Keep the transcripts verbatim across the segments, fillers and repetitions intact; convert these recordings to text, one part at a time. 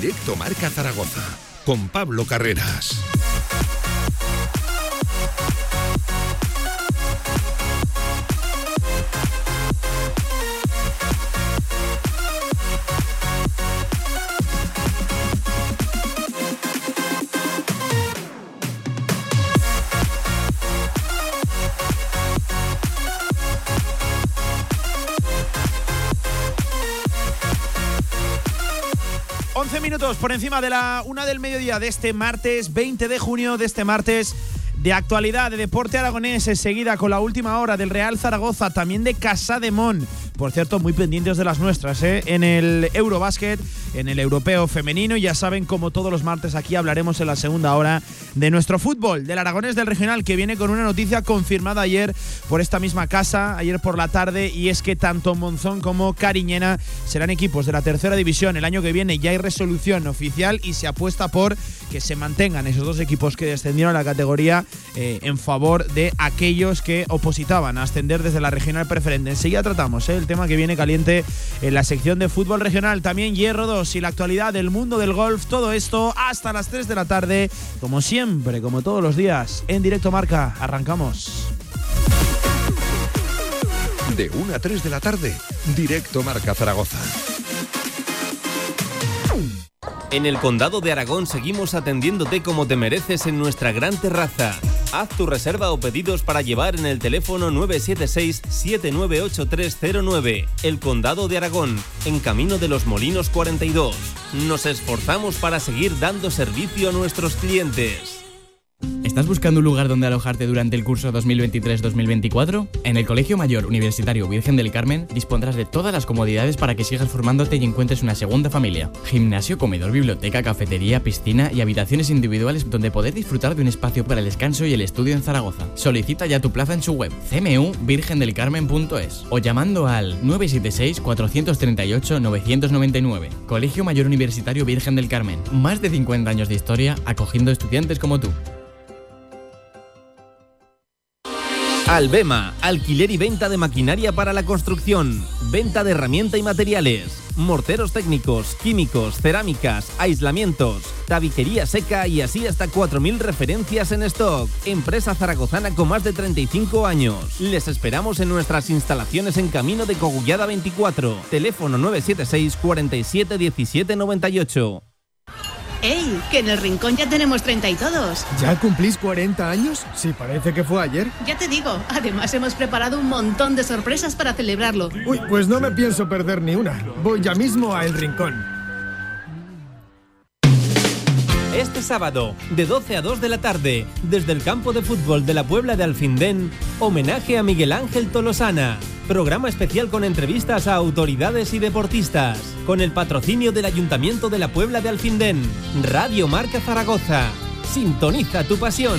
Directo Marca Zaragoza, con Pablo Carreras. once minutos por encima de la una del mediodía de este martes veinte de junio, de este martes de actualidad, de deporte aragonés, enseguida con la última hora del Real Zaragoza, también de Casademón. Por cierto, muy pendientes de las nuestras, ¿eh? En el Eurobásquet, en el europeo femenino. Ya saben, como todos los martes, aquí hablaremos en la segunda hora de nuestro fútbol, del aragonés del regional, que viene con una noticia confirmada ayer por esta misma casa, ayer por la tarde, y es que tanto Monzón como Cariñena serán equipos de la tercera división el año que viene. Ya hay resolución oficial y se apuesta por que se mantengan esos dos equipos que descendieron a la categoría eh, en favor de aquellos que opositaban a ascender desde la regional preferente. Enseguida tratamos ¿eh? el tema que viene caliente en la sección de fútbol regional. También Hierro dos y la actualidad del mundo del golf. Todo esto hasta las tres de la tarde, como siempre, como todos los días, en Directo Marca. Arrancamos. De una a tres de la tarde, Directo Marca Zaragoza. En el Condado de Aragón seguimos atendiéndote como te mereces en nuestra gran terraza. Haz tu reserva o pedidos para llevar en el teléfono nueve siete seis, siete nueve ocho tres cero nueve. El Condado de Aragón, en Camino de los Molinos cuarenta y dos. Nos esforzamos para seguir dando servicio a nuestros clientes. ¿Estás buscando un lugar donde alojarte durante el curso dos mil veintitrés dos mil veinticuatro? En el Colegio Mayor Universitario Virgen del Carmen dispondrás de todas las comodidades para que sigas formándote y encuentres una segunda familia. Gimnasio, comedor, biblioteca, cafetería, piscina y habitaciones individuales donde poder disfrutar de un espacio para el descanso y el estudio en Zaragoza. Solicita ya tu plaza en su web c m u virgen del carmen punto es o llamando al nueve siete seis, cuatro tres ocho, nueve nueve nueve. Colegio Mayor Universitario Virgen del Carmen. Más de cincuenta años de historia acogiendo estudiantes como tú. Albema, alquiler y venta de maquinaria para la construcción, venta de herramienta y materiales, morteros técnicos, químicos, cerámicas, aislamientos, tabiquería seca y así hasta cuatro mil referencias en stock. Empresa zaragozana con más de treinta y cinco años. Les esperamos en nuestras instalaciones en Camino de Cogullada veinticuatro. Teléfono nueve siete seis, cuarenta y siete, diecisiete noventa y ocho. ¡Ey! Que en el Rincón ya tenemos treinta y todos. ¿Ya cumplís cuarenta años? Sí, parece que fue ayer. Ya te digo, además hemos preparado un montón de sorpresas para celebrarlo. Uy, pues no me pienso perder ni una. Voy ya mismo a El Rincón. Este sábado, de doce a dos de la tarde, desde el campo de fútbol de la Puebla de Alfindén, homenaje a Miguel Ángel Tolosana. Programa especial con entrevistas a autoridades y deportistas, con el patrocinio del Ayuntamiento de la Puebla de Alfindén. Radio Marca Zaragoza. Sintoniza tu pasión.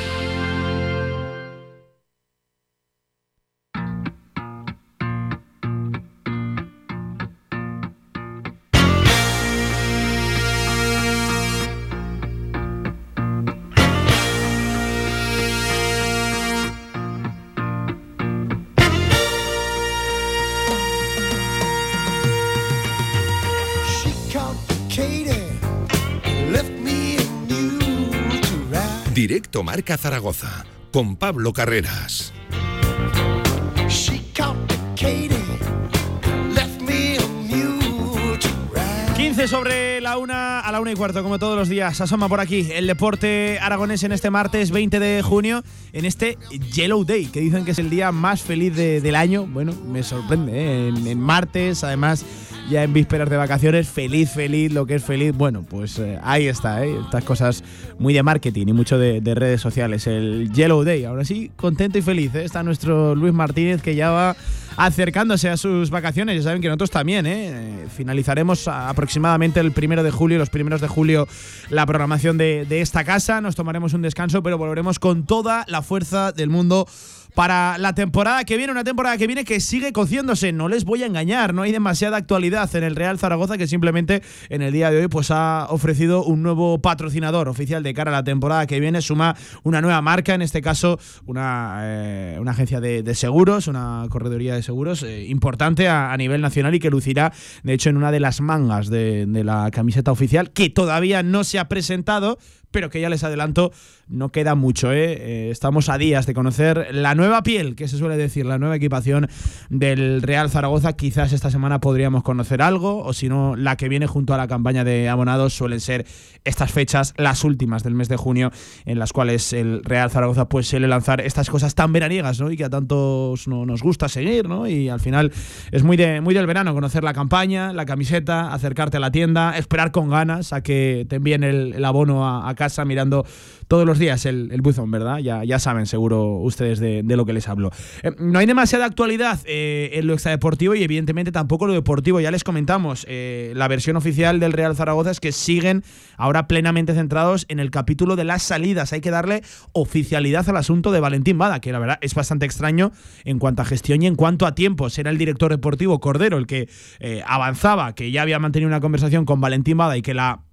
Directo Marca Zaragoza, con Pablo Carreras. quince sobre la una, a la una y cuarto, como todos los días. Asoma por aquí el deporte aragonés en este martes veinte de junio, en este Yellow Day, que dicen que es el día más feliz de, del año. Bueno, me sorprende, ¿eh? En, en martes, además, ya en vísperas de vacaciones, feliz, feliz, lo que es feliz. Bueno, pues eh, ahí está, ¿eh? Estas cosas muy de marketing y mucho de, de redes sociales. El Yellow Day, ahora sí, contento y feliz, ¿eh? Está nuestro Luis Martínez, que ya va acercándose a sus vacaciones. Ya saben que nosotros también, ¿eh? Finalizaremos aproximadamente el primero de julio, los primeros de julio, la programación de, de esta casa. Nos tomaremos un descanso, pero volveremos con toda la fuerza del mundo para la temporada que viene, una temporada que viene que sigue cociéndose. No les voy a engañar, no hay demasiada actualidad en el Real Zaragoza, que simplemente en el día de hoy pues ha ofrecido un nuevo patrocinador oficial de cara a la temporada que viene, suma una nueva marca, en este caso una, eh, una agencia de, de seguros, una correduría de seguros eh, importante a, a nivel nacional y que lucirá, de hecho, en una de las mangas de, de la camiseta oficial, que todavía no se ha presentado, pero que ya les adelanto, no queda mucho, ¿eh? Eh, estamos a días de conocer la nueva piel, que se suele decir, la nueva equipación del Real Zaragoza. Quizás esta semana podríamos conocer algo, o si no, la que viene junto a la campaña de abonados. Suelen ser estas fechas, las últimas del mes de junio, en las cuales el Real Zaragoza pues suele lanzar estas cosas tan veraniegas, ¿no? Y que a tantos no, nos gusta seguir, ¿no? Y al final es muy, de, muy del verano, conocer la campaña, la camiseta, acercarte a la tienda, esperar con ganas a que te envíen el, el abono a, a casa, mirando todos los días el, el buzón, ¿verdad? Ya, ya saben seguro ustedes de, de lo que les hablo. Eh, no hay demasiada actualidad eh, en lo extradeportivo y evidentemente tampoco lo deportivo. Ya les comentamos, eh, la versión oficial del Real Zaragoza es que siguen ahora plenamente centrados en el capítulo de las salidas. Hay que darle oficialidad al asunto de Valentín Bada, que la verdad es bastante extraño en cuanto a gestión y en cuanto a tiempos. Era el director deportivo Cordero el que eh, avanzaba, que ya había mantenido una conversación con Valentín Bada y que la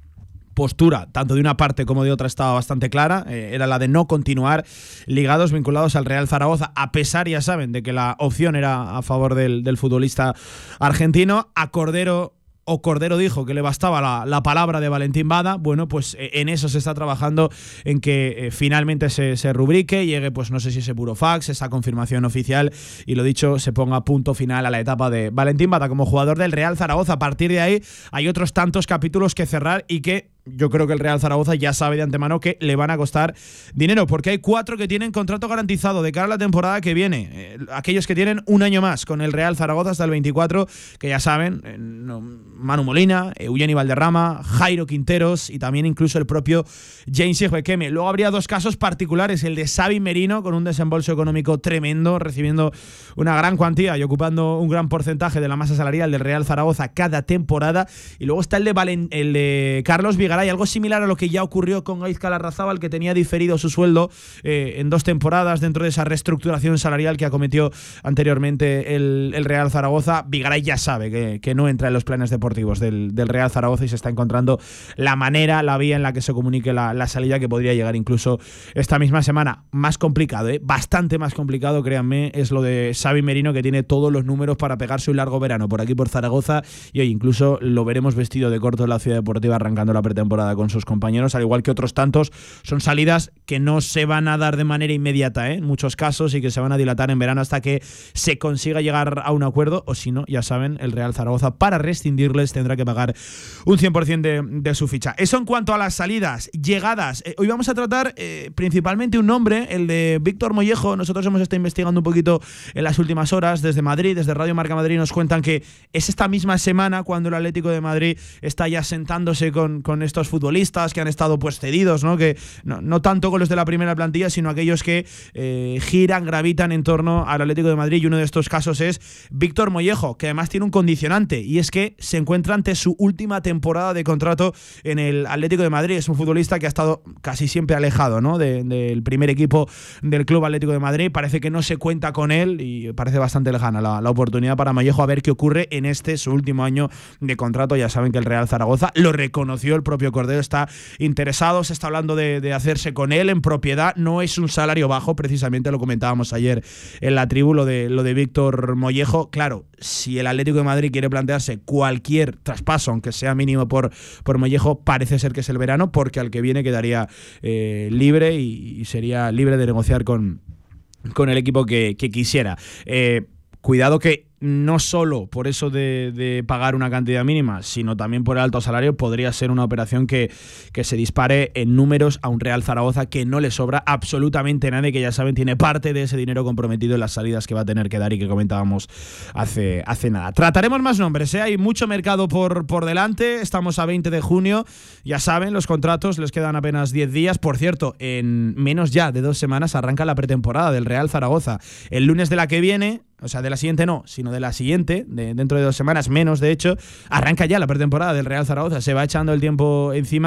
postura, tanto de una parte como de otra, estaba bastante clara, eh, era la de no continuar ligados, vinculados al Real Zaragoza, a pesar, ya saben, de que la opción era a favor del, del futbolista argentino. A Cordero o Cordero dijo que le bastaba la, la palabra de Valentín Bada. Bueno, pues eh, en eso se está trabajando, en que eh, finalmente se, se rubrique, llegue, pues no sé si ese burofax, esa confirmación oficial, y lo dicho, se ponga punto final a la etapa de Valentín Bada como jugador del Real Zaragoza. A partir de ahí hay otros tantos capítulos que cerrar y que yo creo que el Real Zaragoza ya sabe de antemano que le van a costar dinero, porque hay cuatro que tienen contrato garantizado de cara a la temporada que viene. Eh, aquellos que tienen un año más con el Real Zaragoza hasta el veinticuatro, que ya saben, eh, no, Manu Molina, Eugeni Valderrama, Jairo Quinteros y también incluso el propio James Igbekeme. Luego habría dos casos particulares, el de Xavi Merino, con un desembolso económico tremendo, recibiendo una gran cuantía y ocupando un gran porcentaje de la masa salarial del Real Zaragoza cada temporada. Y luego está el de, Valen, el de Carlos Vigaray, algo similar a lo que ya ocurrió con Gaizka Larrazábal, que tenía diferido su sueldo eh, en dos temporadas dentro de esa reestructuración salarial que acometió anteriormente el, el Real Zaragoza. Vigaray ya sabe que, que no entra en los planes deportivos del, del Real Zaragoza y se está encontrando la manera, la vía en la que se comunique la, la salida, que podría llegar incluso esta misma semana. Más complicado, ¿eh? Bastante más complicado, créanme, es lo de Xavi Merino, que tiene todos los números para pegarse un largo verano por aquí por Zaragoza, y hoy incluso lo veremos vestido de corto en la Ciudad Deportiva arrancando la pretemporada con sus compañeros, al igual que otros tantos. Son salidas que no se van a dar de manera inmediata, ¿eh? En muchos casos, y que se van a dilatar en verano hasta que se consiga llegar a un acuerdo, o si no, ya saben, el Real Zaragoza para rescindirles tendrá que pagar un cien por ciento de, de su ficha. Eso en cuanto a las salidas. Llegadas, eh, hoy vamos a tratar eh, principalmente un nombre, el de Víctor Mollejo. Nosotros hemos estado investigando un poquito en las últimas horas desde Madrid, desde Radio Marca Madrid nos cuentan que es esta misma semana cuando el Atlético de Madrid está ya sentándose con, con estos futbolistas que han estado pues cedidos, ¿no? Que no, no tanto con los de la primera plantilla, sino aquellos que eh, giran, gravitan en torno al Atlético de Madrid, y uno de estos casos es Víctor Mollejo, que además tiene un condicionante, y es que se encuentra ante su última temporada de contrato en el Atlético de Madrid. Es un futbolista que ha estado casi siempre alejado, ¿no? de, del primer equipo del Club Atlético de Madrid. Parece que no se cuenta con él y parece bastante lejana la, la oportunidad para Mollejo, a ver qué ocurre en este, su último año de contrato. Ya saben que el Real Zaragoza lo reconoció, el propio Cordero está interesado, se está hablando de, de hacerse con él en propiedad. No es un salario bajo, precisamente lo comentábamos ayer en la tribu, lo de, lo de Víctor Mollejo. Claro, si el Atlético de Madrid quiere plantearse cualquier traspaso, aunque sea mínimo por, por Mollejo, parece ser que es el verano, porque al que viene quedaría eh, libre y, y sería libre de negociar con, con el equipo que, que quisiera. Eh, cuidado que no solo por eso de, de pagar una cantidad mínima, sino también por el alto salario, podría ser una operación que, que se dispare en números a un Real Zaragoza que no le sobra absolutamente nada, y que ya saben tiene parte de ese dinero comprometido en las salidas que va a tener que dar y que comentábamos hace, hace nada. Trataremos más nombres, ¿eh? Hay mucho mercado por, por delante, estamos a veinte de junio, ya saben, los contratos les quedan apenas diez días. Por cierto, en menos ya de dos semanas arranca la pretemporada del Real Zaragoza. El lunes de la que viene, o sea, de la siguiente no, sino de la siguiente, de dentro de dos semanas, menos de hecho, arranca ya la pretemporada del Real Zaragoza. Se va echando el tiempo encima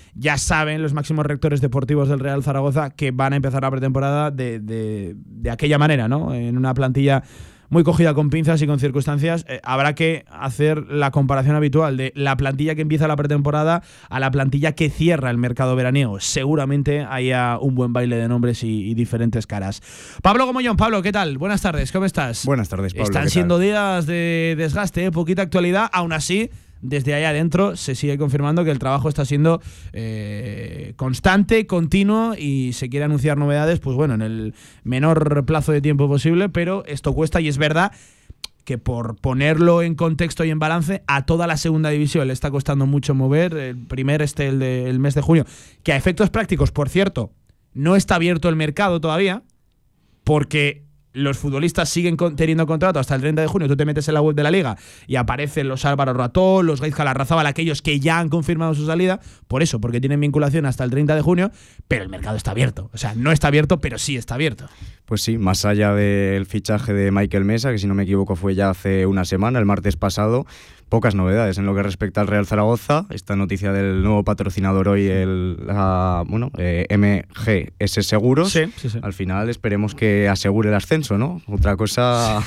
ya saben los máximos rectores deportivos del Real Zaragoza que van a empezar la pretemporada de, de, de aquella manera, ¿no? En una plantilla muy cogida con pinzas y con circunstancias. Eh, habrá que hacer la comparación habitual de la plantilla que empieza la pretemporada a la plantilla que cierra el mercado veraniego. Seguramente haya un buen baile de nombres y, y diferentes caras. Pablo Gomollón, Pablo, ¿qué tal? Buenas tardes, ¿cómo estás? Buenas tardes, Pablo. Están siendo días de desgaste, ¿eh? Poquita actualidad, aún así desde ahí adentro se sigue confirmando que el trabajo está siendo eh, constante, continuo y se quiere anunciar novedades, pues bueno, en el menor plazo de tiempo posible, pero esto cuesta y es verdad que por ponerlo en contexto y en balance, a toda la segunda división le está costando mucho mover. El primer este, el del mes de junio, que a efectos prácticos, por cierto, no está abierto el mercado todavía, porque los futbolistas siguen con, teniendo contrato hasta el treinta de junio. Tú te metes en la web de la Liga y aparecen los Álvaro Ratón, los Gaizka Larrazábal, aquellos que ya han confirmado su salida, por eso, porque tienen vinculación hasta el treinta de junio, pero el mercado está abierto. O sea, no está abierto, pero sí está abierto. Pues sí, más allá del fichaje de Michael Mesa, que si no me equivoco fue ya hace una semana, el martes pasado, pocas novedades en lo que respecta al Real Zaragoza. Esta noticia del nuevo patrocinador hoy, el la, bueno, eh, M G S Seguros. Sí, sí, sí. Al final esperemos que asegure el ascenso, ¿no? Otra cosa...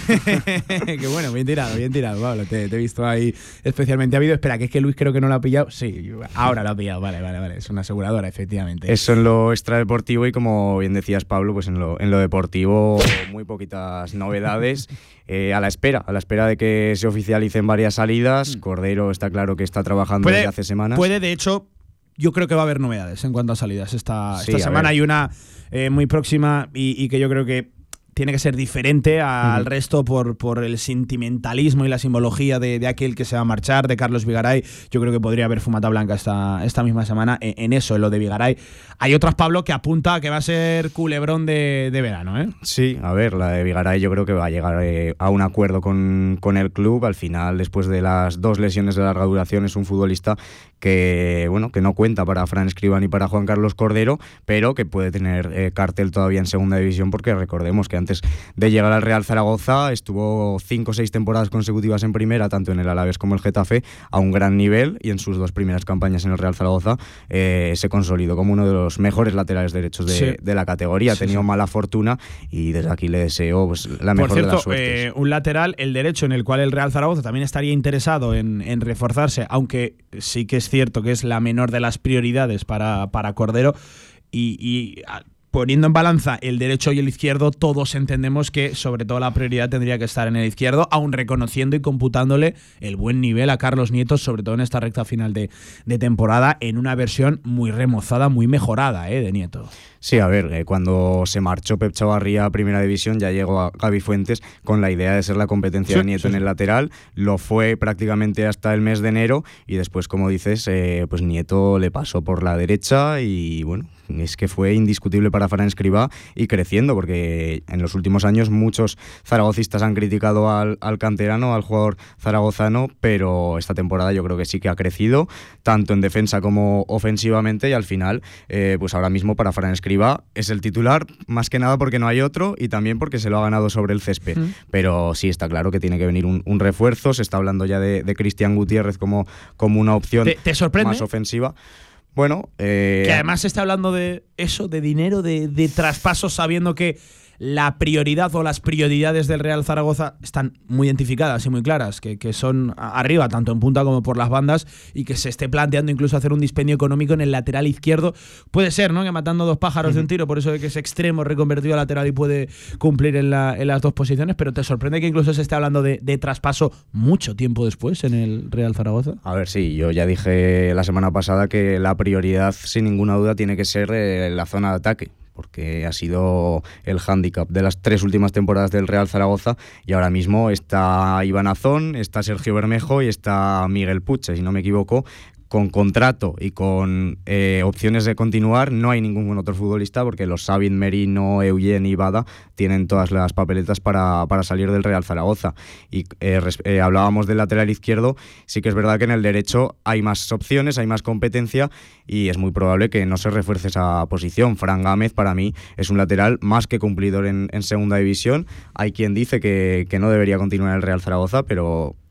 Qué bueno, bien tirado, bien tirado, Pablo. Te, te he visto ahí especialmente habido. Espera, que es que Luis creo que no lo ha pillado. Sí, ahora lo ha pillado. Vale, vale, vale. Es una aseguradora, efectivamente. Eso en lo extradeportivo y, como bien decías, Pablo, pues en lo, en lo deportivo muy poquitas novedades. Eh, a la espera, a la espera de que se oficialicen varias salidas. Cordero está claro que está trabajando puede, desde hace semanas. Puede, de hecho, yo creo que va a haber novedades en cuanto a salidas esta, sí, esta semana. Ver. Hay una eh, muy próxima y, y que yo creo que tiene que ser diferente al uh-huh. resto por, por el sentimentalismo y la simbología de, de aquel que se va a marchar, de Carlos Vigaray. Yo creo que podría haber fumata blanca esta, esta misma semana en, en eso, en lo de Vigaray. Hay otras, Pablo, que apunta a que va a ser culebrón de, de verano, ¿eh? Sí, a ver, la de Vigaray yo creo que va a llegar eh, a un acuerdo con, con el club. Al final, después de las dos lesiones de larga duración, es un futbolista que, bueno, que no cuenta para Fran Escribá ni para Juan Carlos Cordero, pero que puede tener eh, cartel todavía en segunda división, porque recordemos que antes de llegar al Real Zaragoza estuvo cinco o seis temporadas consecutivas en primera, tanto en el Alavés como el Getafe, a un gran nivel, y en sus dos primeras campañas en el Real Zaragoza eh, se consolidó como uno de los mejores laterales derechos de, sí. de la categoría. Ha sí, tenido sí. mala fortuna y desde aquí le deseo pues, la mejor Por cierto, de las suertes. Eh, un lateral, el derecho, en el cual el Real Zaragoza también estaría interesado en, en reforzarse, aunque sí que es cierto que es la menor de las prioridades para, para Cordero, y, y poniendo en balanza el derecho y el izquierdo, todos entendemos que sobre todo la prioridad tendría que estar en el izquierdo, aun reconociendo y computándole el buen nivel a Carlos Nieto, sobre todo en esta recta final de, de temporada, en una versión muy remozada, muy mejorada eh, de Nieto. Sí, a ver, eh, cuando se marchó Pep Chavarría a Primera División ya llegó a Gaby Fuentes con la idea de ser la competencia sí, de Nieto sí, en el lateral. Lo fue prácticamente hasta el mes de enero y después, como dices, eh, pues Nieto le pasó por la derecha y bueno, es que fue indiscutible para Fran Escribá y creciendo, porque en los últimos años muchos zaragocistas han criticado al, al canterano, al jugador zaragozano, pero esta temporada yo creo que sí que ha crecido, tanto en defensa como ofensivamente, y al final, eh, pues ahora mismo para Fran Escribá es el titular, más que nada porque no hay otro y también porque se lo ha ganado sobre el césped. Mm. Pero sí, está claro que tiene que venir un, un refuerzo. Se está hablando ya de, de Cristian Gutiérrez como, como una opción ¿Te, te sorprende? más ofensiva. Bueno, eh, que además se está hablando de eso, de dinero, de, de traspasos, sabiendo que la prioridad o las prioridades del Real Zaragoza están muy identificadas y muy claras, que, que son arriba, tanto en punta como por las bandas, y que se esté planteando incluso hacer un dispendio económico en el lateral izquierdo. Puede ser, ¿no?, que matando dos pájaros uh-huh. de un tiro, por eso de que es extremo reconvertido a lateral y puede cumplir en, la, en las dos posiciones, pero ¿te sorprende que incluso se esté hablando de, de traspaso mucho tiempo después en el Real Zaragoza? A ver, sí, yo ya dije la semana pasada que la prioridad, sin ninguna duda, tiene que ser eh, la zona de ataque, porque ha sido el hándicap de las tres últimas temporadas del Real Zaragoza, y ahora mismo está Iván Azón, está Sergio Bermejo y está Miguel Puche, si no me equivoco. Con contrato y con eh, opciones de continuar, no hay ningún otro futbolista, porque los Sabin, Merino, Eugen y Bada tienen todas las papeletas para, para salir del Real Zaragoza. Y eh, res, eh, hablábamos del lateral izquierdo, sí que es verdad que en el derecho hay más opciones, hay más competencia y es muy probable que no se refuerce esa posición. Fran Gámez, para mí, es un lateral más que cumplidor en, en segunda división. Hay quien dice que, que no debería continuar en el Real Zaragoza, pero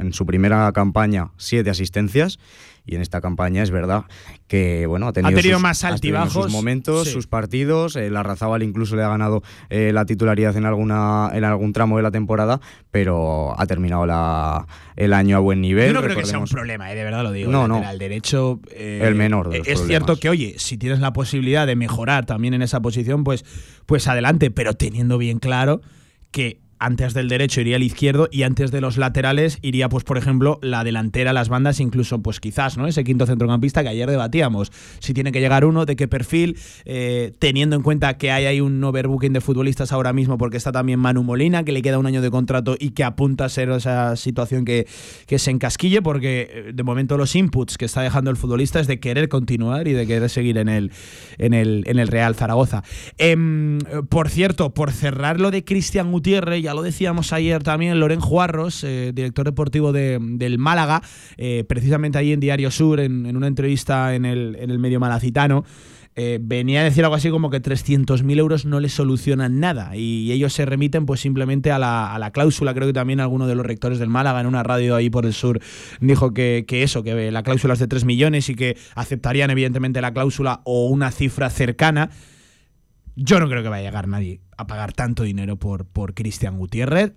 en su primera campaña siete asistencias. Y en esta campaña es verdad que bueno ha tenido, ha tenido sus, más altibajos, sus momentos, sí. sus partidos. Eh, Larrazábal incluso le ha ganado eh, la titularidad en alguna en algún tramo de la temporada, pero ha terminado la, el año a buen nivel. Yo no creo que sea un problema, eh, de verdad lo digo. No, el no. lateral derecho, eh, el menor de los es problemas. Cierto que, oye, si tienes la posibilidad de mejorar también en esa posición, pues, pues adelante, pero teniendo bien claro que antes del derecho iría el izquierdo y antes de los laterales iría, pues por ejemplo, la delantera, las bandas, incluso pues quizás, ¿no? Ese quinto centrocampista que ayer debatíamos. Si tiene que llegar uno, de qué perfil, eh, teniendo en cuenta que hay ahí un overbooking de futbolistas ahora mismo, porque está también Manu Molina, que le queda un año de contrato y que apunta a ser esa situación que, que se encasquille, porque de momento los inputs que está dejando el futbolista es de querer continuar y de querer seguir en el, en el, en el Real Zaragoza. Eh, por cierto, por cerrar lo de Cristian Gutiérrez, ya lo decíamos ayer también, Loren Juarros, eh, director deportivo de, del Málaga, eh, precisamente ahí en Diario Sur, en, en una entrevista en el, en el medio malacitano, eh, venía a decir algo así como que trescientos mil euros no les solucionan nada y ellos se remiten pues simplemente a la, a la cláusula. Creo que también alguno de los rectores del Málaga en una radio ahí por el sur dijo que, que eso, que la cláusula es de tres millones y que aceptarían evidentemente la cláusula o una cifra cercana. Yo no creo que vaya a llegar nadie a pagar tanto dinero por, por Cristian Gutiérrez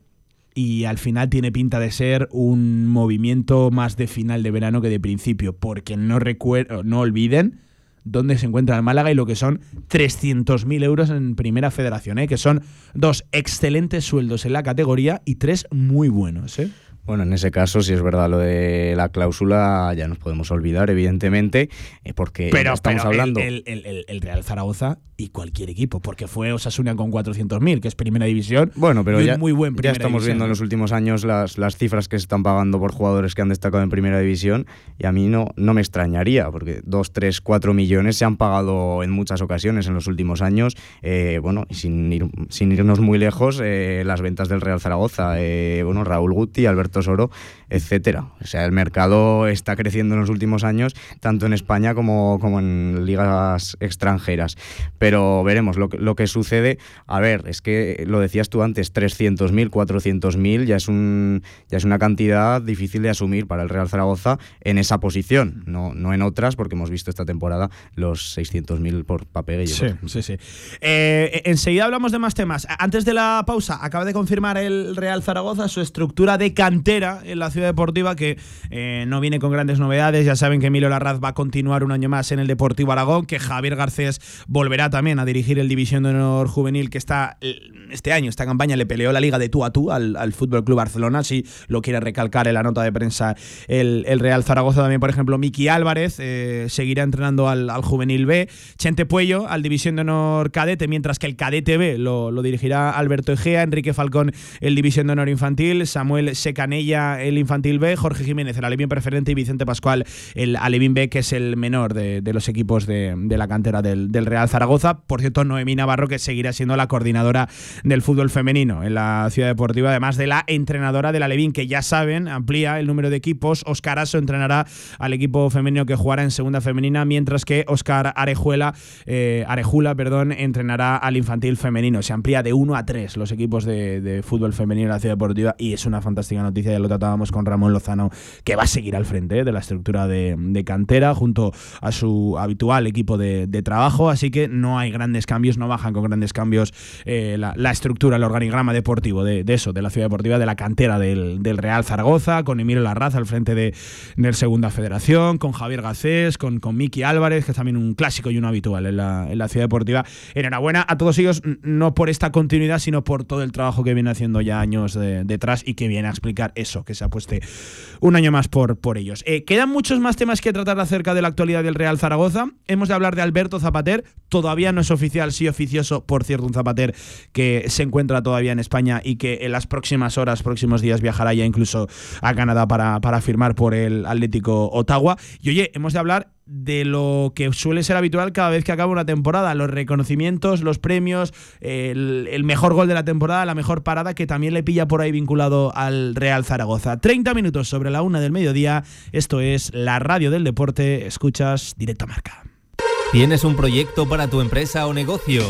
y al final tiene pinta de ser un movimiento más de final de verano que de principio, porque no, recuer- no olviden dónde se encuentra el Málaga y lo que son trescientos mil euros en Primera Federación, ¿eh? Que son dos excelentes sueldos en la categoría y tres muy buenos, ¿eh? Bueno, en ese caso, si es verdad lo de la cláusula, ya nos podemos olvidar, evidentemente, porque pero, estamos pero hablando… El, el, el, el Real Zaragoza y cualquier equipo, porque fue Osasuna con cuatrocientos mil, que es Primera División, bueno, pero y ya, un muy buen ya estamos división. viendo en los últimos años las, las cifras que se están pagando por jugadores que han destacado en Primera División, y a mí no, no me extrañaría, porque dos, tres, cuatro millones se han pagado en muchas ocasiones en los últimos años, eh, bueno, y sin, ir, sin irnos muy lejos, eh, las ventas del Real Zaragoza, eh, bueno, Raúl Guti, Alberto Soro, etcétera. O sea, el mercado está creciendo en los últimos años, tanto en España como, como en ligas extranjeras. Pero veremos lo que, lo que sucede. A ver, es que lo decías tú antes, trescientos mil, cuatrocientos mil, ya es un ya es una cantidad difícil de asumir para el Real Zaragoza en esa posición, no, no en otras, porque hemos visto esta temporada los seiscientos mil por Papeguello. Sí, sí, sí. Eh, enseguida hablamos de más temas. Antes de la pausa, acaba de confirmar el Real Zaragoza su estructura de cantera en la Ciudad Deportiva, que eh, no viene con grandes novedades. Ya saben que Emilio Larraz va a continuar un año más en el Deportivo Aragón, que Javier Garcés volverá también a dirigir el División de Honor Juvenil, que está este año, esta campaña, le peleó la Liga de tú a tú al, al Fútbol Club Barcelona, si lo quiere recalcar en la nota de prensa el, el Real Zaragoza. También, por ejemplo, Miki Álvarez eh, seguirá entrenando al, al Juvenil B, Chente Puello al División de Honor Cadete, mientras que el Cadete B lo, lo dirigirá Alberto Egea, Enrique Falcón el División de Honor Infantil, Samuel Secanella el Infantil B, Jorge Jiménez el Alevín Preferente y Vicente Pascual el Alevín B, que es el menor de, de los equipos de, de la cantera del, del Real Zaragoza. Por cierto, Noemí Navarro, que seguirá siendo la coordinadora del fútbol femenino en la Ciudad Deportiva, además de la entrenadora del Alevín, que ya saben, amplía el número de equipos. Óscar Aso entrenará al equipo femenino que jugará en segunda femenina, mientras que Óscar Arejuela, eh, Arejula perdón, entrenará al infantil femenino. Se amplía de uno a tres los equipos de, de fútbol femenino en la Ciudad Deportiva y es una fantástica noticia. Ya lo tratábamos con Ramón Lozano, que va a seguir al frente eh, de la estructura de, de cantera junto a su habitual equipo de, de trabajo, así que no hay grandes cambios, no bajan con grandes cambios eh, la, la estructura, el organigrama deportivo de, de eso, de la Ciudad Deportiva, de la cantera del, del Real Zaragoza, con Emilio Larraz al frente de, de Segunda Federación, con Javier Garcés, con, con Miki Álvarez, que es también un clásico y un habitual en la, en la Ciudad Deportiva. Enhorabuena a todos ellos, no por esta continuidad, sino por todo el trabajo que viene haciendo ya años de, detrás y que viene a explicar eso, que se apueste un año más por, por ellos. Eh, quedan muchos más temas que tratar acerca de la actualidad del Real Zaragoza. Hemos de hablar de Alberto Zapater, todavía no es oficial, sí oficioso, por cierto, un Zapater que se encuentra todavía en España y que en las próximas horas, próximos días viajará ya incluso a Canadá para, para firmar por el Atlético Ottawa. Y oye, hemos de hablar de lo que suele ser habitual cada vez que acaba una temporada, los reconocimientos, los premios, el, el mejor gol de la temporada, la mejor parada, que también le pilla por ahí vinculado al Real Zaragoza. treinta minutos sobre la una del mediodía, esto es la radio del deporte, escuchas Directo Marca. ¿Tienes un proyecto para tu empresa o negocio?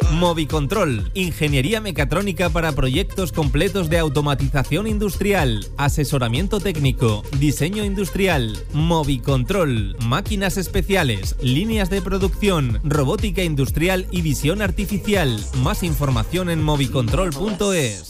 Movicontrol, ingeniería mecatrónica para proyectos completos de automatización industrial, asesoramiento técnico, diseño industrial. Movicontrol, máquinas especiales, líneas de producción, robótica industrial y visión artificial. Más información en movicontrol punto es.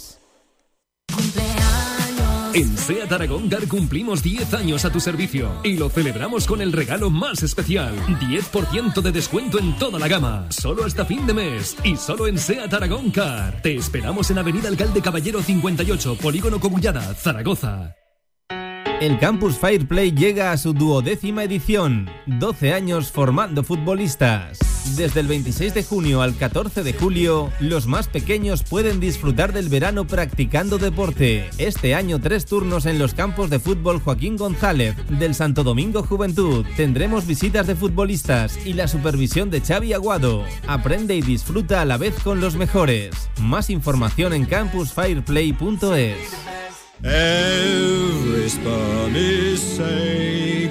En SEAT Aragón Car cumplimos diez años a tu servicio y lo celebramos con el regalo más especial. diez por ciento de descuento en toda la gama, solo hasta fin de mes y solo en SEAT Aragón Car. Te esperamos en Avenida Alcalde Caballero cincuenta y ocho, Polígono Cogullada, Zaragoza. El Campus Fairplay llega a su duodécima edición, doce años formando futbolistas. Desde el veintiséis de junio al catorce de julio, los más pequeños pueden disfrutar del verano practicando deporte. Este año tres turnos en los campos de fútbol Joaquín González, del Santo Domingo Juventud. Tendremos visitas de futbolistas y la supervisión de Xavi Aguado. Aprende y disfruta a la vez con los mejores. Más información en campus fairplay punto es. Every sperm is sacred,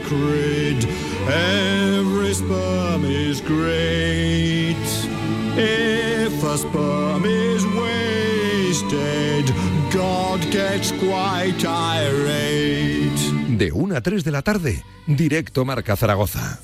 every sperm is great. If a sperm is wasted, God gets quite irate. De una a tres de la tarde, directo Marca Zaragoza.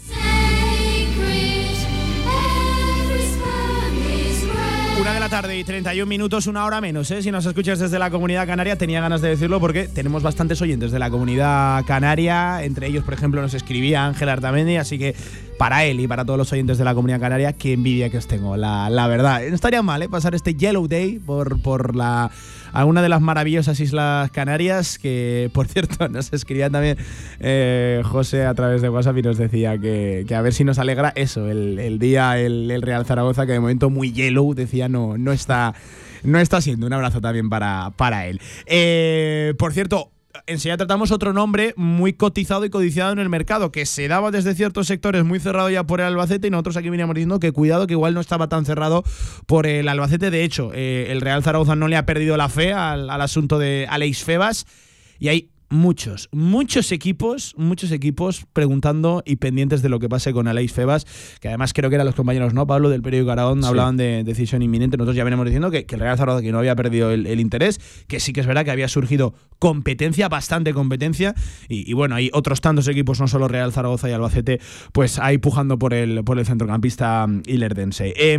Una de la tarde y treinta y un minutos, una hora menos, ¿eh? Si nos escuchas desde la Comunidad Canaria, tenía ganas de decirlo porque tenemos bastantes oyentes de la Comunidad Canaria. Entre ellos, por ejemplo, nos escribía Ángel Artamendi, así que para él y para todos los oyentes de la Comunidad Canaria, qué envidia que os tengo, la, la verdad. No estaría mal, ¿eh? Pasar este Yellow Day por, por la, alguna de las maravillosas Islas Canarias, que, por cierto, nos escribía también eh, José a través de WhatsApp y nos decía que, que a ver si nos alegra eso, el, el día, el, el Real Zaragoza, que de momento muy yellow, decía, no, no está, no está siendo. Un abrazo también para, para él. Eh, por cierto, enseguida tratamos otro nombre muy cotizado y codiciado en el mercado, que se daba desde ciertos sectores muy cerrado ya por el Albacete, y nosotros aquí veníamos diciendo que cuidado, que igual no estaba tan cerrado por el Albacete. De hecho, eh, el Real Zaragoza no le ha perdido la fe al, al asunto de Aleix Febas, y hay muchos, muchos equipos, muchos equipos preguntando y pendientes de lo que pase con Aleix Febas, que además creo que eran los compañeros, ¿no, Pablo, del periódico Aragón? Sí. Hablaban de decisión inminente. Nosotros ya venimos diciendo que, que el Real Zaragoza, que no había perdido el, el interés, que sí que es verdad que había surgido competencia, bastante competencia, y, y bueno, hay otros tantos equipos, no solo Real Zaragoza y Albacete, pues ahí pujando por el, por el centrocampista ilerdense. Eh,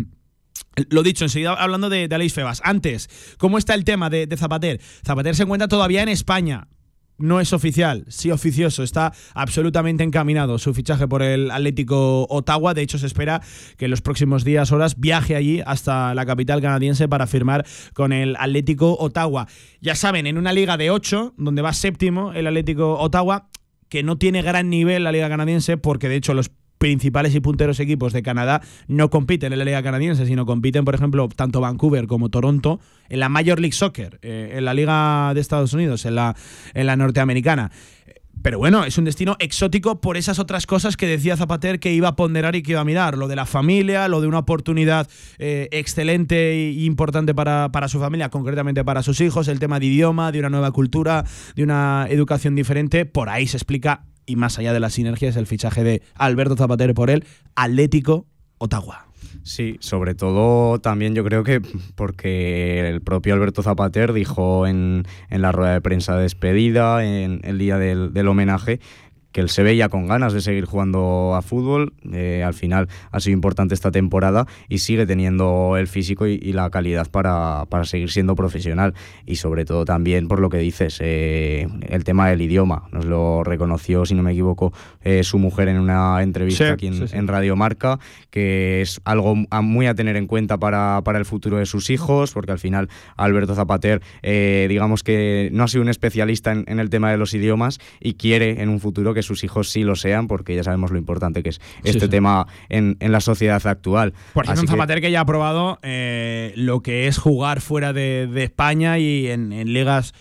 Lo dicho, enseguida hablando de, de Aleix Febas. Antes, ¿cómo está el tema de, de Zapater? Zapater se encuentra todavía en España. No es oficial, sí oficioso, está absolutamente encaminado su fichaje por el Atlético Ottawa. De hecho, se espera que en los próximos días, horas, viaje allí hasta la capital canadiense para firmar con el Atlético Ottawa. Ya saben, en una liga de ocho, donde va séptimo el Atlético Ottawa, que no tiene gran nivel la liga canadiense, porque de hecho los principales y punteros equipos de Canadá no compiten en la liga canadiense, sino compiten, por ejemplo, tanto Vancouver como Toronto en la Major League Soccer, eh, en la liga de Estados Unidos, en la, en la norteamericana. Pero bueno, es un destino exótico por esas otras cosas que decía Zapater que iba a ponderar y que iba a mirar. Lo de la familia, lo de una oportunidad eh, excelente e importante para, para su familia, concretamente para sus hijos, el tema de idioma, de una nueva cultura, de una educación diferente. Por ahí se explica, y más allá de las sinergias, el fichaje de Alberto Zapater por el Atlético Ottawa. Sí, sobre todo también yo creo que porque el propio Alberto Zapater dijo en, en la rueda de prensa de despedida, en el día del, del homenaje, que él se veía con ganas de seguir jugando a fútbol. Eh, al final ha sido importante esta temporada y sigue teniendo el físico y, y la calidad para, para seguir siendo profesional. Y sobre todo también por lo que dices, eh, el tema del idioma. Nos lo reconoció, si no me equivoco, eh, su mujer en una entrevista sí, aquí en, sí, sí. en Radio Marca, que es algo a, muy a tener en cuenta para, para el futuro de sus hijos, porque al final Alberto Zapater, eh, digamos que no ha sido un especialista en, en el tema de los idiomas y quiere en un futuro que sus hijos sí lo sean, porque ya sabemos lo importante que es este sí, sí. tema en, en la sociedad actual. Por ejemplo, un Zapater que, que ya ha probado eh, lo que es jugar fuera de, de España y en, en ligas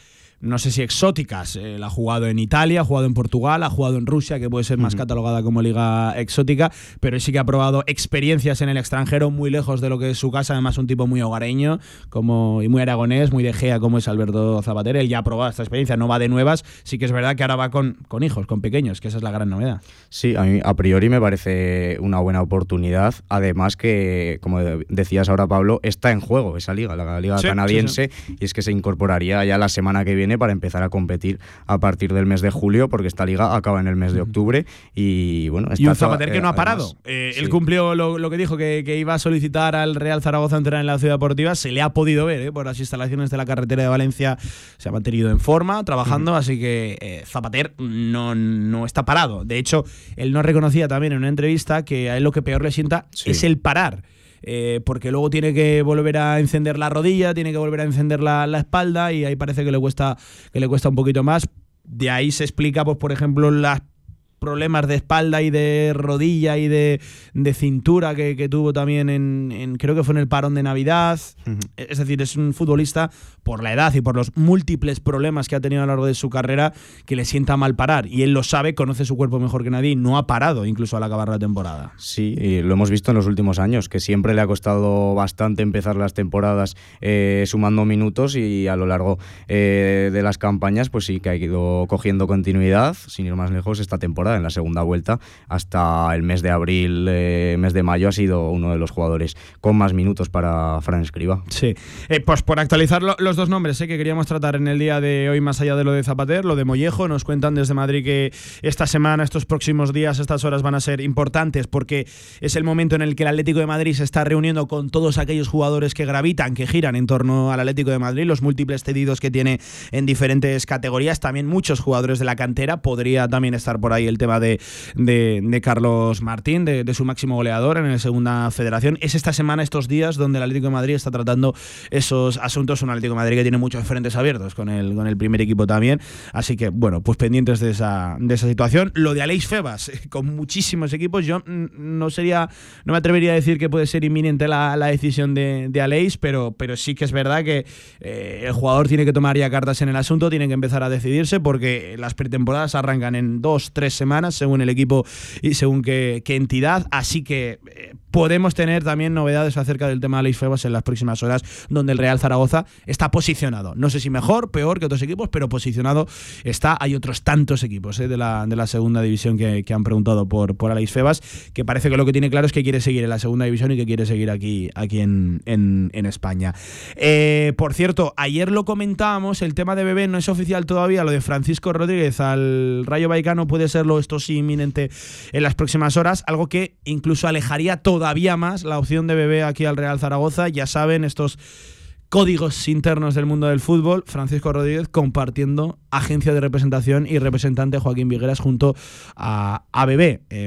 no sé si exóticas. Él ha jugado en Italia, ha jugado en Portugal, ha jugado en Rusia, que puede ser más uh-huh. catalogada como liga exótica, pero sí que ha probado experiencias en el extranjero muy lejos de lo que es su casa. Además, un tipo muy hogareño como, y muy aragonés, muy de Gea, como es Alberto Zapater. Él ya ha probado esta experiencia, no va de nuevas. Sí que es verdad que ahora va con, con hijos, con pequeños, que esa es la gran novedad. Sí, a mí a priori me parece una buena oportunidad. Además que, como decías ahora, Pablo, está en juego esa liga, la liga sí, canadiense, sí, sí. y es que se incorporaría ya la semana que viene para empezar a competir a partir del mes de julio, porque esta liga acaba en el mes de octubre y bueno, está y un Zapater que no ha parado. Además, eh, sí. Él cumplió lo, lo que dijo, que, que iba a solicitar al Real Zaragoza entrenar en la Ciudad Deportiva. Se le ha podido ver eh, por las instalaciones de la carretera de Valencia. Se ha mantenido en forma, trabajando, uh-huh. así que eh, Zapater no, no está parado. De hecho, él nos reconocía también en una entrevista que a él lo que peor le sienta sí. es el parar. Eh, porque luego tiene que volver a encender la rodilla, tiene que volver a encender la, la espalda, y ahí parece que le cuesta que le cuesta un poquito más. De ahí se explica, pues por ejemplo, las problemas de espalda y de rodilla y de, de cintura que, que tuvo también en, en, creo que fue en el parón de Navidad. Uh-huh. Es decir, es un futbolista, por la edad y por los múltiples problemas que ha tenido a lo largo de su carrera, que le sienta mal parar, y él lo sabe, conoce su cuerpo mejor que nadie y no ha parado incluso al acabar la temporada. Sí, y lo hemos visto en los últimos años, que siempre le ha costado bastante empezar las temporadas eh, sumando minutos, y a lo largo eh, de las campañas pues sí que ha ido cogiendo continuidad, sin ir más lejos esta temporada. En la segunda vuelta, hasta el mes de abril, eh, mes de mayo, ha sido uno de los jugadores con más minutos para Fran Escribá. Sí, eh, pues por actualizar lo, los dos nombres eh, que queríamos tratar en el día de hoy, más allá de lo de Zapater, lo de Mollejo. Nos cuentan desde Madrid que esta semana, estos próximos días, estas horas van a ser importantes, porque es el momento en el que el Atlético de Madrid se está reuniendo con todos aquellos jugadores que gravitan, que giran en torno al Atlético de Madrid, los múltiples cedidos que tiene en diferentes categorías, también muchos jugadores de la cantera. Podría también estar por ahí el tema de, de, de Carlos Martín, de, de su máximo goleador en la Segunda Federación. Es esta semana, estos días, donde el Atlético de Madrid está tratando esos asuntos. Un Atlético de Madrid que tiene muchos frentes abiertos con el, con el primer equipo también. Así que, bueno, pues pendientes de esa, de esa situación. Lo de Aleix Febas, con muchísimos equipos, yo no sería, no me atrevería a decir que puede ser inminente la, la decisión de, de Aleix, pero, pero sí que es verdad que eh, el jugador tiene que tomar ya cartas en el asunto, tiene que empezar a decidirse, porque las pretemporadas arrancan en dos, tres semanas, según el equipo y según qué, qué entidad. Así que eh, podemos tener también novedades acerca del tema de Aleix Febas en las próximas horas, donde el Real Zaragoza está posicionado. No sé si mejor, peor que otros equipos, pero posicionado está. Hay otros tantos equipos eh, de, la, de la segunda división que, que han preguntado por, por Aleix Febas, que parece que lo que tiene claro es que quiere seguir en la segunda división y que quiere seguir aquí, aquí en, en, en España. Eh, por cierto, ayer lo comentábamos, el tema de Bebé no es oficial todavía, lo de Francisco Rodríguez al Rayo Vallecano puede serlo, esto sí, inminente en las próximas horas, algo que incluso alejaría todavía más la opción de Bebé aquí al Real Zaragoza. Ya saben, estos códigos internos del mundo del fútbol, Francisco Rodríguez compartiendo agencia de representación y representante Joaquín Vigueras junto a, a Bebé. Eh,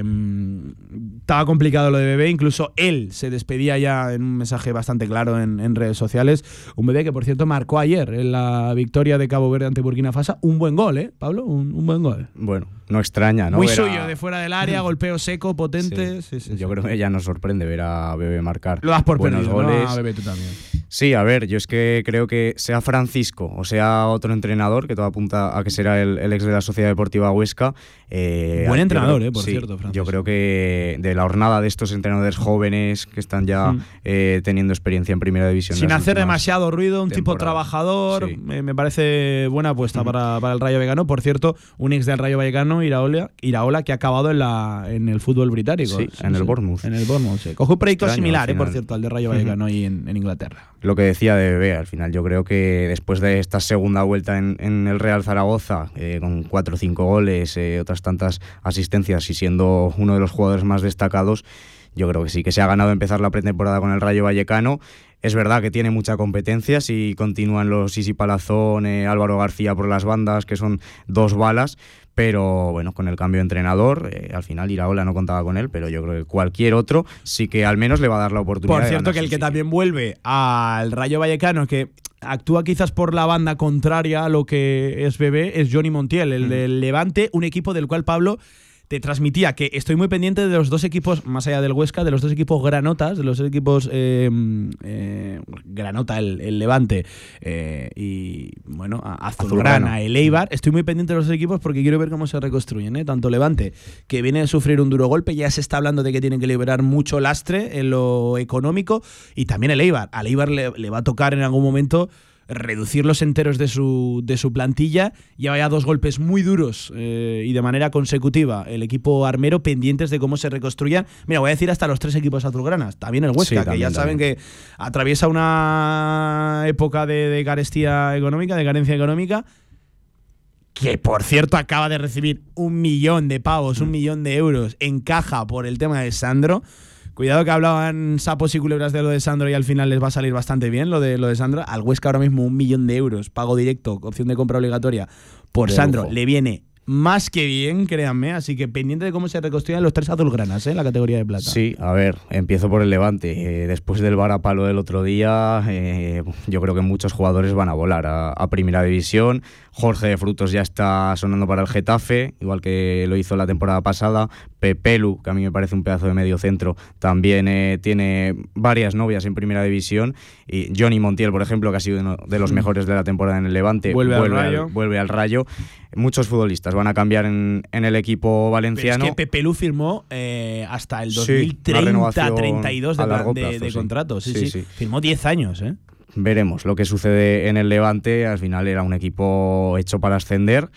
estaba complicado lo de Bebé, incluso él se despedía ya en un mensaje bastante claro en, en redes sociales. Un Bebé que, por cierto, marcó ayer en la victoria de Cabo Verde ante Burkina Faso. Un buen gol, ¿eh, Pablo? Un, un buen gol. Bueno, no extraña, ¿no? Muy Era... suyo, de fuera del área, golpeo seco, potente. Sí. Sí, sí, Yo sí. creo que ya nos sorprende ver a Bebé marcar Lo das por buenos perdido, goles. ¿no? A Bebé tú también. Sí, a ver, yo es que creo que sea Francisco o sea otro entrenador, que todo apunta a que será el, el ex de la Sociedad Deportiva Huesca. Eh, Buen entrenador, creo, eh, por sí, cierto, Francisco. Yo creo que de la hornada de estos entrenadores jóvenes que están ya mm. eh, teniendo experiencia en Primera División. Sin hacer demasiado ruido, un tipo trabajador, sí. me, me parece buena apuesta mm. para, para el Rayo Vallecano. Por cierto, un ex del Rayo Vallecano, Iraola, Iraola que ha acabado en, la, en el fútbol británico. Sí, sí en sí, el Bournemouth. En el Bournemouth, sí. Coge un proyecto Extraño, similar, eh, por cierto, al del Rayo Vallecano mm-hmm. ahí en, en Inglaterra. Lo que decía de Bebé, al final yo creo que después de esta segunda vuelta en, en el Real Zaragoza, eh, con cuatro o cinco goles, eh, otras tantas asistencias y siendo uno de los jugadores más destacados, yo creo que sí, que se ha ganado empezar la pretemporada con el Rayo Vallecano. Es verdad que tiene mucha competencia, si continúan los Isi Palazón, eh, Álvaro García por las bandas, que son dos balas, pero bueno, con el cambio de entrenador, eh, al final Iraola no contaba con él, pero yo creo que cualquier otro sí que al menos le va a dar la oportunidad. Por cierto, que el que también vuelve al Rayo Vallecano, que actúa quizás por la banda contraria a lo que es Bebé, es Johnny Montiel, el mm. del Levante, un equipo del cual Pablo te transmitía que estoy muy pendiente de los dos equipos, más allá del Huesca, de los dos equipos granotas, de los dos equipos eh, eh, granota, el, el Levante eh, y, bueno, Azulgrana, el Eibar. Estoy muy pendiente de los dos equipos porque quiero ver cómo se reconstruyen, ¿eh? Tanto Levante, que viene a sufrir un duro golpe, ya se está hablando de que tienen que liberar mucho lastre en lo económico, y también el Eibar. Al Eibar le, le va a tocar en algún momento reducir los enteros de su, de su plantilla. Lleva ya dos golpes muy duros eh, y de manera consecutiva el equipo armero, pendientes de cómo se reconstruyan. Mira, voy a decir hasta los tres equipos azulgranas. También el Huesca, sí, también, que ya también. saben que atraviesa una época de, de carestía económica, de carencia económica, que por cierto acaba de recibir un millón de pavos, mm. un millón de euros en caja por el tema de Sandro. Cuidado que hablaban sapos y culebras de lo de Sandro y al final les va a salir bastante bien lo de lo de Sandro. Al Huesca ahora mismo un millón de euros, pago directo, opción de compra obligatoria por de Sandro. Lujo. Le viene más que bien, créanme. Así que pendiente de cómo se reconstruyan los tres azulgranas, ¿eh? En la categoría de plata. Sí, a ver, empiezo por el Levante. Eh, después del varapalo del otro día, eh, yo creo que muchos jugadores van a volar a, a Primera División. Jorge de Frutos ya está sonando para el Getafe, igual que lo hizo la temporada pasada. Pepelu, que a mí me parece un pedazo de medio centro, también eh, tiene varias novias en Primera División. Y Johnny Montiel, por ejemplo, que ha sido uno de los mejores de la temporada en el Levante, vuelve, vuelve, al, Rayo. Al, vuelve al Rayo. Muchos futbolistas van a cambiar en, en el equipo valenciano. Pero es que Pepelu firmó eh, hasta el dos mil treinta treinta y dos de, de, plazo, de sí. contrato. Sí, sí, sí. sí. Firmó diez años, ¿eh? Veremos lo que sucede en el Levante. Al final era un equipo hecho para ascender.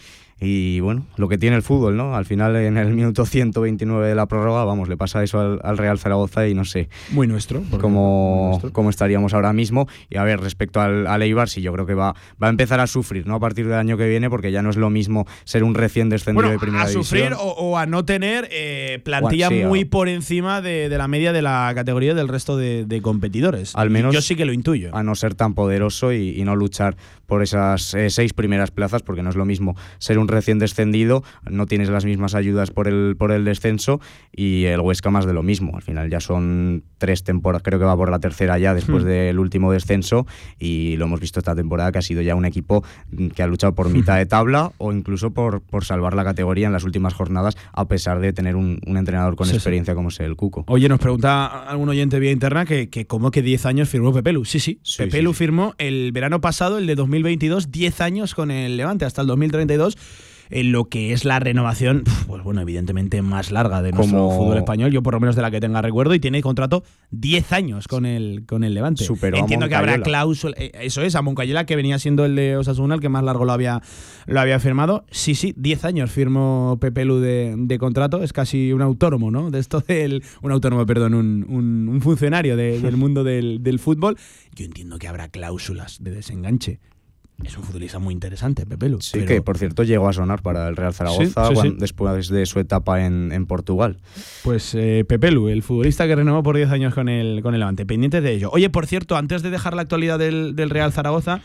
Y bueno, lo que tiene el fútbol, ¿no? Al final, en el minuto ciento veintinueve de la prórroga, vamos, le pasa eso al, al Real Zaragoza y no sé. Muy nuestro. Cómo, muy nuestro. cómo estaríamos ahora mismo. Y a ver, respecto al, al Eibar, sí, yo creo que va, va a empezar a sufrir, ¿no? A partir del año que viene, porque ya no es lo mismo ser un recién descendido bueno, de Primera a División. sufrir o, o a no tener eh, plantilla bueno, sí, muy a... por encima de, de la media de la categoría del resto de, de competidores. Al menos yo sí que lo intuyo. A no ser tan poderoso y, y no luchar por esas eh, seis primeras plazas, porque no es lo mismo ser un recién descendido, no tienes las mismas ayudas por el por el descenso, y el Huesca más de lo mismo. Al final ya son tres temporadas, creo que va por la tercera ya después hmm. del último descenso, y lo hemos visto esta temporada que ha sido ya un equipo que ha luchado por mitad de tabla o incluso por, por salvar la categoría en las últimas jornadas, a pesar de tener un, un entrenador con sí, experiencia sí. como es el Cuco. Oye, nos pregunta algún oyente vía interna que, que cómo que diez años firmó Pepelu. Sí, sí, sí Pepelu sí, sí. firmó el verano pasado, el de dos mil veintidós, diez años con el Levante hasta el dos mil treinta y dos. En lo que es la renovación, pues bueno, evidentemente más larga de nuestro Como... fútbol español, yo por lo menos de la que tenga recuerdo, y tiene contrato diez años con el, con el Levante. Superó Entiendo que habrá cláusula, eso es, a Moncayela, que venía siendo el de Osasuna, el que más largo lo había, lo había firmado. Sí, sí, diez años firmó Pepelu de, de contrato, es casi un autónomo, ¿no? De esto del, un autónomo, perdón, un, un, un funcionario de, del mundo del, del fútbol. Yo entiendo que habrá cláusulas de desenganche. Es un futbolista muy interesante, Pepelu. Sí, pero... que por cierto llegó a sonar para el Real Zaragoza sí, sí, cuando, sí. después de su etapa en, en Portugal. Pues eh, Pepelu, el futbolista que renovó por diez años con el, con el Levante, pendientes de ello. Oye, por cierto, antes de dejar la actualidad del, del Real Zaragoza,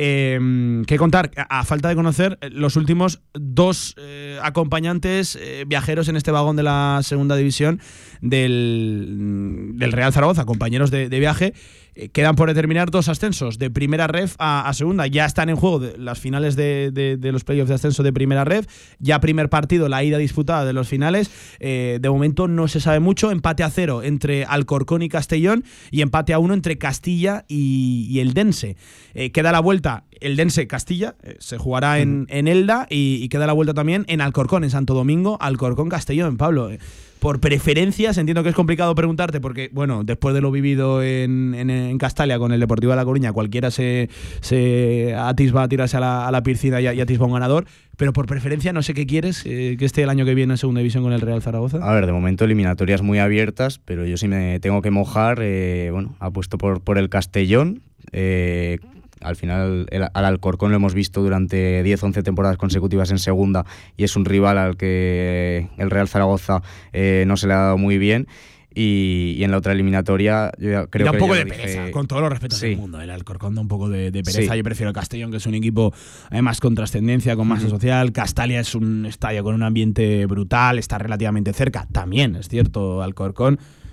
eh, ¿qué contar? A, a falta de conocer los últimos dos eh, acompañantes eh, viajeros en este vagón de la segunda división del, del Real Zaragoza, compañeros de, de viaje. Quedan por determinar dos ascensos de primera ref a, a segunda. Ya están en juego de, las finales de, de, de los playoffs de ascenso de primera ref. Ya primer partido, la ida disputada de los finales. Eh, de momento no se sabe mucho. Empate a cero entre Alcorcón y Castellón, y empate a uno entre Castilla y, y el Dense. Eh, queda la vuelta el Dense-Castilla, eh, se jugará en, en Elda, y, y queda la vuelta también en Alcorcón, en Santo Domingo, Alcorcón-Castellón, Pablo. Eh, Por preferencias, entiendo que es complicado preguntarte porque, bueno, después de lo vivido en, en, en Castalia con el Deportivo de La Coruña, cualquiera se, se atisba a tirarse a la, a la piscina y, y atisba un ganador. Pero por preferencia, no sé qué quieres, eh, que esté el año que viene en segunda división con el Real Zaragoza. A ver, de momento eliminatorias muy abiertas, pero yo sí me tengo que mojar. Eh, bueno, apuesto por, por el Castellón. Eh, Al final, el, al Alcorcón lo hemos visto durante diez once temporadas consecutivas en segunda, y es un rival al que el Real Zaragoza eh, no se le ha dado muy bien. Y, y en la otra eliminatoria, yo creo da que. un poco de dije... pereza, con todos los respetos sí. del mundo. El Alcorcón da un poco de, de pereza. Sí. Yo prefiero el Castellón, que es un equipo además con trascendencia, con masa uh-huh. social. Castalia es un estadio con un ambiente brutal, está relativamente cerca. También es cierto, Alcorcón.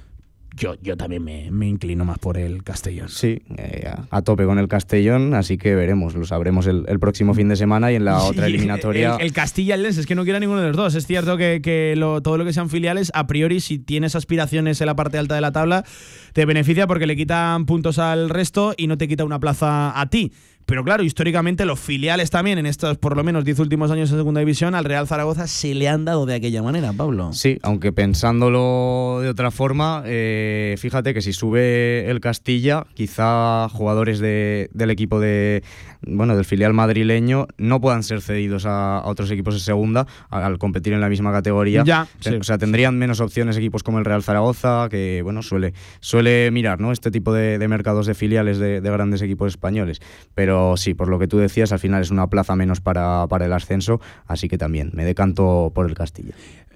Yo, yo también me, me inclino más por el Castellón. Sí, eh, a tope con el Castellón, así que veremos, lo sabremos el, el próximo fin de semana y en la sí, otra eliminatoria. El, el Castilla y el Lens, es que no quiera ninguno de los dos. Es cierto que, que lo, todo lo que sean filiales, a priori, si tienes aspiraciones en la parte alta de la tabla, te beneficia porque le quitan puntos al resto y no te quita una plaza a ti. Pero claro, históricamente los filiales también, en estos por lo menos diez últimos años en segunda división, al Real Zaragoza se le han dado de aquella manera, Pablo. Sí, aunque pensándolo de otra forma, eh, fíjate que si sube el Castilla, quizá jugadores de, del equipo de bueno del filial madrileño no puedan ser cedidos a, a otros equipos de segunda al competir en la misma categoría. Ya, sí. O sea, sí, tendrían sí. menos opciones equipos como el Real Zaragoza, que bueno suele, suele mirar, ¿no?, este tipo de, de mercados de filiales de, de grandes equipos españoles. Pero sí, por lo que tú decías, al final es una plaza menos para, para el ascenso, así que también me decanto por el Castilla.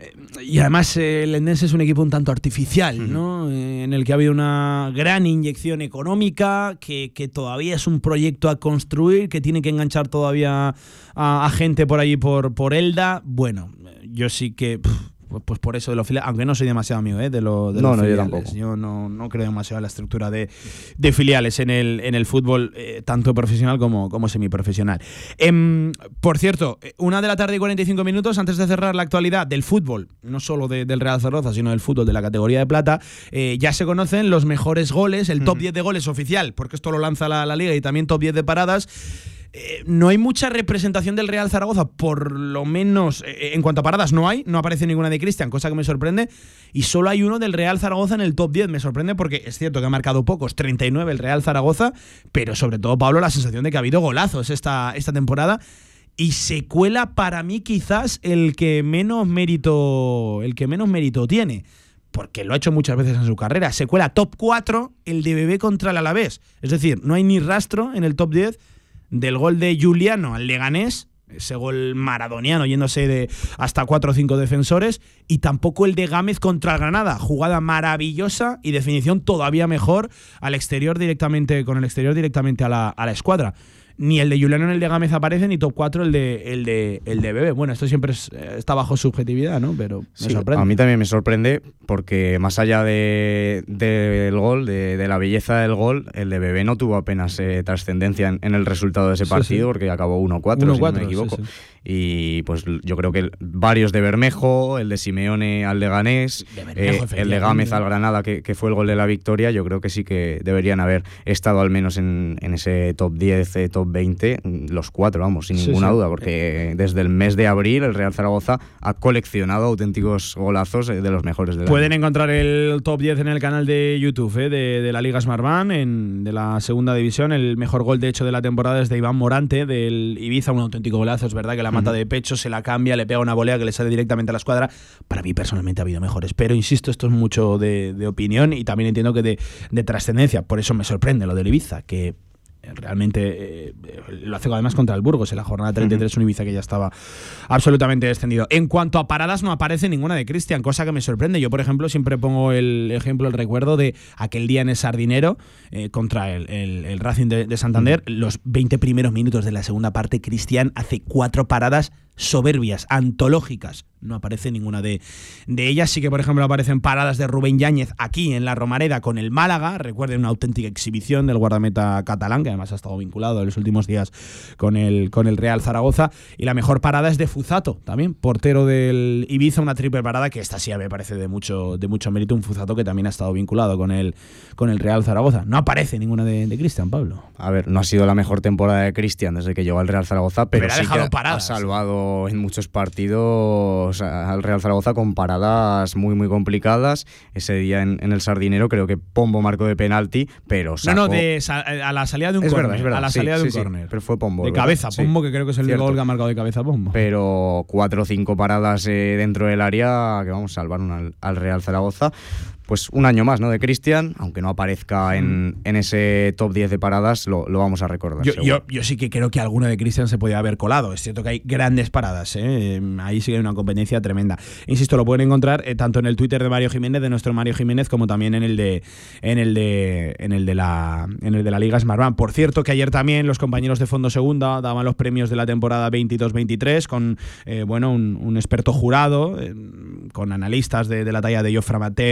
Y además el Lendense es un equipo un tanto artificial, ¿no? En el que ha habido una gran inyección económica, que, que todavía es un proyecto a construir, que tiene que enganchar todavía a, a gente por allí por, por Elda. Bueno, yo sí que... Pff, pues por eso de los filiales, aunque no soy demasiado amigo ¿eh? de, lo, de no, los no, filiales. yo tampoco. Yo no, no creo demasiado en la estructura de, de filiales en el, en el fútbol, eh, tanto profesional como, como semiprofesional. Eh, por cierto, una de la tarde y cuarenta y cinco minutos, antes de cerrar la actualidad del fútbol, no solo de, del Real Zaragoza, sino del fútbol de la categoría de plata, eh, ya se conocen los mejores goles, el top mm. diez de goles oficial, porque esto lo lanza la, la Liga, y también top diez de paradas. Eh, no hay mucha representación del Real Zaragoza, por lo menos eh, en cuanto a paradas no hay, no aparece ninguna de Cristian, cosa que me sorprende, y solo hay uno del Real Zaragoza en el top diez. Me sorprende porque es cierto que ha marcado pocos, treinta y nueve el Real Zaragoza, pero sobre todo, Pablo, la sensación de que ha habido golazos esta, esta temporada, y se cuela para mí quizás el que menos mérito, el que menos mérito tiene, porque lo ha hecho muchas veces en su carrera. Se cuela top cuatro el de Bebé contra el Alavés, es decir, no hay ni rastro en el top diez del gol de Juliano al Leganés, ese gol maradoniano yéndose de hasta cuatro o cinco defensores, y tampoco el de Gámez contra el Granada, jugada maravillosa y definición todavía mejor al exterior directamente, con el exterior directamente a la, a la escuadra. Ni el de Juliano ni el de Gámez aparece, ni top cuatro el de el de el de Bebé. Bueno, esto siempre es, está bajo subjetividad, ¿no? Pero me sí, sorprende. A mí también me sorprende porque más allá de, de, del gol, de, de la belleza del gol, el de Bebé no tuvo apenas eh, trascendencia en, en el resultado de ese partido, sí, sí. porque acabó uno cuatro, si no me equivoco. Sí, sí. Y pues yo creo que el, varios de Bermejo, el de Simeone al Leganés, de Bermejo, eh, el de Gámez al Granada, que, que fue el gol de la victoria, yo creo que sí que deberían haber estado al menos en, en ese top diez, eh, top veinte, los cuatro, vamos, sin sí, ninguna sí. duda, porque desde el mes de abril el Real Zaragoza ha coleccionado auténticos golazos de los mejores del Pueden año. encontrar el top diez en el canal de YouTube eh, de, de la Liga Smartbank, en, de la segunda división. El mejor gol, de hecho, de la temporada es de Iván Morante, del Ibiza, un auténtico golazo, es verdad que la mata uh-huh. de pecho, se la cambia, le pega una volea que le sale directamente a la escuadra. Para mí, personalmente, ha habido mejores, pero insisto, esto es mucho de, de opinión y también entiendo que de, de trascendencia. Por eso me sorprende lo del Ibiza, que realmente eh, lo hace además contra el Burgos en la jornada treinta y tres, uh-huh. un Ibiza que ya estaba absolutamente descendido. En cuanto a paradas, no aparece ninguna de Cristian, cosa que me sorprende. Yo, por ejemplo, siempre pongo el ejemplo, el recuerdo de aquel día en el Sardinero eh, contra el, el, el Racing de, de Santander. Uh-huh. Los veinte primeros minutos de la segunda parte, Cristian hace cuatro paradas soberbias, antológicas. No aparece ninguna de, de ellas. Sí que, por ejemplo, aparecen paradas de Rubén Yáñez aquí en la Romareda con el Málaga. Recuerden, una auténtica exhibición del guardameta catalán, que además ha estado vinculado en los últimos días con el, con el Real Zaragoza. Y la mejor parada es de Fuzato, también portero del Ibiza, una triple parada que esta sí me parece de mucho, de mucho mérito. Un Fuzato que también ha estado vinculado con el, con el Real Zaragoza. No aparece ninguna de, de Cristian, Pablo. A ver, no ha sido la mejor temporada de Cristian desde que llegó al Real Zaragoza, pero, pero ha sí que paradas, ha salvado en muchos partidos al Real Zaragoza con paradas muy muy complicadas. Ese día en, en el Sardinero creo que Pombo marcó de penalti, pero sacó... No, no, de sa- a la salida de un córner. A la sí, salida sí, de un sí, córner. Pero fue Pombo. De ¿verdad? cabeza, Pombo, sí, que creo que es el cierto. gol que ha marcado de cabeza Pombo. Pero cuatro o cinco paradas eh, dentro del área que vamos a salvar al, al Real Zaragoza. Pues un año más, ¿no?, de Cristian, aunque no aparezca en, en ese top diez de paradas, lo, lo vamos a recordar. Yo, yo, yo sí que creo que alguna de Cristian se podía haber colado. Es cierto que hay grandes paradas, ¿eh? Ahí sí que hay una competencia tremenda. Insisto, lo pueden encontrar eh, tanto en el Twitter de Mario Jiménez, de nuestro Mario Jiménez, como también en el de en el de en el de la en el de la Liga Smartbank. Por cierto, que ayer también los compañeros de Fondo Segunda daban los premios de la temporada veintidós veintitrés con eh, bueno un, un experto jurado, eh, con analistas de, de la talla de Jofre Mateu, de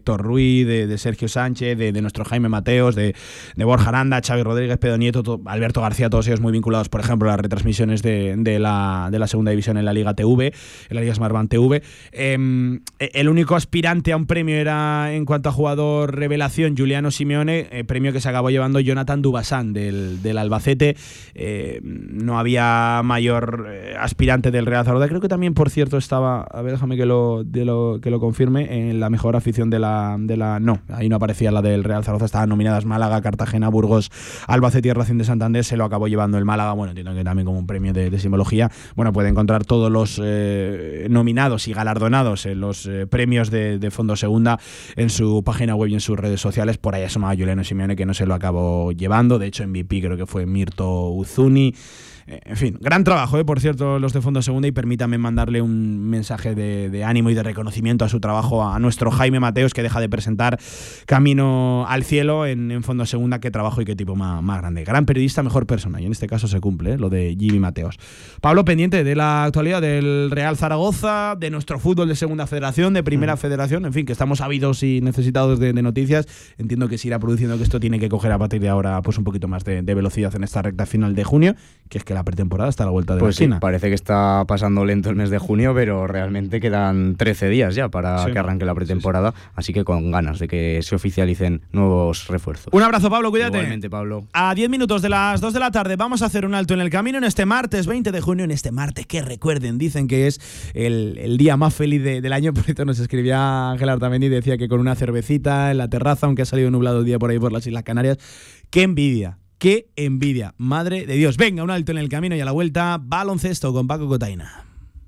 Héctor Ruiz, de, de Sergio Sánchez, de, de nuestro Jaime Mateos, de, de Borja Aranda, Xavi Rodríguez, Pedro Nieto, todo, Alberto García, todos ellos muy vinculados, por ejemplo, a las retransmisiones de, de, la, de la segunda división en la Liga T V, en la Liga Smartbank T V. Eh, el único aspirante a un premio era, en cuanto a jugador revelación, Giuliano Simeone, eh, premio que se acabó llevando Jonathan Dubasán del, del Albacete. Eh, no había mayor eh, aspirante del Real Zaragoza. Creo que también, por cierto, estaba, a ver, déjame que lo, de lo, que lo confirme, en la mejor afición de la, de la... No, ahí no aparecía la del Real Zaragoza, estaban nominadas Málaga, Cartagena, Burgos, Albacete y Racing de Santander. Se lo acabó llevando el Málaga, bueno, entiendo que también como un premio de, de simbología. Bueno, puede encontrar todos los eh, nominados y galardonados en los eh, premios de, de Fondo Segunda en su página web y en sus redes sociales. Por ahí asomaba Giuliano Simeone, que no se lo acabó llevando. De hecho, M V P creo que fue Mirto Uzuni. En fin, gran trabajo, ¿eh? Por cierto, los de Fondo Segunda, y permítame mandarle un mensaje de, de ánimo y de reconocimiento a su trabajo a nuestro Jaime Mateos, que deja de presentar Camino al Cielo en, en Fondo Segunda. Qué trabajo y qué tipo más, más grande. Gran periodista, mejor persona, y en este caso se cumple, ¿eh? Lo de Jimmy Mateos. Pablo, pendiente de la actualidad del Real Zaragoza, de nuestro fútbol de Segunda Federación, de Primera mm. Federación, en fin, que estamos ávidos y necesitados de, de noticias. Entiendo que se irá produciendo, que esto tiene que coger a partir de ahora pues un poquito más de, de velocidad en esta recta final de junio, que es que la pretemporada está a la vuelta de pues la esquina. Sí, parece que está pasando lento el mes de junio, pero realmente quedan trece días ya para sí. que arranque la pretemporada, sí, sí. así que con ganas de que se oficialicen nuevos refuerzos. Un abrazo, Pablo, cuídate. Igualmente, Pablo. A diez minutos de las dos de la tarde vamos a hacer un alto en el camino en este martes veinte de junio, en este martes que recuerden, dicen que es el, el día más feliz de, del año. Por cierto, nos escribía Ángel Artamendi y decía que con una cervecita en la terraza, aunque ha salido nublado el día por ahí por las Islas Canarias. ¡Qué envidia! ¡Qué envidia! Madre de Dios. Venga, un alto en el camino y a la vuelta, baloncesto con Paco Cotaina.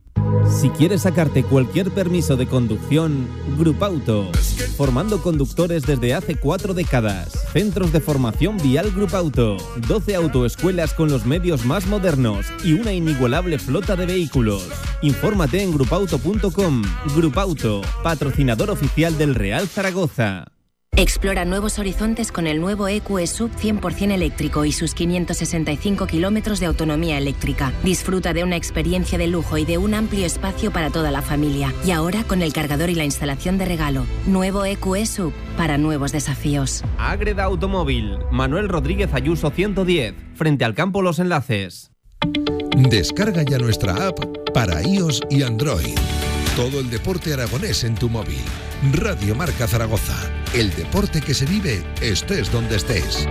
Si quieres sacarte cualquier permiso de conducción, Grupauto. Formando conductores desde hace cuatro décadas. Centros de formación vial Grupauto. doce autoescuelas con los medios más modernos y una inigualable flota de vehículos. Infórmate en grupauto punto com. Grupauto, patrocinador oficial del Real Zaragoza. Explora nuevos horizontes con el nuevo E Q E Sub cien por ciento eléctrico y sus quinientos sesenta y cinco kilómetros de autonomía eléctrica. Disfruta de una experiencia de lujo y de un amplio espacio para toda la familia. Y ahora con el cargador y la instalación de regalo. Nuevo E Q E Sub para nuevos desafíos. Ágreda Automóvil. Manuel Rodríguez Ayuso ciento diez. Frente al campo Los Enlaces. Descarga ya nuestra app para iOS y Android. Todo el deporte aragonés en tu móvil. Radio Marca Zaragoza. El deporte que se vive, estés donde estés.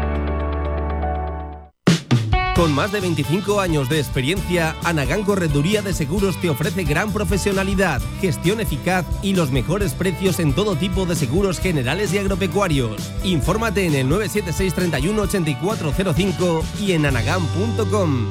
Con más de veinticinco años de experiencia, Anagán Correduría de Seguros te ofrece gran profesionalidad, gestión eficaz y los mejores precios en todo tipo de seguros generales y agropecuarios. Infórmate en el nueve siete seis, treinta y uno, ochenta y cuatro cero cinco y en anagán punto com.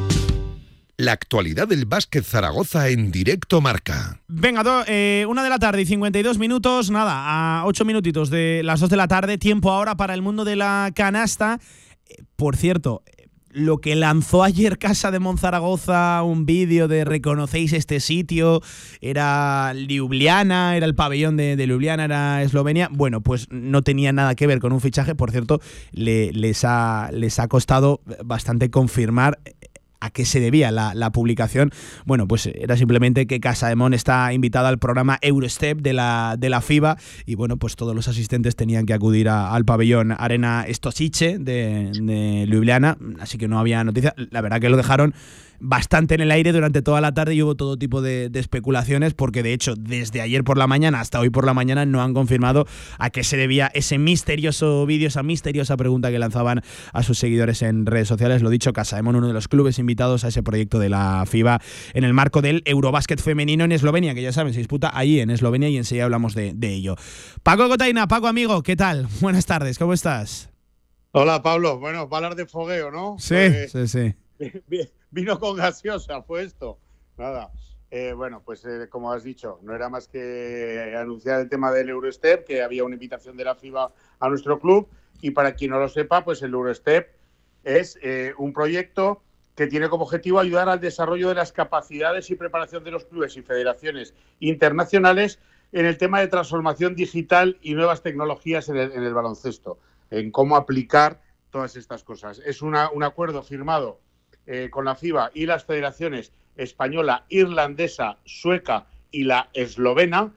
La actualidad del básquet Zaragoza en Directo Marca. Venga, do, eh, una de la tarde y cincuenta y dos minutos, nada, a ocho minutitos de las dos de la tarde, tiempo ahora para el mundo de la canasta. Eh, por cierto, lo que lanzó ayer Casa de Monzaragoza, un vídeo de reconocéis este sitio, era Ljubljana, era el pabellón de, de Ljubljana, era Eslovenia. Bueno, pues no tenía nada que ver con un fichaje, por cierto, le, les, ha, les ha costado bastante confirmar a qué se debía la, la publicación. Bueno, pues era simplemente que Casa de Mon está invitada al programa Eurostep de la, de la FIBA y bueno, pues todos los asistentes tenían que acudir a, al pabellón Arena Stosice de, de Ljubljana, así que no había noticia. La verdad que lo dejaron bastante en el aire durante toda la tarde y hubo todo tipo de, de especulaciones, porque de hecho desde ayer por la mañana hasta hoy por la mañana no han confirmado a qué se debía ese misterioso vídeo, esa misteriosa pregunta que lanzaban a sus seguidores en redes sociales. Lo dicho, Casa de Mon, uno de los clubes invitados a ese proyecto de la FIBA en el marco del Eurobásquet femenino en Eslovenia, que ya saben, se disputa allí en Eslovenia y enseguida hablamos de, de ello. Paco Cotaina, Paco amigo, ¿qué tal? Buenas tardes, ¿cómo estás? Hola Pablo, bueno, va a hablar de fogueo, ¿no? Sí, pues, sí, sí. Vino con gaseosa, fue esto. Nada. Eh, bueno, pues eh, como has dicho, no era más que anunciar el tema del Eurostep, que había una invitación de la FIBA a nuestro club. Y para quien no lo sepa, pues el Eurostep es eh, un proyecto que tiene como objetivo ayudar al desarrollo de las capacidades y preparación de los clubes y federaciones internacionales en el tema de transformación digital y nuevas tecnologías en el, en el baloncesto, en cómo aplicar todas estas cosas. Es una, un acuerdo firmado Eh, con la FIBA y las federaciones española, irlandesa, sueca y la eslovena,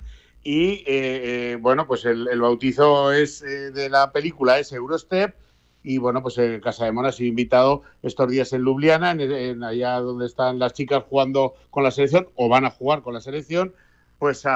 y eh, eh, bueno, pues el, el bautizo es eh, de la película es Eurostep. Y bueno, pues el Casademón ha sido invitado estos días en Ljubljana, en, en allá donde están las chicas jugando con la selección, o van a jugar con la selección, pues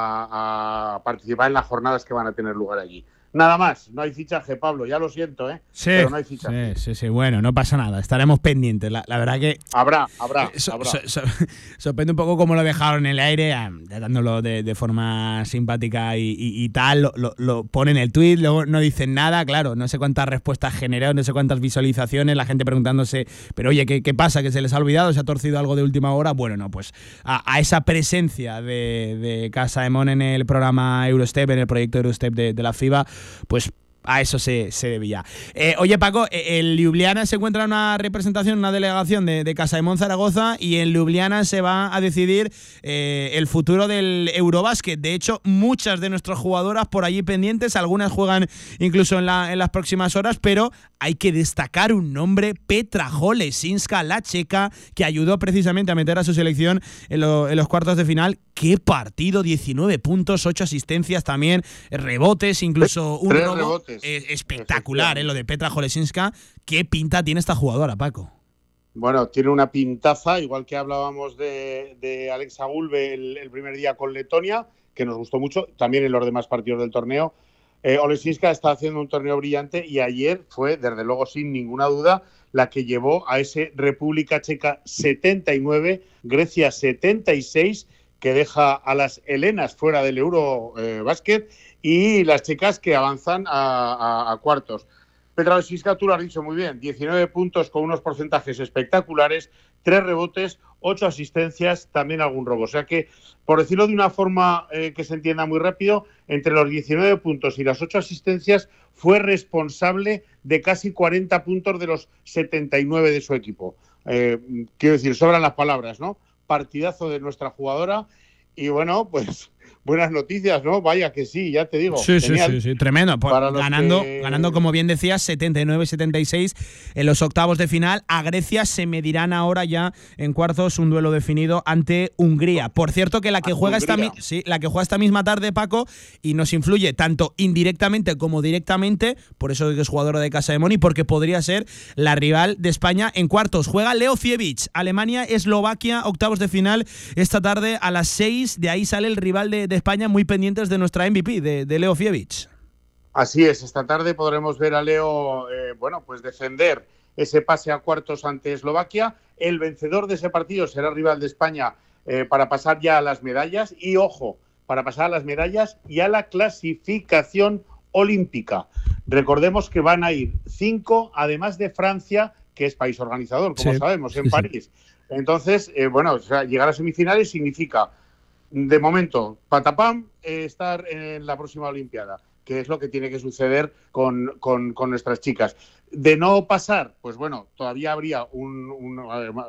a, a participar en las jornadas que van a tener lugar allí. Nada más, no hay fichaje, Pablo, ya lo siento, ¿eh? Sí, pero no hay fichaje. Sí, sí, sí, bueno, no pasa nada, estaremos pendientes. La, la verdad que… Habrá, habrá, so, habrá. So, so, sorprende un poco cómo lo dejaron en el aire, tratándolo de, de forma simpática y, y, y tal, lo, lo, lo ponen en el tuit, luego no dicen nada, claro, no sé cuántas respuestas generó, no sé cuántas visualizaciones, la gente preguntándose, pero oye, ¿qué, qué pasa? ¿Que se les ha olvidado? ¿Se ha torcido algo de última hora? Bueno, no, pues a, a esa presencia de, de Casademón en el programa Eurostep, en el proyecto Eurostep de, de la FIBA, pues a eso se, se debía. Eh, oye, Paco, en Ljubljana se encuentra una representación, una delegación de, de Casademón Zaragoza, y en Ljubljana se va a decidir eh, el futuro del Eurobásquet. De hecho, muchas de nuestras jugadoras por allí pendientes, algunas juegan incluso en, la, en las próximas horas, pero hay que destacar un nombre, Petra Olesinska, la checa, que ayudó precisamente a meter a su selección en, lo, en los cuartos de final. ¡Qué partido! diecinueve puntos, ocho asistencias también, rebotes, incluso un Tres robo. rebotes. Es espectacular, ¿eh? Lo de Petra Olesinska. ¿Qué pinta tiene esta jugadora, Paco? Bueno, tiene una pintaza, igual que hablábamos de, de Alexa Gulbe el, el primer día con Letonia, que nos gustó mucho, también en los demás partidos del torneo. Eh, Olesinska está haciendo un torneo brillante y ayer fue, desde luego, sin ninguna duda, la que llevó a ese República Checa setenta y nueve, Grecia setenta y seis, que deja a las helenas fuera del Eurobásquet, y las checas que avanzan a, a, a cuartos. Petra Olesinska, tú lo has dicho muy bien, diecinueve puntos con unos porcentajes espectaculares, tres rebotes, ocho asistencias, también algún robo. O sea que, por decirlo de una forma eh, que se entienda muy rápido, entre los diecinueve puntos y las ocho asistencias fue responsable de casi cuarenta puntos de los setenta y nueve de su equipo. Eh, quiero decir, sobran las palabras, ¿no? Partidazo de nuestra jugadora y bueno, pues buenas noticias, ¿no? Vaya que sí, ya te digo. Sí, sí, sí, sí, tremendo. Pues ganando, que... ganando, como bien decías, setenta y nueve setenta y seis en los octavos de final. A Grecia se medirán ahora ya en cuartos un duelo definido ante Hungría. Por cierto, que la que juega esta, sí, la que juega esta misma tarde, Paco, y nos influye tanto indirectamente como directamente, por eso que es jugadora de Casademón y porque podría ser la rival de España en cuartos. Juega Leo Fievich, Alemania-Eslovaquia, octavos de final esta tarde a las seis. De ahí sale el rival de, de España, muy pendientes de nuestra M V P, de, de Leo Fievich. Así es, esta tarde podremos ver a Leo, eh, bueno, pues defender ese pase a cuartos ante Eslovaquia. El vencedor de ese partido será rival de España eh, para pasar ya a las medallas y, ojo, para pasar a las medallas y a la clasificación olímpica. Recordemos que van a ir cinco, además de Francia, que es país organizador, como sí, sabemos, en sí, París. Sí. Entonces, eh, bueno, o sea, llegar a semifinales significa, de momento, patapam, eh, estar en la próxima Olimpiada, que es lo que tiene que suceder con, con, con nuestras chicas. De no pasar, pues bueno, todavía habría un, un,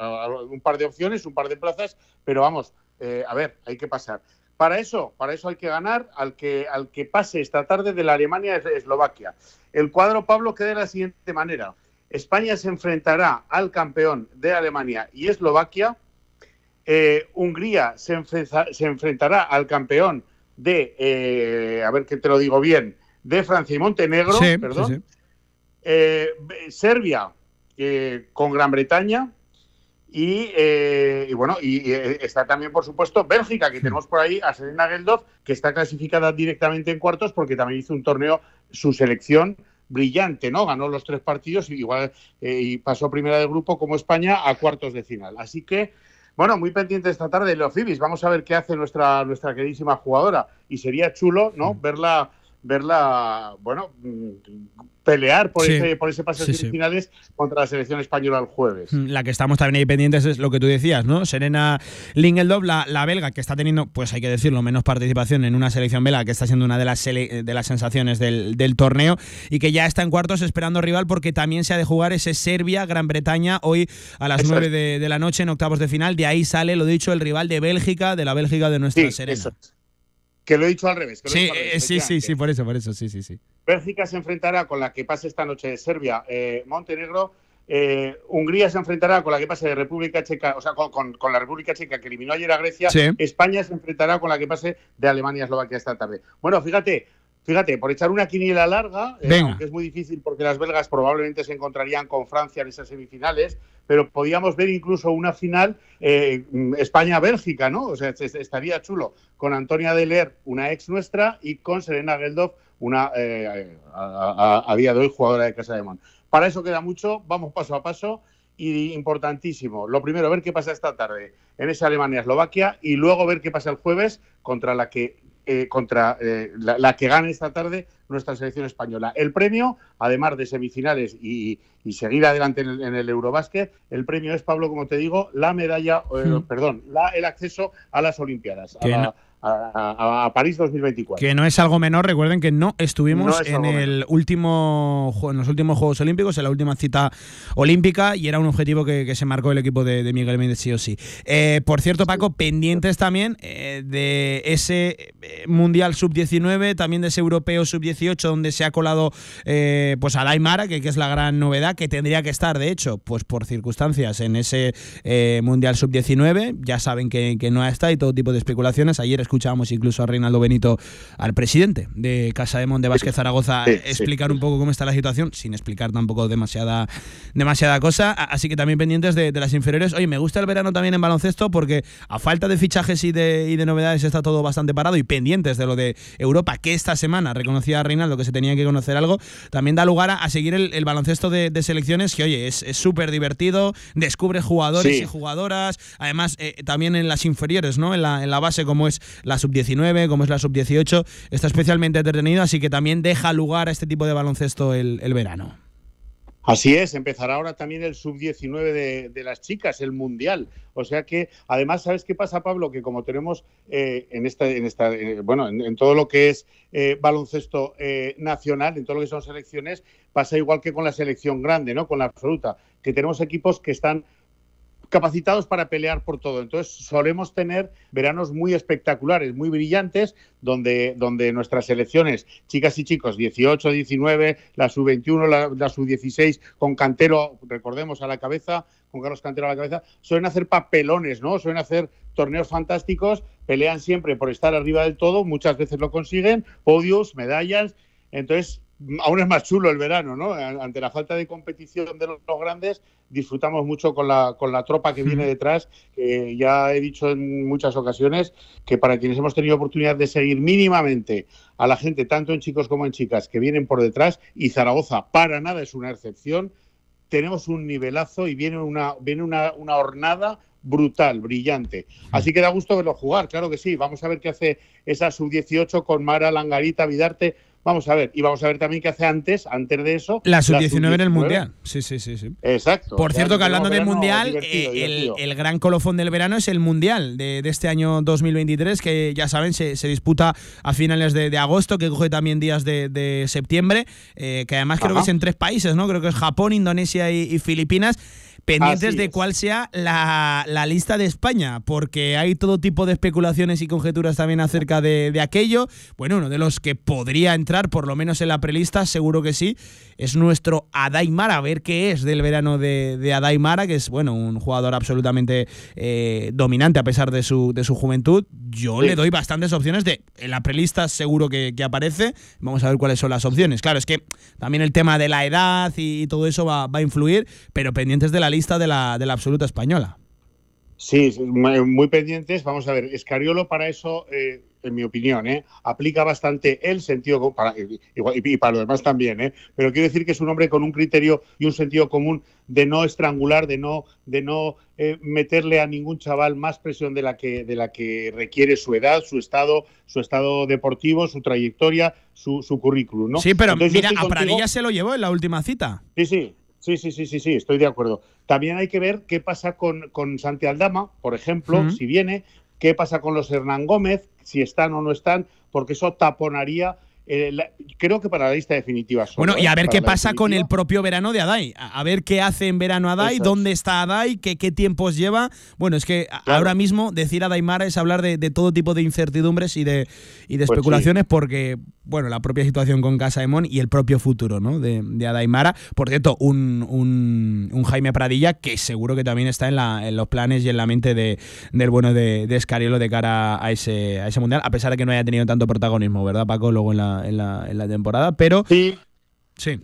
un par de opciones, un par de plazas, pero vamos, eh, a ver, hay que pasar. Para eso, para eso hay que ganar al que, al que pase esta tarde de la Alemania-Eslovaquia. El cuadro, Pablo, queda de la siguiente manera. España se enfrentará al campeón de Alemania y Eslovaquia. Eh, Hungría se, enfrenta, se enfrentará al campeón de, eh, a ver que te lo digo bien, de Francia y Montenegro, sí, perdón. Sí, sí. Eh, Serbia eh, con Gran Bretaña y, eh, y bueno, y, y está también, por supuesto, Bélgica, que tenemos por ahí a Serena Geldorf, que está clasificada directamente en cuartos porque también hizo un torneo, su selección brillante, ¿no? Ganó los tres partidos y igual eh, y pasó primera del grupo como España a cuartos de final. Así que, bueno, muy pendiente esta tarde de Leo Fievich. Vamos a ver qué hace nuestra, nuestra queridísima jugadora. Y sería chulo, ¿no? Verla, verla, bueno, pelear por, sí. ese, por ese pase a sí, semifinales sí. contra la selección española el jueves. La que estamos también ahí pendientes es lo que tú decías, ¿no? Serena Lingeldorf, la, la belga, que está teniendo, pues hay que decirlo, menos participación en una selección belga, que está siendo una de las, sele- de las sensaciones del, del torneo, y que ya está en cuartos esperando rival, porque también se ha de jugar ese Serbia-Gran Bretaña hoy a las nueve de, de la noche en octavos de final. De ahí sale, lo dicho, el rival de Bélgica, de la Bélgica de nuestra sí, Serena. Eso. Que lo he dicho al revés. Que lo sí, he dicho al revés, eh, sí, sí, sí, por eso, por eso, sí, sí, sí. Bélgica se enfrentará con la que pase esta noche de Serbia, eh, Montenegro. Eh, Hungría se enfrentará con la que pase de República Checa, o sea, con, con, con la República Checa que eliminó ayer a Grecia. Sí. España se enfrentará con la que pase de Alemania a Eslovaquia esta tarde. Bueno, fíjate, fíjate, por echar una quiniela larga, eh, aunque es muy difícil porque las belgas probablemente se encontrarían con Francia en esas semifinales, pero podíamos ver incluso una final eh, España-Bélgica, ¿no? O sea, estaría chulo, con Antonia Deler, una ex nuestra, y con Serena Geldof, una eh, a, a, a día de hoy jugadora de Casa de Mon. Para eso queda mucho, vamos paso a paso y importantísimo. Lo primero, ver qué pasa esta tarde en esa Alemania-Eslovaquia y luego ver qué pasa el jueves contra la que eh, contra eh, la, la que gane esta tarde nuestra selección española. El premio, además de semifinales y, y seguir adelante en el, en el Eurobásquet, el premio es, Pablo, como te digo, la medalla, eh, mm. perdón, la, el acceso a las Olimpiadas. A la, A, a, a París dos mil veinticuatro. Que no es algo menor, recuerden que no estuvimos no en el menor. último en los últimos Juegos Olímpicos, en la última cita olímpica, y era un objetivo que, que se marcó el equipo de, de Miguel Méndez sí o sí. Eh, por cierto, Paco, pendientes también eh, de ese Mundial sub diecinueve, también de ese Europeo sub dieciocho, donde se ha colado eh, pues Adai Mara, que, que es la gran novedad, que tendría que estar, de hecho, pues por circunstancias en ese eh, Mundial sub diecinueve. Ya saben que, que no está y todo tipo de especulaciones. Ayer escuchábamos incluso a Reinaldo Benito, al presidente de Casa de Mon de Básquet Zaragoza, sí, explicar sí, un poco cómo está la situación, sin explicar tampoco demasiada demasiada cosa. Así que también pendientes de, de las inferiores. Oye, me gusta el verano también en baloncesto porque a falta de fichajes y de, y de novedades está todo bastante parado, y pendientes de lo de Europa, que esta semana reconocía a Reinaldo que se tenía que conocer algo, también da lugar a, a seguir el, el baloncesto de, de selecciones, que oye, es súper divertido, descubre jugadores sí. y jugadoras, además eh, también en las inferiores, ¿no? En la, en la base, como es la sub diecinueve, como es la sub dieciocho, está especialmente entretenido, así que también deja lugar a este tipo de baloncesto el, el verano. Así es, empezará ahora también el sub diecinueve de, de las chicas, el Mundial. O sea que, además, ¿sabes qué pasa, Pablo? Que como tenemos eh, en esta, en esta eh, bueno, en, en todo lo que es eh, baloncesto eh, nacional, en todo lo que son selecciones, pasa igual que con la selección grande, ¿no? Con la absoluta, que tenemos equipos que están capacitados para pelear por todo. Entonces solemos tener veranos muy espectaculares, muy brillantes, donde, donde nuestras selecciones, chicas y chicos, dieciocho, diecinueve, la sub veintiuno, la, la sub dieciséis, con Cantero, recordemos, a la cabeza, con Carlos Cantero a la cabeza, suelen hacer papelones, ¿no? Suelen hacer torneos fantásticos, pelean siempre por estar arriba del todo, muchas veces lo consiguen, podios, medallas. Entonces aún es más chulo el verano, ¿no? Ante la falta de competición de los, los grandes, disfrutamos mucho con la, con la tropa que viene detrás, que ya he dicho en muchas ocasiones que para quienes hemos tenido oportunidad de seguir mínimamente a la gente, tanto en chicos como en chicas, que vienen por detrás, y Zaragoza para nada es una excepción, tenemos un nivelazo y viene una, viene una, una hornada brutal, brillante. Así que da gusto verlo jugar, claro que sí. Vamos a ver qué hace esa sub dieciocho con Mara, Langarita, Vidarte. Vamos a ver, y vamos a ver también qué hace antes, antes de eso. La sub diecinueve en el Mundial. Sí, sí, sí, sí. Exacto. Por cierto, que hablando del Mundial, divertido, eh, divertido. El, el gran colofón del verano es el Mundial de, de este año dos mil veintitrés, que ya saben, se, se disputa a finales de, de agosto, que coge también días de, de septiembre, eh, que además creo Ajá. que es en tres países, ¿no? Creo que es Japón, Indonesia y, y Filipinas. Pendientes de cuál sea la, la lista de España, porque hay todo tipo de especulaciones y conjeturas también acerca de, de aquello. Bueno, uno de los que podría entrar, por lo menos en la prelista, seguro que sí, es nuestro Adai Mara. A ver qué es del verano de, de Adai Mara, que es, bueno, un jugador absolutamente eh, dominante a pesar de su, de su juventud. Yo sí. le doy bastantes opciones de, en la prelista seguro que, que aparece. Vamos a ver cuáles son las opciones. Claro, es que también el tema de la edad y, y todo eso va, va a influir, pero pendientes de la lista de la, de la absoluta española. Sí, muy pendientes. Vamos a ver, Escariolo para eso, eh, en mi opinión, eh, aplica bastante el sentido, para, y, y para los demás también, eh, pero quiero decir que es un hombre con un criterio y un sentido común de no estrangular, de no, de no eh, meterle a ningún chaval más presión de la que, de la que requiere su edad, su estado, su estado deportivo, su trayectoria, su, su currículum, ¿no? Sí, pero Entonces, mira, a contigo. Pradilla se lo llevó en la última cita. Sí, sí. Sí, sí, sí, sí, sí, estoy de acuerdo. También hay que ver qué pasa con, con Santi Aldama, por ejemplo, uh-huh. si viene, qué pasa con los Hernán Gómez, si están o no están, porque eso taponaría eh, la, creo que para la lista definitiva. Solo, bueno, y a ver ¿eh? qué Para la pasa con definitiva. el propio verano de Adai. A, a ver qué hace en verano Adai, Eso es. dónde está Adai, qué, qué tiempos lleva. Bueno, es que Claro. ahora mismo decir Adai Mara es hablar de, de todo tipo de incertidumbres y de, y de Pues especulaciones porque, bueno, la propia situación con Casa de Mon y el propio futuro, ¿no? de, de Adai Mara. Por cierto, un, un, un Jaime Pradilla que seguro que también está en, la, en los planes y en la mente de, del bueno de, de Escariolo de cara a ese, a ese mundial, a pesar de que no haya tenido tanto protagonismo, ¿verdad, Paco? Luego en la, en la, en la temporada, pero Sí. sí.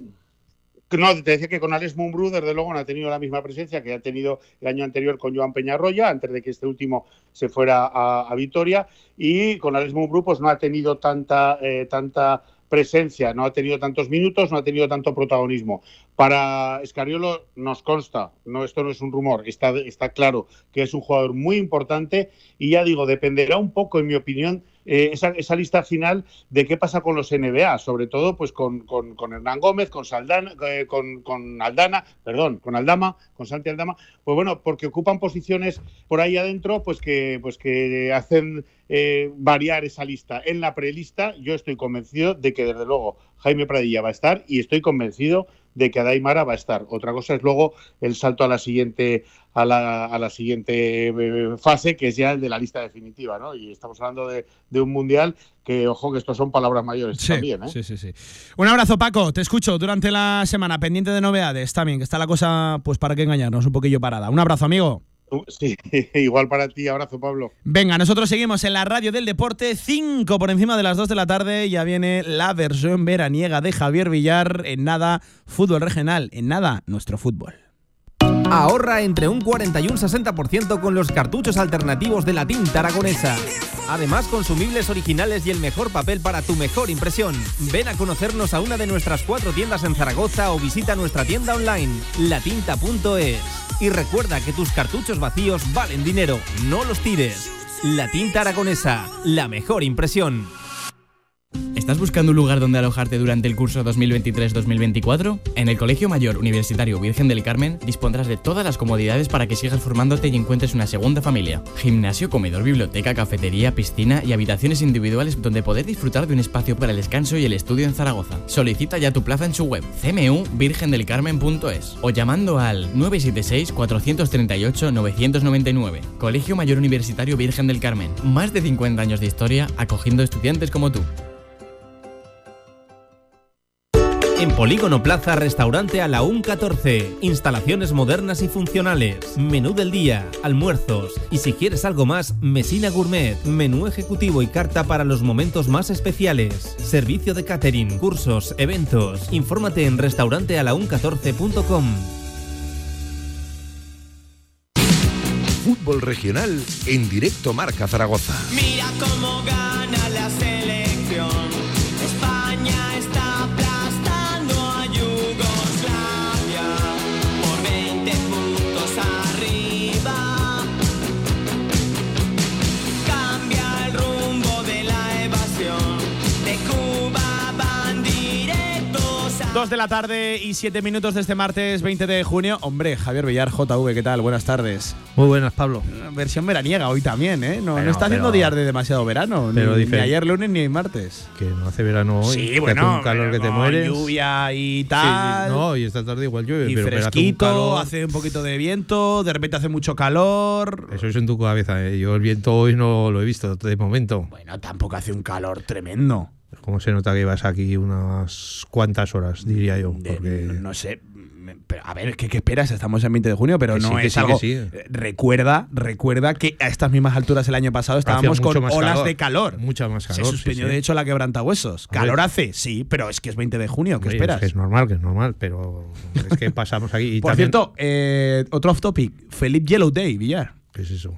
No, te decía que con Alex Mumbrú, desde luego, no ha tenido la misma presencia que ha tenido el año anterior con Joan Peñarroya, antes de que este último se fuera a, a Vitoria. Y con Alex Mumbrú, pues no ha tenido tanta, eh, tanta presencia, no ha tenido tantos minutos, no ha tenido tanto protagonismo. Para Escariolo nos consta, no, esto no es un rumor, está, está claro que es un jugador muy importante y ya digo, dependerá un poco, en mi opinión, eh, esa, esa lista final de qué pasa con los N B A, sobre todo pues con, con, con Hernán Gómez, con Saldana, eh, con, con Aldana, perdón, con Aldama, con Santi Aldama, pues bueno, porque ocupan posiciones por ahí adentro, pues que, pues que hacen eh, variar esa lista. En la prelista, yo estoy convencido de que desde luego Jaime Pradilla va a estar y estoy convencido de que Adai Mara va a estar. Otra cosa es luego el salto a la siguiente a la, a la siguiente eh, fase, que es ya el de la lista definitiva, ¿no? Y estamos hablando de, de un mundial que, ojo, que estos son palabras mayores Sí, también, ¿eh? sí, sí, sí. Un abrazo, Paco. Te escucho durante la semana, pendiente de novedades también, que está la cosa, pues para qué engañarnos, un poquillo parada. Un abrazo, amigo. Sí, igual para ti. Abrazo, Pablo. Venga, nosotros seguimos en la radio del deporte, cinco por encima de las dos de la tarde. Ya viene la versión veraniega de Javier Villar. En nada, fútbol regional. En nada, nuestro fútbol. Ahorra entre un cuarenta y un sesenta por ciento con los cartuchos alternativos de la tinta aragonesa. Además, consumibles originales y el mejor papel para tu mejor impresión. Ven a conocernos a una de nuestras cuatro tiendas en Zaragoza o visita nuestra tienda online, latinta punto es. Y recuerda que tus cartuchos vacíos valen dinero, no los tires. La Tinta Aragonesa, la mejor impresión. ¿Estás buscando un lugar donde alojarte durante el curso dos mil veintitrés dos mil veinticuatro? En el Colegio Mayor Universitario Virgen del Carmen dispondrás de todas las comodidades para que sigas formándote y encuentres una segunda familia. Gimnasio, comedor, biblioteca, cafetería, piscina y habitaciones individuales donde poder disfrutar de un espacio para el descanso y el estudio en Zaragoza. Solicita ya tu plaza en su web c m u virgen del carmen punto es o llamando al nueve siete seis, cuatro tres ocho, nueve nueve nueve. Colegio Mayor Universitario Virgen del Carmen. Más de cincuenta años de historia acogiendo estudiantes como tú. En Polígono Plaza, restaurante a la U N catorce. Instalaciones modernas y funcionales. Menú del día, almuerzos. Y si quieres algo más, Mesina Gourmet. Menú ejecutivo y carta para los momentos más especiales. Servicio de catering, cursos, eventos. Infórmate en restaurante a la u n catorce punto com. Fútbol regional en directo Marca Zaragoza. Mira cómo gana la selección. España está aplastando a Yugoslavia por veinte puntos arriba. Cambia el rumbo de la evasión. De Cuba van directos a... Dos de la tarde y siete minutos de este martes veinte de junio. Hombre, Javier Villar, J V, ¿qué tal? Buenas tardes. Muy buenas, Pablo. Versión veraniega hoy también, ¿eh? No, Pero, no está haciendo pero- días de demasiado verano. pero Ni, dice- ni ayer lunes ni martes. Que no hace verano hoy. Sí, que bueno, hace un calor que te con mueres. lluvia y Sí, tal. sí, no, y esta tarde igual llueve. y pero, pero hace un fresquito, calor. hace un poquito de viento, de repente hace mucho calor. Eso es en tu cabeza, ¿eh? Yo el viento hoy no lo he visto de momento. Bueno, tampoco hace un calor tremendo. ¿Cómo se nota que ibas aquí unas cuantas horas, diría yo? De- Porque no, no sé. me- pero, a ver, ¿qué, qué esperas? Estamos en veinte de junio, pero Que no sí, que es sí, que algo. sí. eh, Recuerda, recuerda que a estas mismas alturas el año pasado estábamos hacía mucho con más olas calor, de calor. Mucha más calor. Se suspendió, sí, sí. de hecho, la quebrantahuesos. Hombre. ¿Calor hace? Sí, pero es que es veinte de junio. ¿Qué Hombre, esperas? Es, que es normal, que es normal, pero es que pasamos aquí. Y Por también- cierto, eh, otro off topic. Feliz Yellow Day, Villar. ¿Qué es eso?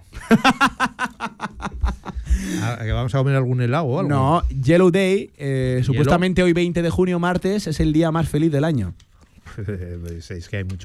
¿A- ¿Que vamos a comer algún helado o algo? No, Yellow Day, eh, supuestamente hoy veinte de junio, martes, es el día más feliz del año. Pues es que hay muchos.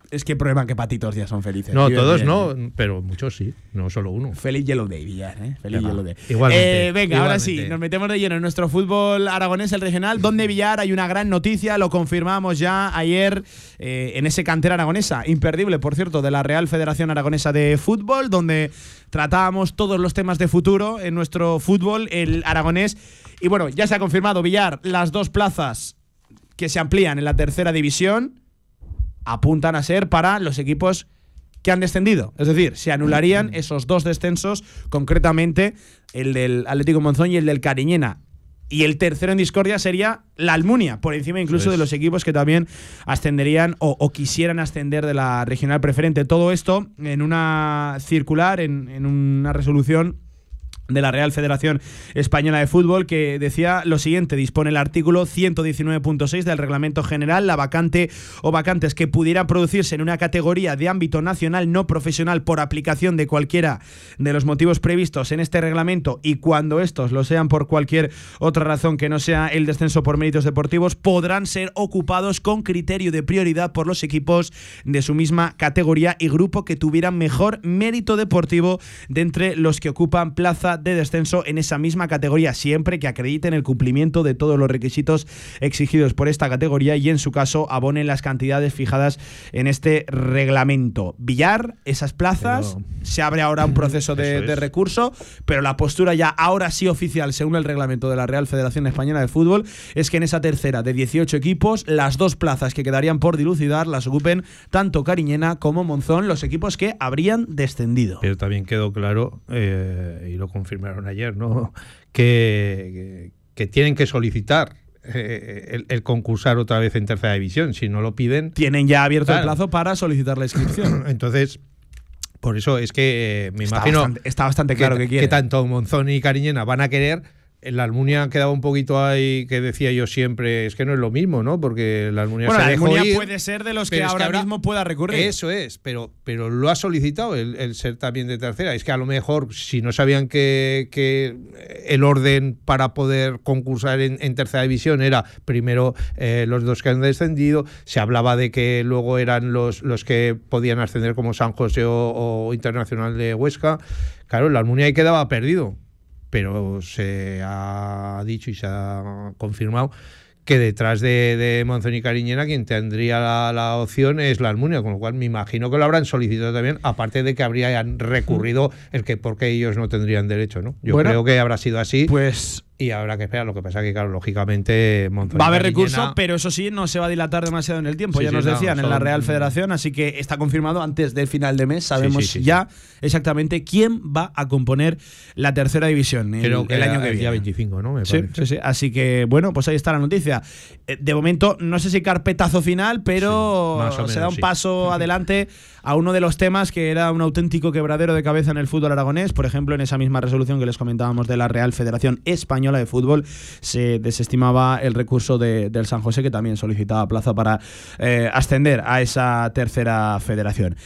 Es que problema que patitos ya son felices. No, Bien, todos bien, no, bien. pero muchos sí, no solo uno. Feliz Yellow Day, Villar, ¿eh? Feliz Venga, Yellow Day. igualmente, Eh, venga, ahora sí, igualmente. nos metemos de lleno en nuestro fútbol aragonés, el regional, donde Villar hay una gran noticia, lo confirmamos ya ayer eh, en ese cantera aragonesa, imperdible, por cierto, de la Real Federación Aragonesa de Fútbol, donde tratábamos todos los temas de futuro en nuestro fútbol, el aragonés. Y bueno, ya se ha confirmado, Villar, las dos plazas que se amplían en la tercera división apuntan a ser para los equipos que han descendido. Es decir, se anularían esos dos descensos, concretamente el del Atlético Monzón y el del Cariñena. Y el tercero en discordia sería la Almunia, por encima incluso de los equipos que también ascenderían o, o quisieran ascender de la regional preferente. Todo esto en una circular, en, en una resolución de la Real Federación Española de Fútbol, que decía lo siguiente: dispone el artículo ciento diecinueve punto seis del Reglamento General, la vacante o vacantes que pudieran producirse en una categoría de ámbito nacional no profesional por aplicación de cualquiera de los motivos previstos en este reglamento, y cuando estos lo sean por cualquier otra razón que no sea el descenso por méritos deportivos, podrán ser ocupados con criterio de prioridad por los equipos de su misma categoría y grupo que tuvieran mejor mérito deportivo de entre los que ocupan plaza de descenso en esa misma categoría, siempre que acrediten el cumplimiento de todos los requisitos exigidos por esta categoría y en su caso abonen las cantidades fijadas en este reglamento. Villar, esas plazas, pero se abre ahora un proceso de, es. de recurso, pero la postura ya ahora sí oficial, según el reglamento de la Real Federación Española de Fútbol, es que en esa tercera de dieciocho equipos, las dos plazas que quedarían por dilucidar las ocupen tanto Cariñena como Monzón, los equipos que habrían descendido. Pero también quedó claro, eh, y lo confirmaron ayer, ¿no?, que, que, que tienen que solicitar eh, el, el concursar otra vez en tercera división. Si no lo piden, tienen ya abierto claro. el plazo para solicitar la inscripción. Entonces, por eso es que eh, me está imagino bastante, está bastante claro que, que, quiere. que tanto Monzón y Cariñena van a querer. La Almunia ha quedado un poquito ahí, que decía yo siempre, es que no es lo mismo, ¿no? Porque la Almunia bueno, se la dejó Almunia ir, puede ser de los que ahora que habrá, mismo pueda recurrir. Eso es, pero, pero lo ha solicitado el, el ser también de tercera. Es que a lo mejor, si no sabían que, que el orden para poder concursar en, en tercera división era primero eh, los dos que han descendido, se hablaba de que luego eran los, los que podían ascender como San José o, o Internacional de Huesca. Claro, la Almunia ahí quedaba perdido. Pero se ha dicho y se ha confirmado que detrás de, de Monzón y Cariñena quien tendría la, la opción es la Almunia, con lo cual me imagino que lo habrán solicitado también, aparte de que habrían recurrido el que porque ellos no tendrían derecho, ¿no? Yo bueno, creo que habrá sido así. Pues y habrá que esperar. Lo que pasa que, claro, lógicamente Monzón va a haber Cariñena, recurso, pero eso sí, no se va a dilatar demasiado en el tiempo. Sí, ya sí, nos decían no, en la son, Real Federación, así que está confirmado antes del final de mes. Sabemos sí, sí, sí, ya sí. exactamente quién va a componer la tercera división el, creo que el año que el viene. día veinticinco, ¿no? Me sí, parece. sí, sí. Así que, bueno, pues ahí está la noticia. De momento, no sé si carpetazo final, pero sí, menos, se da un sí. paso adelante a uno de los temas que era un auténtico quebradero de cabeza en el fútbol aragonés. Por ejemplo, en esa misma resolución que les comentábamos de la Real Federación Española de Fútbol, se desestimaba el recurso de, del San José, que también solicitaba plaza para eh, ascender a esa tercera federación.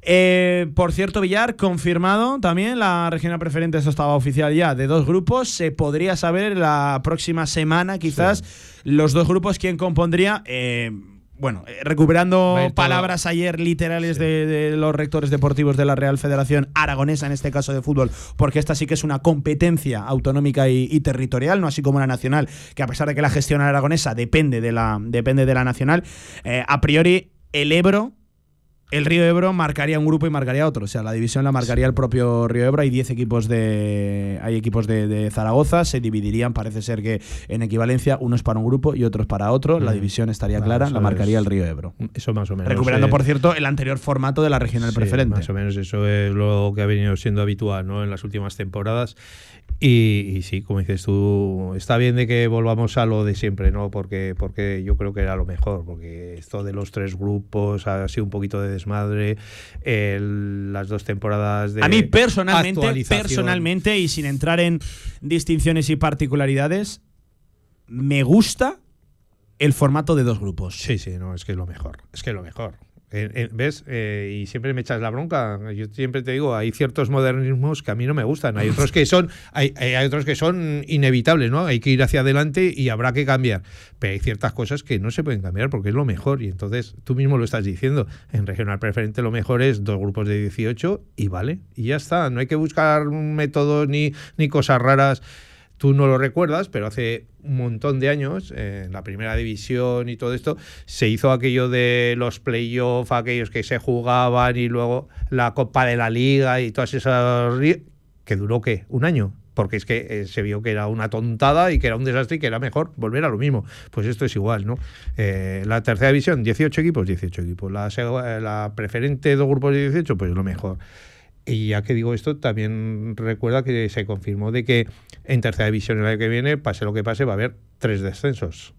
Eh, por cierto, Villar, confirmado también la regional preferente, eso estaba oficial ya, de dos grupos. Se podría saber la próxima semana, quizás, sí. los dos grupos quién compondría. Eh, Bueno, eh, recuperando palabras ayer literales sí. de, de los rectores deportivos de la Real Federación Aragonesa, en este caso de fútbol, porque esta sí que es una competencia autonómica y, y territorial, no así como la nacional, que a pesar de que la gestión aragonesa depende de la, depende de la nacional, eh, a priori el Ebro, el Río Ebro marcaría un grupo y marcaría otro. O sea, la división la marcaría el propio Río Ebro. Hay diez equipos de. Hay equipos de, de Zaragoza. Se dividirían, parece ser que en equivalencia, unos para un grupo y otros para otro. La división estaría bueno, clara, la marcaría es, el Río Ebro. Eso más o menos. Recuperando, eh, por cierto, el anterior formato de la regional sí, preferente. Más o menos eso es lo que ha venido siendo habitual, ¿no?, en las últimas temporadas. Y, y sí, como dices tú, está bien de que volvamos a lo de siempre, ¿no? Porque, porque yo creo que era lo mejor, porque esto de los tres grupos ha sido un poquito de desmadre. El, las dos temporadas de a mí personalmente, personalmente y sin entrar en distinciones y particularidades, me gusta el formato de dos grupos. Sí, sí, no, es que es lo mejor, es que es lo mejor. Eh, eh, ¿Ves? Eh, y siempre me echas la bronca. Yo siempre te digo, hay ciertos modernismos que a mí no me gustan. Hay otros que son, hay, hay otros que son inevitables, ¿no? Hay que ir hacia adelante y habrá que cambiar. Pero hay ciertas cosas que no se pueden cambiar porque es lo mejor. Y entonces tú mismo lo estás diciendo. En regional preferente lo mejor es dos grupos de dieciocho y vale. Y ya está. No hay que buscar métodos ni, ni cosas raras. Tú no lo recuerdas, pero hace un montón de años, eh, en la primera división y todo esto, se hizo aquello de los playoffs, aquellos que se jugaban y luego la Copa de la Liga y todas esas... que duró, ¿qué? Un año. Porque es que eh, se vio que era una tontada y que era un desastre y que era mejor volver a lo mismo. Pues esto es igual, ¿no? Eh, la tercera división, dieciocho equipos, dieciocho equipos. La, la preferente, dos grupos de dieciocho, pues lo mejor. Y ya que digo esto, también recuerda que se confirmó de que en tercera división el año que viene, pase lo que pase, va a haber tres descensos.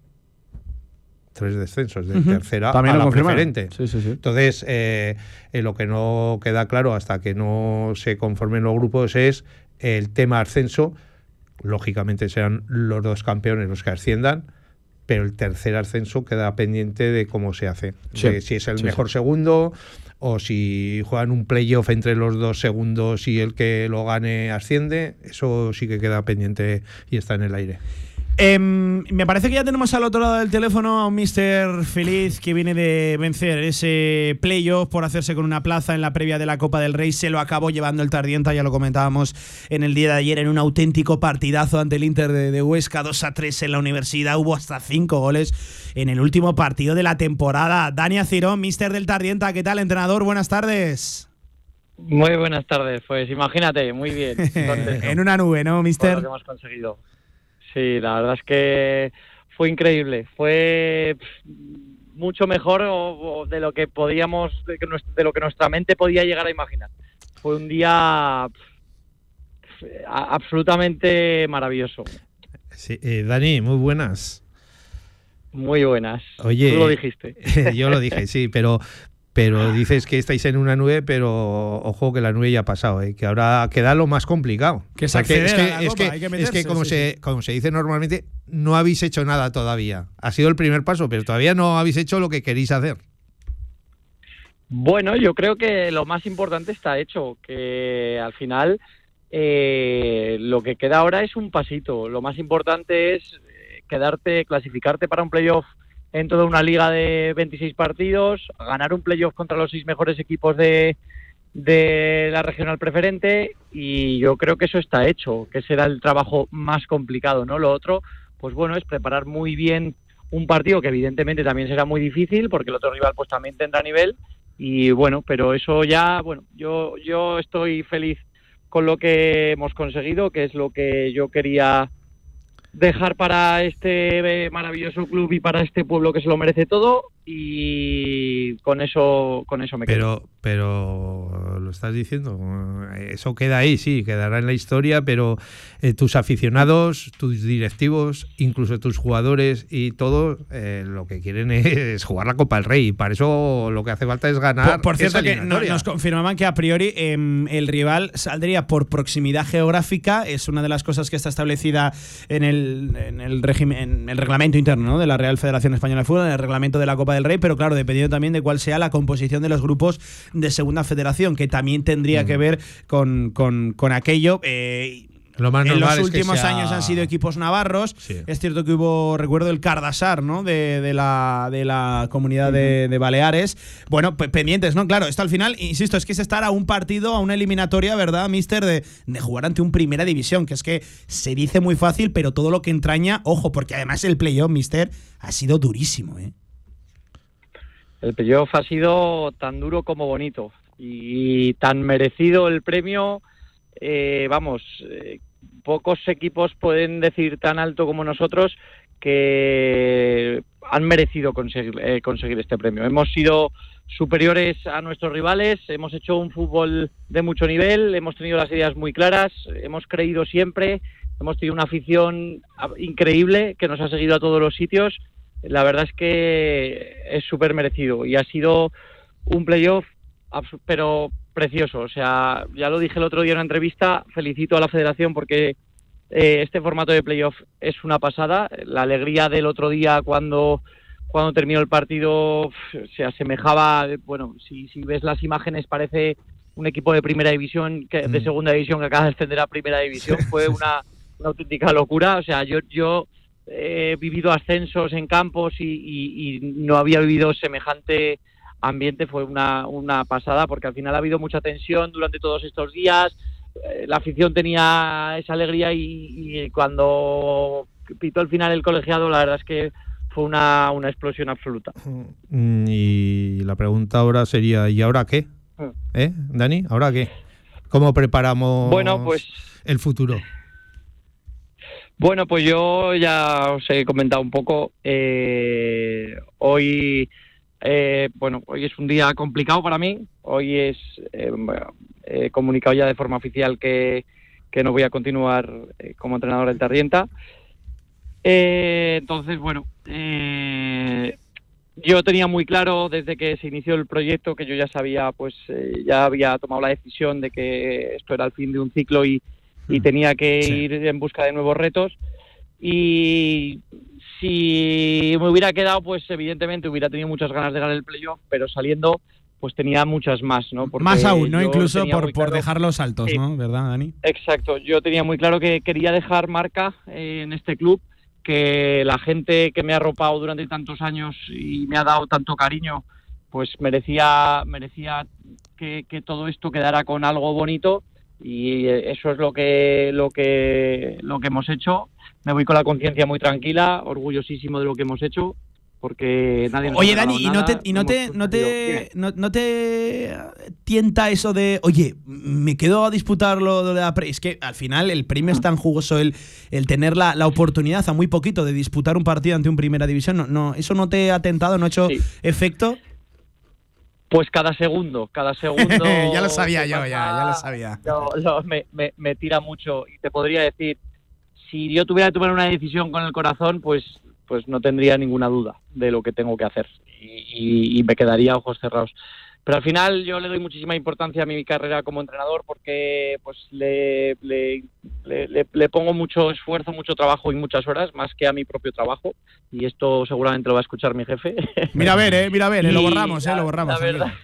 Tres descensos, de uh-huh. tercera también a la confirmaron. preferente. Sí, sí, sí. Entonces, eh, eh, lo que no queda claro hasta que no se conformen los grupos es el tema ascenso. Lógicamente serán los dos campeones los que asciendan, pero el tercer ascenso queda pendiente de cómo se hace. Sí. De si es el sí, mejor sí. segundo o si juegan un playoff entre los dos segundos y el que lo gane asciende. Eso sí que queda pendiente y está en el aire. Eh, me parece que ya tenemos al otro lado del teléfono a un míster feliz que viene de vencer ese playoff por hacerse con una plaza en la previa de la Copa del Rey. Se lo acabó llevando el Tardienta, ya lo comentábamos en el día de ayer, en un auténtico partidazo ante el Inter de, de Huesca, dos a tres en la Universidad. Hubo hasta cinco goles en el último partido de la temporada. Dani Acirón, míster del Tardienta, ¿qué tal, entrenador? Buenas tardes. Muy buenas tardes, pues imagínate, muy bien. En una nube, ¿no, míster? Lo que hemos conseguido. Sí, la verdad es que fue increíble, fue mucho mejor o, o de lo que podíamos, de, que nuestra, de lo que nuestra mente podía llegar a imaginar. Fue un día pff, absolutamente maravilloso. Sí, eh, Dani, muy buenas. Muy buenas. Oye, tú lo dijiste. Yo lo dije, sí, pero pero dices que estáis en una nube, pero ojo que la nube ya ha pasado, ¿eh? Que ahora queda lo más complicado. Que es acceder es que, a la es Copa, que, hay que meterse, es que como, sí, se, sí. como se dice normalmente, no habéis hecho nada todavía. Ha sido el primer paso, pero todavía no habéis hecho lo que queréis hacer. Bueno, yo creo que lo más importante está hecho, que al final eh, lo que queda ahora es un pasito. Lo más importante es quedarte, clasificarte para un playoff en toda una liga de veintiséis partidos, ganar un playoff contra los seis mejores equipos de, de la regional preferente, y yo creo que eso está hecho, que será el trabajo más complicado, ¿no? Lo otro, pues bueno, es preparar muy bien un partido que evidentemente también será muy difícil porque el otro rival pues también tendrá nivel, y bueno, pero eso ya, bueno, yo, yo estoy feliz con lo que hemos conseguido, que es lo que yo quería dejar para este maravilloso club y para este pueblo que se lo merece todo, y con eso con eso me quedo. Pero, pero lo estás diciendo, eso queda ahí, sí, quedará en la historia, pero eh, tus aficionados, tus directivos, incluso tus jugadores y todo, eh, lo que quieren es jugar la Copa del Rey, y para eso lo que hace falta es ganar. Por, por cierto, esa que no, nos confirmaban que a priori eh, el rival saldría por proximidad geográfica. Es una de las cosas que está establecida en el, en el régimen, en el reglamento interno, ¿no?, de la Real Federación Española de Fútbol, en el reglamento de la Copa del Rey, pero claro, dependiendo también de cuál sea la composición de los grupos de Segunda Federación, que también tendría mm. que ver con, con, con aquello. Eh, Lo más en los es últimos sea... años han sido equipos navarros. Sí. Es cierto que hubo, recuerdo, el Cardasar, ¿no?, de, de, la, de la comunidad uh-huh. de, de Baleares. Bueno, pues pendientes, ¿no? Claro, esto al final, insisto, es que es estar a un partido, a una eliminatoria, ¿verdad, míster?, de, de jugar ante un Primera División, que es que se dice muy fácil, pero todo lo que entraña, ojo, porque además el playoff, míster, ha sido durísimo, ¿eh? El playoff ha sido tan duro como bonito y tan merecido el premio. Eh, vamos, eh, pocos equipos pueden decir tan alto como nosotros que han merecido conseguir, eh, conseguir este premio. Hemos sido superiores a nuestros rivales, hemos hecho un fútbol de mucho nivel, hemos tenido las ideas muy claras, hemos creído siempre, hemos tenido una afición increíble que nos ha seguido a todos los sitios. La verdad es que es súper merecido y ha sido un playoff pero precioso. O sea, ya lo dije el otro día en una entrevista, felicito a la federación porque eh, este formato de playoff es una pasada. La alegría del otro día cuando, cuando terminó el partido se asemejaba, bueno, si, si ves las imágenes parece un equipo de primera división, que, de segunda división que acaba de ascender a primera división. Fue una, una auténtica locura. O sea, yo, yo he vivido ascensos en campos y, y, y no había vivido semejante ambiente. Fue una, una pasada, porque al final ha habido mucha tensión durante todos estos días. Eh, la afición tenía esa alegría y, y cuando pitó al final el colegiado, la verdad es que fue una, una explosión absoluta. Y la pregunta ahora sería, ¿y ahora qué? ¿Eh, Dani? ¿Ahora qué? ¿Cómo preparamos bueno, pues, el futuro? Bueno, pues yo ya os he comentado un poco. Eh, hoy, eh, bueno, hoy es un día complicado para mí. Hoy es, eh, bueno, he comunicado ya de forma oficial que, que no voy a continuar eh, como entrenador del Tarrienta. Eh, entonces, bueno, eh, yo tenía muy claro desde que se inició el proyecto que yo ya sabía, pues eh, ya había tomado la decisión de que esto era el fin de un ciclo y, y tenía que sí. ir en busca de nuevos retos. Y si me hubiera quedado, pues evidentemente hubiera tenido muchas ganas de ganar el playoff, pero saliendo, pues tenía muchas más, ¿no? Porque más aún, ¿no? Incluso por, por claro, dejar los saltos, sí. ¿no? ¿Verdad, Dani? Exacto. Yo tenía muy claro que quería dejar marca eh, en este club, que la gente que me ha arropado durante tantos años y me ha dado tanto cariño, pues merecía merecía que, que todo esto quedara con algo bonito, y eso es lo que lo que lo que hemos hecho. Me voy con la conciencia muy tranquila, orgullosísimo de lo que hemos hecho, porque nadie nos Oye, ha Dani, ¿y no te, y no te, no te, no, no te tienta eso de, oye, me quedo a disputar lo de la pre? Es que al final el premio es tan jugoso, el, el tener la, la oportunidad a muy poquito de disputar un partido ante un Primera División. No, no, ¿eso no te ha tentado, no ha hecho sí. efecto? Pues cada segundo, cada segundo... ya lo sabía yo, pasa, ya, ya lo sabía. Lo, lo, me, me, me tira mucho, y te podría decir, si yo tuviera que tomar una decisión con el corazón, pues... pues no tendría ninguna duda de lo que tengo que hacer y, y, y me quedaría ojos cerrados. Pero al final yo le doy muchísima importancia a mi carrera como entrenador, porque pues le, le, le, le, le pongo mucho esfuerzo, mucho trabajo y muchas horas, más que a mi propio trabajo, y esto seguramente lo va a escuchar mi jefe. Mira a ver, eh, mira a ver, eh, lo borramos, eh, lo borramos. La verdad,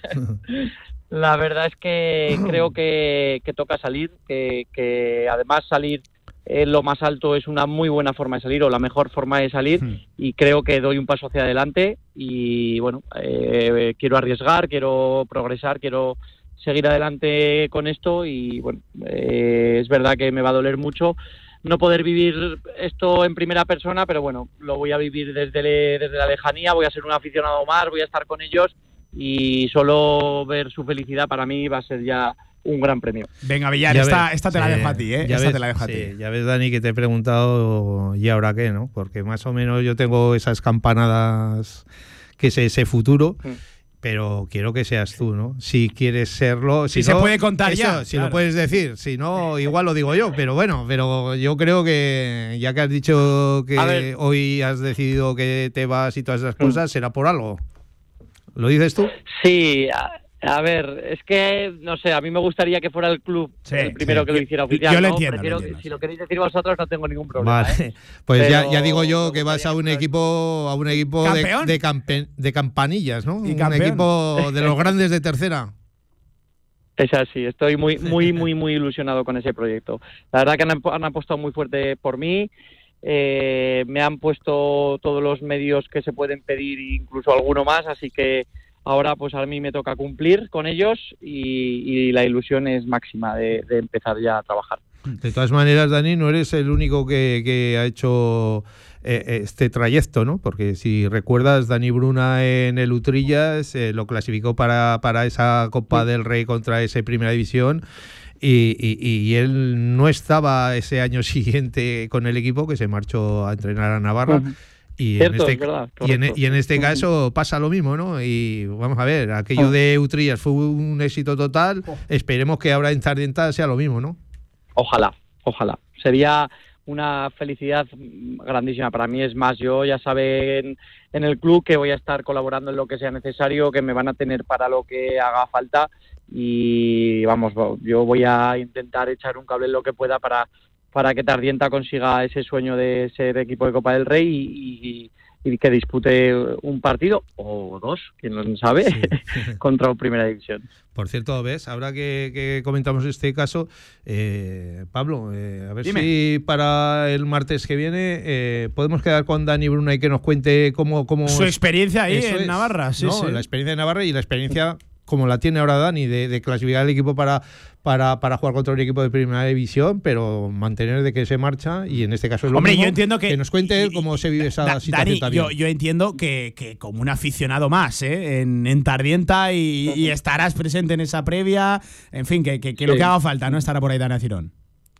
la verdad es que creo que, que toca salir, que, que además salir en lo más alto es una muy buena forma de salir, o la mejor forma de salir, hmm. y creo que doy un paso hacia adelante y bueno, eh, quiero arriesgar, quiero progresar, quiero seguir adelante con esto y bueno, eh, es verdad que me va a doler mucho no poder vivir esto en primera persona, pero bueno, lo voy a vivir desde, le, desde la lejanía, voy a ser un aficionado más, voy a estar con ellos y solo ver su felicidad para mí va a ser ya un gran premio. Venga, Villar, esta, esta te sí, la dejo a ti, ¿eh? Esta ves, te la dejo a sí, ti. Ya ves, Dani, que te he preguntado ¿y ahora qué? ¿No? Porque más o menos yo tengo esas campanadas que es ese futuro, mm. pero quiero que seas tú, ¿no? Si quieres serlo... Si, si no, se puede contar eso, ya. Si claro. lo puedes decir. Si no, igual lo digo yo, pero bueno, pero yo creo que ya que has dicho que hoy has decidido que te vas y todas esas cosas, mm. será por algo. ¿Lo dices tú? Sí, a, a ver, es que, no sé, a mí me gustaría que fuera el club sí, el primero sí. que lo hiciera oficial. Yo lo ¿no? entiendo, Prefiero lo entiendo que, sí. si lo queréis decir vosotros no tengo ningún problema. Vale, ¿eh? pues Pero ya, ya digo yo que vas a un equipo a un equipo de, de, campe, de campanillas, ¿no? ¿Y un campeón? equipo de los grandes de tercera. Es así, estoy muy, muy, muy, muy ilusionado con ese proyecto. La verdad que han, han apostado muy fuerte por mí. Eh, me han puesto todos los medios que se pueden pedir, incluso alguno más, así que ahora pues a mí me toca cumplir con ellos y, y la ilusión es máxima de, de empezar ya a trabajar. De todas maneras, Dani, no eres el único que, que ha hecho eh, este trayecto, ¿no? Porque si recuerdas, Dani Bruna en el Utrillas eh, lo clasificó para, para esa Copa sí. del Rey contra ese Primera División. Y, y, y él no estaba ese año siguiente con el equipo, que se marchó a entrenar a Navarra. Uh-huh. Y, Cierto, en este, es verdad, y, en, y en este caso pasa lo mismo, ¿no? Y vamos a ver, aquello de Utrillas fue un éxito total. Esperemos que ahora en Tardienta sea lo mismo, ¿no? Ojalá, ojalá. Sería una felicidad grandísima para mí. Es más, yo ya saben en el club que voy a estar colaborando en lo que sea necesario, que me van a tener para lo que haga falta. Y vamos, yo voy a intentar echar un cable en lo que pueda para... para que Tardienta consiga ese sueño de ser equipo de Copa del Rey y, y, y que dispute un partido o dos, quién lo sabe, sí. contra Primera División. Por cierto, ves, ahora que, que comentamos este caso, eh, Pablo, eh, a ver Dime. si para el martes que viene eh, podemos quedar con Dani Bruna y que nos cuente cómo... cómo su es, experiencia ahí en es, Navarra. Sí, ¿no? sí. La experiencia de Navarra y la experiencia como la tiene ahora Dani, de, de clasificar el equipo para, para, para jugar contra un equipo de Primera División, pero mantener de que se marcha, y en este caso es lo Hombre, mismo, yo entiendo que, que nos cuente él cómo se vive esa da, situación Dani, también. Yo, yo entiendo que, que como un aficionado más, ¿eh? en, en Tardienta y, y estarás presente en esa previa, en fin, que, que, que sí. lo que haga falta, ¿no? Estará por ahí Dani Acirón.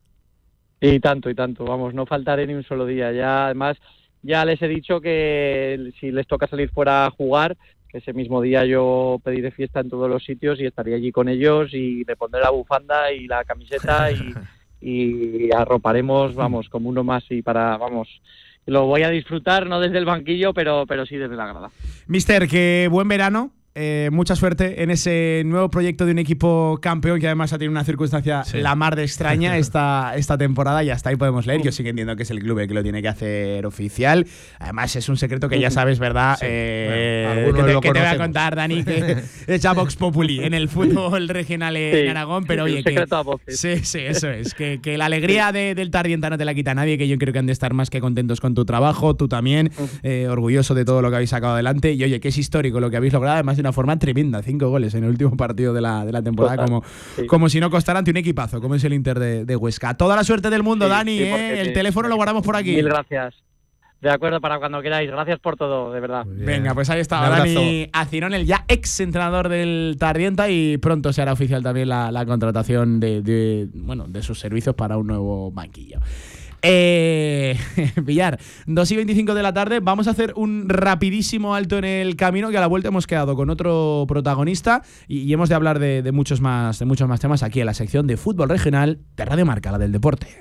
Y tanto, y tanto, vamos, no faltaré ni un solo día. Ya, además, ya les he dicho que si les toca salir fuera a jugar, que ese mismo día yo pediré fiesta en todos los sitios y estaré allí con ellos y me pondré la bufanda y la camiseta y, y arroparemos, vamos, como uno más y para, vamos, lo voy a disfrutar, no desde el banquillo, pero, pero sí desde la grada. Mister, que buen verano. Eh, mucha suerte en ese nuevo proyecto de un equipo campeón que además ha tenido una circunstancia sí. la mar de extraña esta, esta temporada, y hasta ahí podemos leer. Yo sí que entiendo que es el club el que lo tiene que hacer oficial. Además es un secreto que ya sabes, ¿verdad? Sí. Eh, bueno, que te, que te voy a contar, Dani, que es a Vox Populi en el fútbol regional en sí. Aragón, pero oye, que, sí, sí, eso es, que, que la alegría de, del Tardienta no te la quita nadie, que yo creo que han de estar más que contentos con tu trabajo, tú también, eh, orgulloso de todo lo que habéis sacado adelante, y oye, que es histórico lo que habéis logrado, además de una forma tremenda, cinco goles en el último partido de la, de la temporada, Total, como, sí. como si no costara ante un equipazo, como es el Inter de, de Huesca. Toda la suerte del mundo, sí, Dani, sí, ¿eh? el sí, teléfono sí. lo guardamos por aquí. Mil gracias. De acuerdo, para cuando queráis. Gracias por todo, de verdad. Venga, pues ahí está Dani Acirón, el ya ex entrenador del Tardienta, y pronto se hará oficial también la, la contratación de, de, bueno, de sus servicios para un nuevo banquillo. Eh, Villar, dos y veinticinco de la tarde. Vamos a hacer un rapidísimo alto en el camino, que a la vuelta hemos quedado con otro protagonista y, y hemos de hablar de, de muchos más de muchos más temas aquí en la sección de fútbol regional de Radio Marca, la del deporte.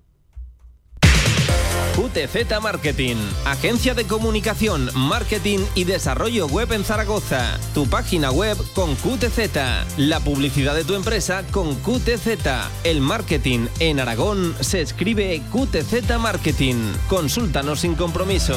Q T Z Marketing, agencia de comunicación, marketing y desarrollo web en Zaragoza. Tu página web con Q T Z, la publicidad de tu empresa con Q T Z. El marketing en Aragón se escribe Q T Z Marketing. Consúltanos sin compromiso.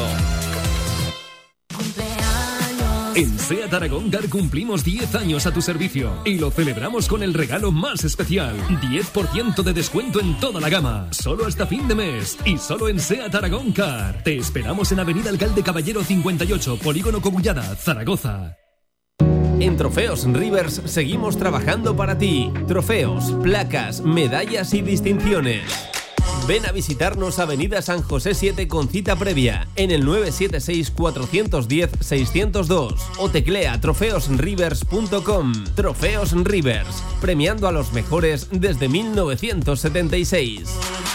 En SEAT Aragón Car cumplimos diez años a tu servicio y lo celebramos con el regalo más especial. diez por ciento de descuento en toda la gama. Solo hasta fin de mes y solo en SEAT Aragón Car. Te esperamos en Avenida Alcalde Caballero cincuenta y ocho, Polígono Cogullada, Zaragoza. En Trofeos Rivers seguimos trabajando para ti. Trofeos, placas, medallas y distinciones. Ven a visitarnos Avenida San José siete con cita previa en el nueve siete seis, cuatro uno cero, seis cero dos o teclea trofeos rivers punto com. Trofeos Rivers, premiando a los mejores desde mil novecientos setenta y seis.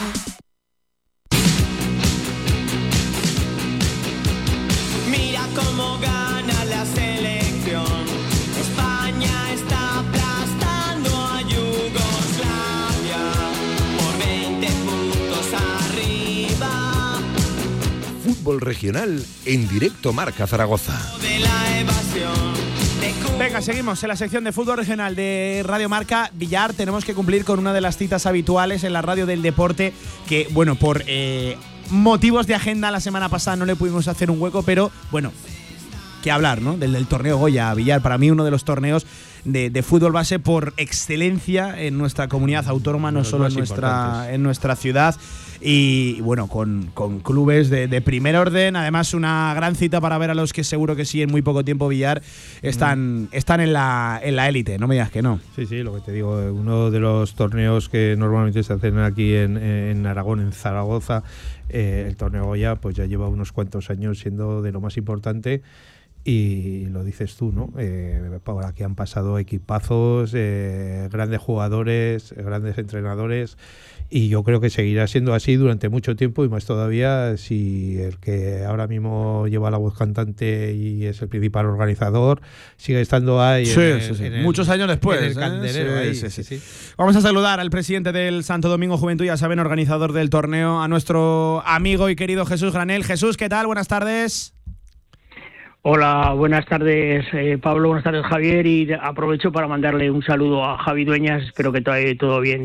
Mira cómo gana la selección. España está aplastando a Yugoslavia por veinte puntos arriba. Fútbol regional en directo Marca Zaragoza. De la evasión. Venga, seguimos en la sección de fútbol regional de Radio Marca. Villar, tenemos que cumplir con una de las citas habituales en la radio del deporte, que, bueno, por eh, motivos de agenda la semana pasada no le pudimos hacer un hueco, pero, bueno, que hablar, ¿no? Del, del torneo Goya, Villar, para mí uno de los torneos de, de fútbol base por excelencia en nuestra comunidad autónoma, no solo en nuestra, en nuestra ciudad. Y bueno, con, con clubes de, de primer orden, además una gran cita para ver a los que seguro que sí, en muy poco tiempo, Villar, están, mm. están en la en la élite, no me digas que no. Sí, sí, lo que te digo, uno de los torneos que normalmente se hacen aquí en, en Aragón, en Zaragoza, eh, el torneo Goya, pues ya lleva unos cuantos años siendo de lo más importante. Y lo dices tú, ¿no? Eh, por aquí han pasado equipazos, eh, grandes jugadores, grandes entrenadores, y yo creo que seguirá siendo así durante mucho tiempo, y más todavía si el que ahora mismo lleva la voz cantante y es el principal organizador sigue estando ahí. Sí, en, sí, sí. En el, muchos años después. En el candelero, ¿eh? ahí, sí, sí, sí. sí. Vamos a saludar al presidente del Santo Domingo Juventud, ya saben, organizador del torneo, a nuestro amigo y querido Jesús Granel. Jesús, ¿qué tal? Buenas tardes. Hola, buenas tardes eh, Pablo, buenas tardes Javier, y aprovecho para mandarle un saludo a Javi Dueñas, espero que todo, todo bien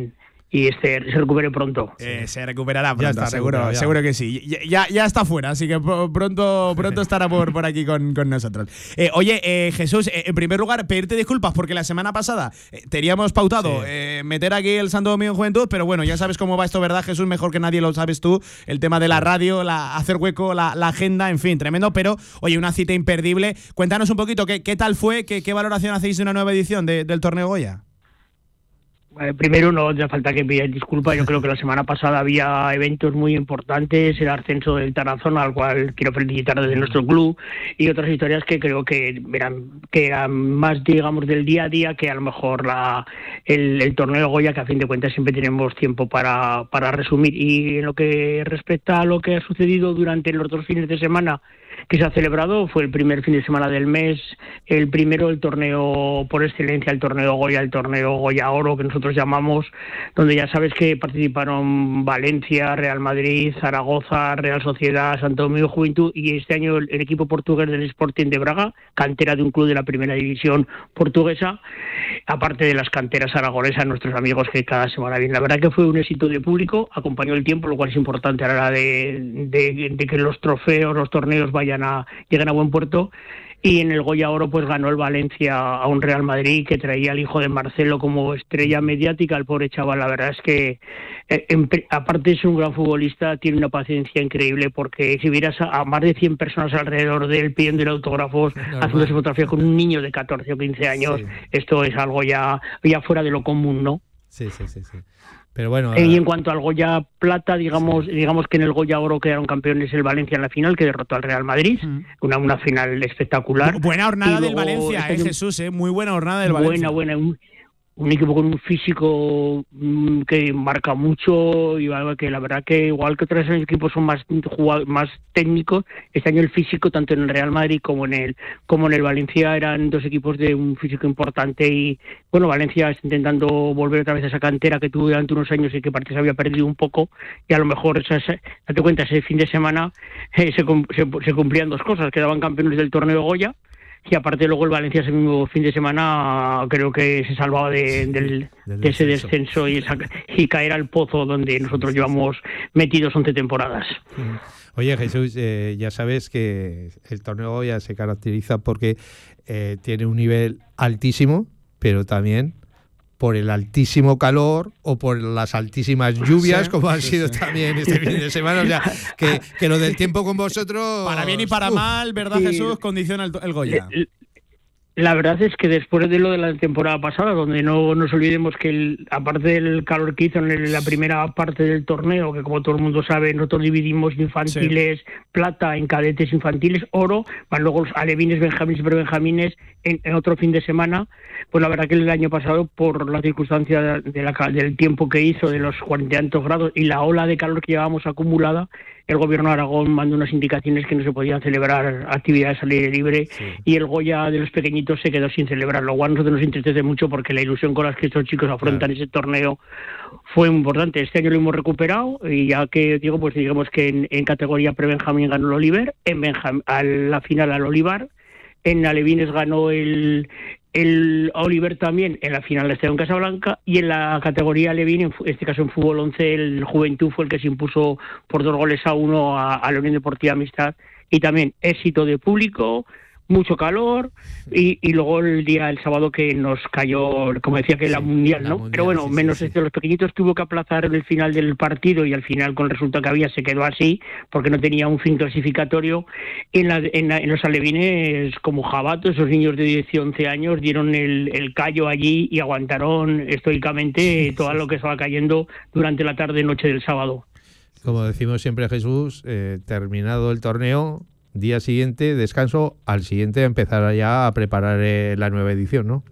y este se recupere pronto. Eh, se recuperará pronto, está seguro, recuperado, ya. seguro que sí. Ya, ya, ya está fuera, así que pronto, pronto estará por, por aquí con, con nosotros. Eh, oye, eh, Jesús, eh, en primer lugar, pedirte disculpas porque la semana pasada eh, teníamos pautado sí. eh, meter aquí el Santo Domingo Juventud, pero bueno, ya sabes cómo va esto, ¿verdad, Jesús? Mejor que nadie lo sabes tú. El tema de la radio, la, hacer hueco, la, la agenda, en fin, tremendo. Pero, oye, una cita imperdible. Cuéntanos un poquito qué, qué tal fue, qué, qué valoración hacéis de una nueva edición de, del Torneo Goya. Eh, primero, no hace falta que pidáis disculpas. Yo creo que la semana pasada había eventos muy importantes, el ascenso del Tarazona, al cual quiero felicitar desde nuestro club, y otras historias que creo que eran, que eran más, digamos, del día a día que a lo mejor la, el, el torneo Goya, que a fin de cuentas siempre tenemos tiempo para, para resumir. Y en lo que respecta a lo que ha sucedido durante los dos fines de semana que se ha celebrado, fue el primer fin de semana del mes, el primero, el torneo por excelencia, el torneo Goya, el torneo Goya Oro, que nosotros llamamos, donde ya sabes que participaron Valencia, Real Madrid, Zaragoza, Real Sociedad, Santo Domingo Juventud, y este año el, el equipo portugués del Sporting de Braga, cantera de un club de la primera división portuguesa, aparte de las canteras aragonesas, nuestros amigos que cada semana vienen. La verdad que fue un éxito de público, acompañó el tiempo, lo cual es importante a la hora de, de, de que los trofeos, los torneos vayan a, lleguen a buen puerto. Y en el Goya Oro pues ganó el Valencia a un Real Madrid que traía al hijo de Marcelo como estrella mediática. El pobre chaval, la verdad es que eh, en, aparte es un gran futbolista, tiene una paciencia increíble, porque si vieras a, a más de cien personas alrededor de él pidiendo autógrafos, haciendo fotografías con un niño de catorce o quince años, sí. Esto es algo ya, ya fuera de lo común, ¿no? Sí, sí, sí, sí. Pero bueno, eh, y en cuanto al Goya Plata, digamos sí. digamos que en el Goya Oro quedaron campeones el Valencia en la final, que derrotó al Real Madrid, mm. una, una final espectacular. Bu buena jornada del Valencia, eh, Jesús, eh, muy buena jornada del buena, Valencia. Buena, buena. Un equipo con un físico mmm, que marca mucho, y que la verdad que igual que otros equipos son más más técnicos, este año el físico tanto en el Real Madrid como en el como en el Valencia eran dos equipos de un físico importante. Y bueno, Valencia está intentando volver otra vez a esa cantera que tuvo durante unos años y que parte se había perdido un poco, y a lo mejor esas, date cuenta, ese fin de semana eh, se, se, se cumplían dos cosas: quedaban campeones del torneo Goya, y aparte luego el Valencia ese mismo fin de semana creo que se salvaba de, sí, del, del de ese descenso y, esa, y caer al pozo donde nosotros llevamos metidos once temporadas. Oye, Jesús, eh, ya sabes que el torneo Goya se caracteriza porque eh, tiene un nivel altísimo, pero también por el altísimo calor o por las altísimas lluvias, sí, como han sí, sido sí. también este fin de semana. O sea, que, que lo del tiempo con vosotros... Para bien y para uf, mal, ¿verdad, sí. Jesús? Condiciona el, el Goya. La verdad es que después de lo de la temporada pasada, donde no nos olvidemos que el, aparte del calor que hizo en la primera parte del torneo, que como todo el mundo sabe, nosotros dividimos infantiles, sí. plata en cadetes infantiles, oro, van luego los alevines, benjamines y prebenjamines en, en otro fin de semana. Pues la verdad que el año pasado, por la circunstancia de la, del tiempo que hizo, de los cuarenta y tantos grados y la ola de calor que llevábamos acumulada, el gobierno de Aragón mandó unas indicaciones que no se podían celebrar actividades al aire libre, sí. y el Goya de los pequeñitos se quedó sin celebrar, lo cual a nosotros nos entristece mucho porque la ilusión con la que estos chicos afrontan claro. ese torneo fue muy importante. Este año lo hemos recuperado, y ya que digo, pues digamos que en, en categoría pre-Benjamín ganó el Oliver, en Benjam, a la final al Olivar, en alevines ganó el el Oliver también en la final de Estadio en Casablanca, y en la categoría Alevín, en este caso en fútbol once, el Juventud fue el que se impuso por dos goles a uno a, a la Unión Deportiva Amistad, y también éxito de público, mucho calor, y, y luego el día, el sábado, que nos cayó, como decía, que sí, la mundial, ¿no? La mundial, pero bueno, sí, menos sí, este, sí. los pequeñitos tuvo que aplazar el final del partido, y al final, con el resultado que había, se quedó así, porque no tenía un fin clasificatorio. En, la, en, la, en los alevines, como jabatos, esos niños de diez y once años dieron el, el callo allí y aguantaron estoicamente sí, todo sí. lo que estaba cayendo durante la tarde-noche del sábado. Como decimos siempre, Jesús, eh, terminado el torneo, día siguiente, descanso, al siguiente empezar ya a preparar eh, la nueva edición, ¿no?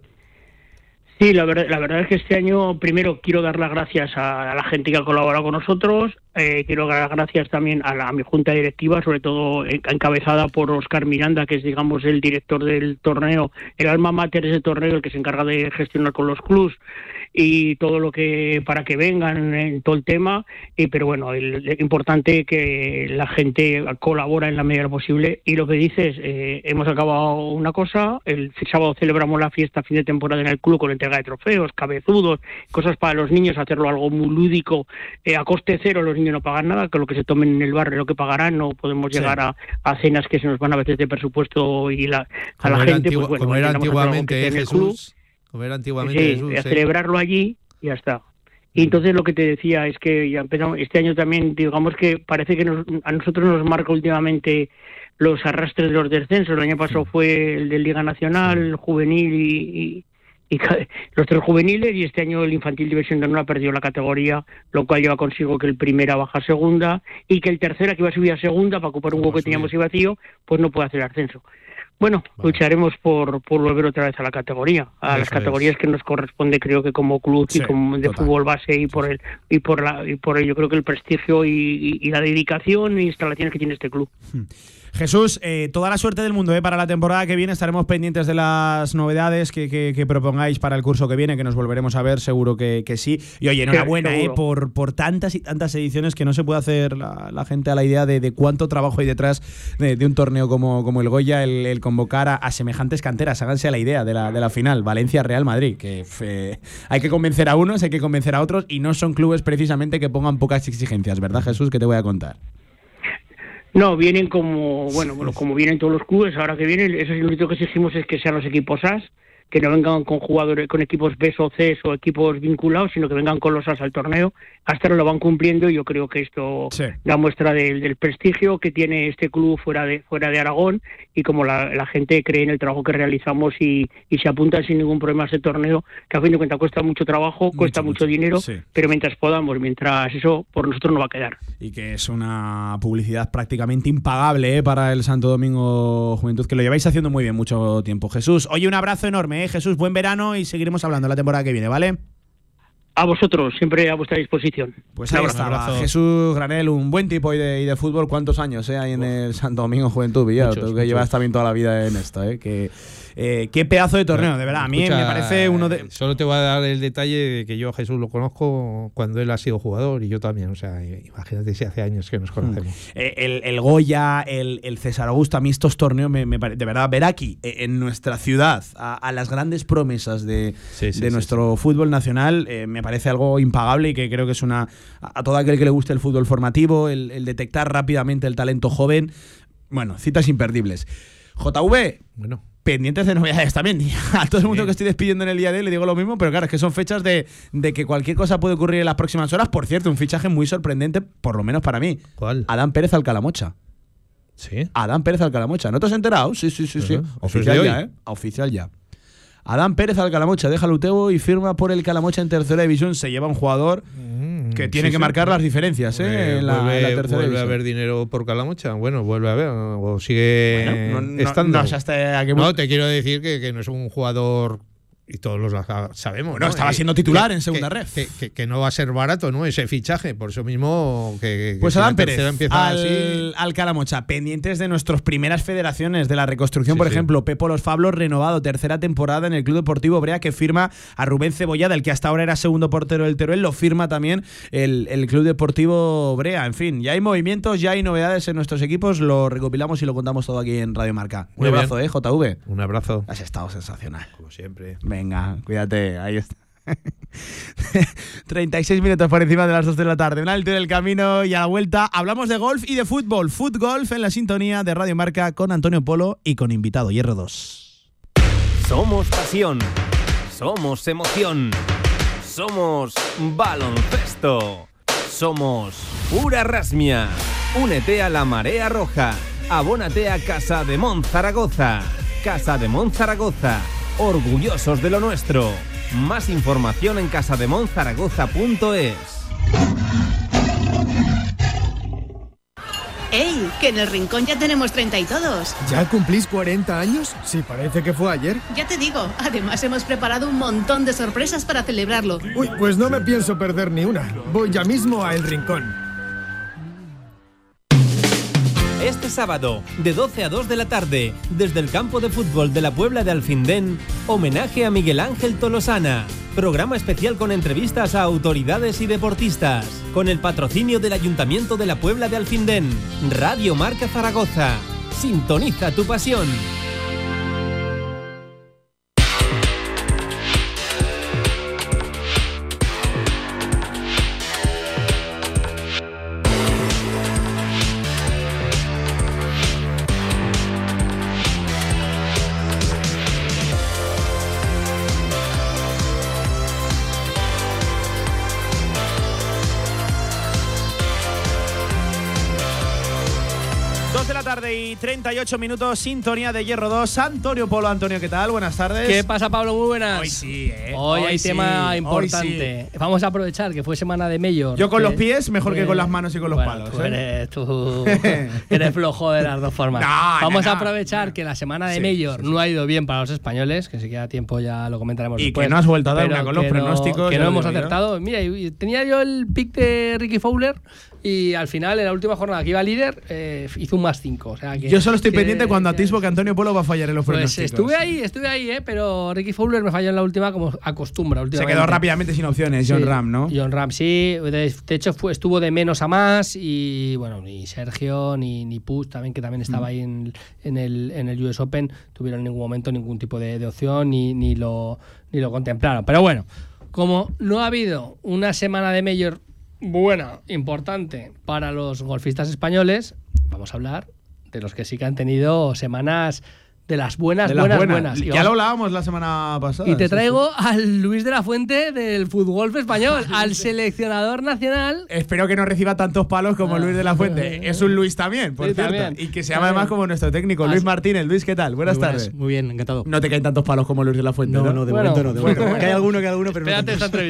Sí, la verdad, la verdad es que este año, primero, quiero dar las gracias a, a la gente que ha colaborado con nosotros, Eh, quiero dar gracias también a, la, a mi junta directiva, sobre todo encabezada por Óscar Miranda, que es, digamos, el director del torneo, el alma mater de ese torneo, el que se encarga de gestionar con los clubs y todo lo que para que vengan en todo el tema. Y, pero bueno, el, el importante que la gente colabora en la medida de lo posible. Y lo que dices, eh, hemos acabado una cosa, el sábado celebramos la fiesta fin de temporada en el club con entrega de trofeos, cabezudos, cosas para los niños, hacerlo algo muy lúdico, eh, a coste cero. Los niños no pagan nada, que lo que se tomen en el bar es lo que pagarán. No podemos llegar sí. a, a cenas que se nos van a veces de presupuesto y la, a la gente. Antigua, pues bueno, como era antiguamente, eh, Jesús. Como era antiguamente, sí, Jesús. A celebrarlo eh. allí y ya está. Y entonces lo que te decía es que ya empezamos este año también, digamos que parece que nos, a nosotros nos marca últimamente los arrastres de los descensos. El año pasado fue el de Liga Nacional, el juvenil y, y Y los tres juveniles, y este año el infantil División de Honor ha perdido la categoría, lo cual lleva consigo que el primera baja a segunda y que el tercera, que iba a subir a segunda para ocupar un hueco que teníamos y vacío, pues no puede hacer ascenso. Bueno, vale. lucharemos por, por volver otra vez a la categoría, a Eso las categorías es. que nos corresponde, creo que como club sí, y como de total. fútbol base y por el y por la y por ello creo que el prestigio y, y, y la dedicación e instalaciones que tiene este club. Hmm. Jesús, eh, toda la suerte del mundo eh, para la temporada que viene. Estaremos pendientes de las novedades que, que, que propongáis para el curso que viene, que nos volveremos a ver, seguro que, que sí. Y oye, enhorabuena eh, por, por tantas y tantas ediciones, que no se puede hacer la, la gente a la idea de, de cuánto trabajo hay detrás de, de un torneo como, como el Goya, el, el convocar a, a semejantes canteras. Háganse a la idea de la, de la final, Valencia-Real Madrid, que eh, hay que convencer a unos, hay que convencer a otros, y no son clubes precisamente que pongan pocas exigencias, ¿verdad, Jesús? Que te voy a contar. No, vienen como, bueno, como vienen todos los clubes, ahora que vienen, eso es lo único que exigimos, es que sean los equipos A S, que no vengan con jugadores, con equipos B o C o equipos vinculados, sino que vengan con los A S al torneo. Hasta ahora lo van cumpliendo y yo creo que esto sí. da muestra del, del prestigio que tiene este club fuera de fuera de Aragón, y como la, la gente cree en el trabajo que realizamos y, y se apuntan sin ningún problema a ese torneo, que a fin de cuentas cuesta mucho trabajo, mucho, cuesta mucho, mucho dinero, sí. pero mientras podamos, mientras eso, por nosotros no va a quedar. Y que es una publicidad prácticamente impagable ¿eh? para el Santo Domingo Juventud, que lo lleváis haciendo muy bien mucho tiempo. Jesús, oye, un abrazo enorme, ¿eh? Jesús, buen verano, y seguiremos hablando la temporada que viene, ¿vale? A vosotros, siempre a vuestra disposición. Pues ahí estaba Jesús Granel, un buen tipo y de, y de fútbol. ¿Cuántos años eh, hay en el Santo Domingo Juventud Villado? Tú que muchos. Llevas también toda la vida en esto, ¿eh? Que, eh, qué pedazo de torneo, de verdad. A mí Escucha, me parece uno de... Solo te voy a dar el detalle de que yo a Jesús lo conozco cuando él ha sido jugador, y yo también. O sea, imagínate si hace años que nos conocemos. Eh, el, el Goya, el, el César Augusto, a mí estos torneos, me, me de verdad, ver aquí, en nuestra ciudad, a, a las grandes promesas de, sí, sí, de sí, nuestro sí. fútbol nacional, eh, me parece algo impagable, y que creo que es una... A todo aquel que le guste el fútbol formativo, el, el detectar rápidamente el talento joven. Bueno, citas imperdibles. J V, bueno, pendientes de novedades también. A todo el mundo que estoy despidiendo en el día de hoy le digo lo mismo, pero claro, es que son fechas de, de que cualquier cosa puede ocurrir en las próximas horas. Por cierto, un fichaje muy sorprendente, por lo menos para mí. ¿Cuál? Adán Pérez al Calamocha. ¿Sí? Adán Pérez al Calamocha. ¿No te has enterado? Sí, sí, sí, sí. Uh-huh. Oficial ya, ¿eh? Oficial ya. Adán Pérez al Calamocha, deja Luteo y firma por el Calamocha en tercera división. Se lleva un jugador mm, que tiene sí, que sí. marcar las diferencias ¿eh? Eh, en, la, vuelve, en la tercera ¿Vuelve división. a haber dinero por Calamocha? Bueno, vuelve a haber. O sigue bueno, no, estando. No, no, hasta que... no, te quiero decir que, que no es un jugador... Y todos lo sabemos. Bueno, ¿no? estaba eh, siendo titular que, en segunda que, red. Que, que, que no va a ser barato, ¿no? Ese fichaje. Por eso mismo que. Pues que Adán Pérez al, así... al Calamocha. Pendientes de nuestras primeras federaciones de la reconstrucción, sí, por sí. ejemplo, Pepo Los Fablos, renovado, tercera temporada en el Club Deportivo Brea, que firma a Rubén Cebollada, el que hasta ahora era segundo portero del Teruel, lo firma también el, el Club Deportivo Brea. En fin, ya hay movimientos, ya hay novedades en nuestros equipos. Lo recopilamos y lo contamos todo aquí en Radio Marca. Un Muy abrazo, bien. ¿eh, J V? Un abrazo. Has estado sensacional. Como siempre. Venga, cuídate. Ahí está. treinta y seis minutos por encima de las dos de la tarde. Un alto en el camino y a la vuelta hablamos de golf y de fútbol. Futgolf en la sintonía de Radio Marca con Antonio Polo y con invitado Hierro dos. Somos pasión. Somos emoción. Somos baloncesto. Somos pura rasmia. Únete a la Marea Roja. Abónate a Casa de Mon Zaragoza. Casa de Mon Zaragoza. Orgullosos de lo nuestro. Más información en casademonzaragoza punto es. ¡Ey! Que en el Rincón ya tenemos treinta y todos. ¿Ya cumplís cuarenta años? Sí, parece que fue ayer. Ya te digo, además hemos preparado un montón de sorpresas para celebrarlo. Uy, pues no me pienso perder ni una. Voy ya mismo a El Rincón. Este sábado, de doce a dos de la tarde, desde el campo de fútbol de la Puebla de Alfindén, homenaje a Miguel Ángel Tolosana. Programa especial con entrevistas a autoridades y deportistas, con el patrocinio del Ayuntamiento de la Puebla de Alfindén. Radio Marca Zaragoza. Sintoniza tu pasión. Y treinta y ocho minutos, sintonía de Hierro dos. Antonio Polo. Antonio, ¿qué tal? Buenas tardes. ¿Qué pasa, Pablo? Muy buenas. Hoy sí, ¿eh? Hoy, Hoy hay sí, tema hoy importante. sí. Vamos a aprovechar que fue semana de Mayor. Yo con que, los pies mejor que, que con las manos y con los bueno, palos. Tú ¿eh? eres, tú eres flojo de las dos formas. No, Vamos no, a no, aprovechar no. que la semana de Sí, Mayor sí, sí. no ha ido bien para los españoles, que si queda tiempo ya lo comentaremos Y después. que no has vuelto a dar pero una con los que pronósticos. No, que ya no lo hemos digo yo. acertado. Mira, y tenía yo el pick de Ricky Fowler y al final, en la última jornada que iba líder, eh, hizo un más cinco. O sea, que, Yo solo estoy que, pendiente cuando que, atisbo que Antonio Polo va a fallar en los Pues pronósticos. estuve ahí, estuve ahí, eh, pero Ricky Fowler me falló en la última como acostumbra Se últimamente. quedó rápidamente sin opciones, John Sí, Ram, ¿no? John Ram, sí. De, de hecho, fue, estuvo de menos a más y, bueno, ni Sergio ni, ni Puig, también, que también estaba Mm. ahí en, en, el, en el U S Open, tuvieron en ningún momento ningún tipo de, de opción ni, ni, lo, ni lo contemplaron. Pero bueno, como no ha habido una semana de Mayor buena, importante para los golfistas españoles, vamos a hablar de los que sí que han tenido semanas de las buenas, De las buenas, buenas. buenas. Y Ya vamos- lo hablábamos la semana pasada. y te sí, traigo sí. al Luis de la Fuente del fútbol español, al seleccionador nacional. Espero que no reciba tantos palos como Ah. Luis de la Fuente. Es un Luis también, por Sí, cierto. también. Y que se llama También. además como nuestro técnico, Ah, Luis sí. Martínez. Luis, ¿qué tal? Buenas Muy buenas, tardes. muy bien, encantado. No te caen tantos palos como Luis de la Fuente, ¿no? No, no, de Bueno, momento no. De bueno, momento. bueno. Que hay alguno, que hay alguno, pero no Espérate esta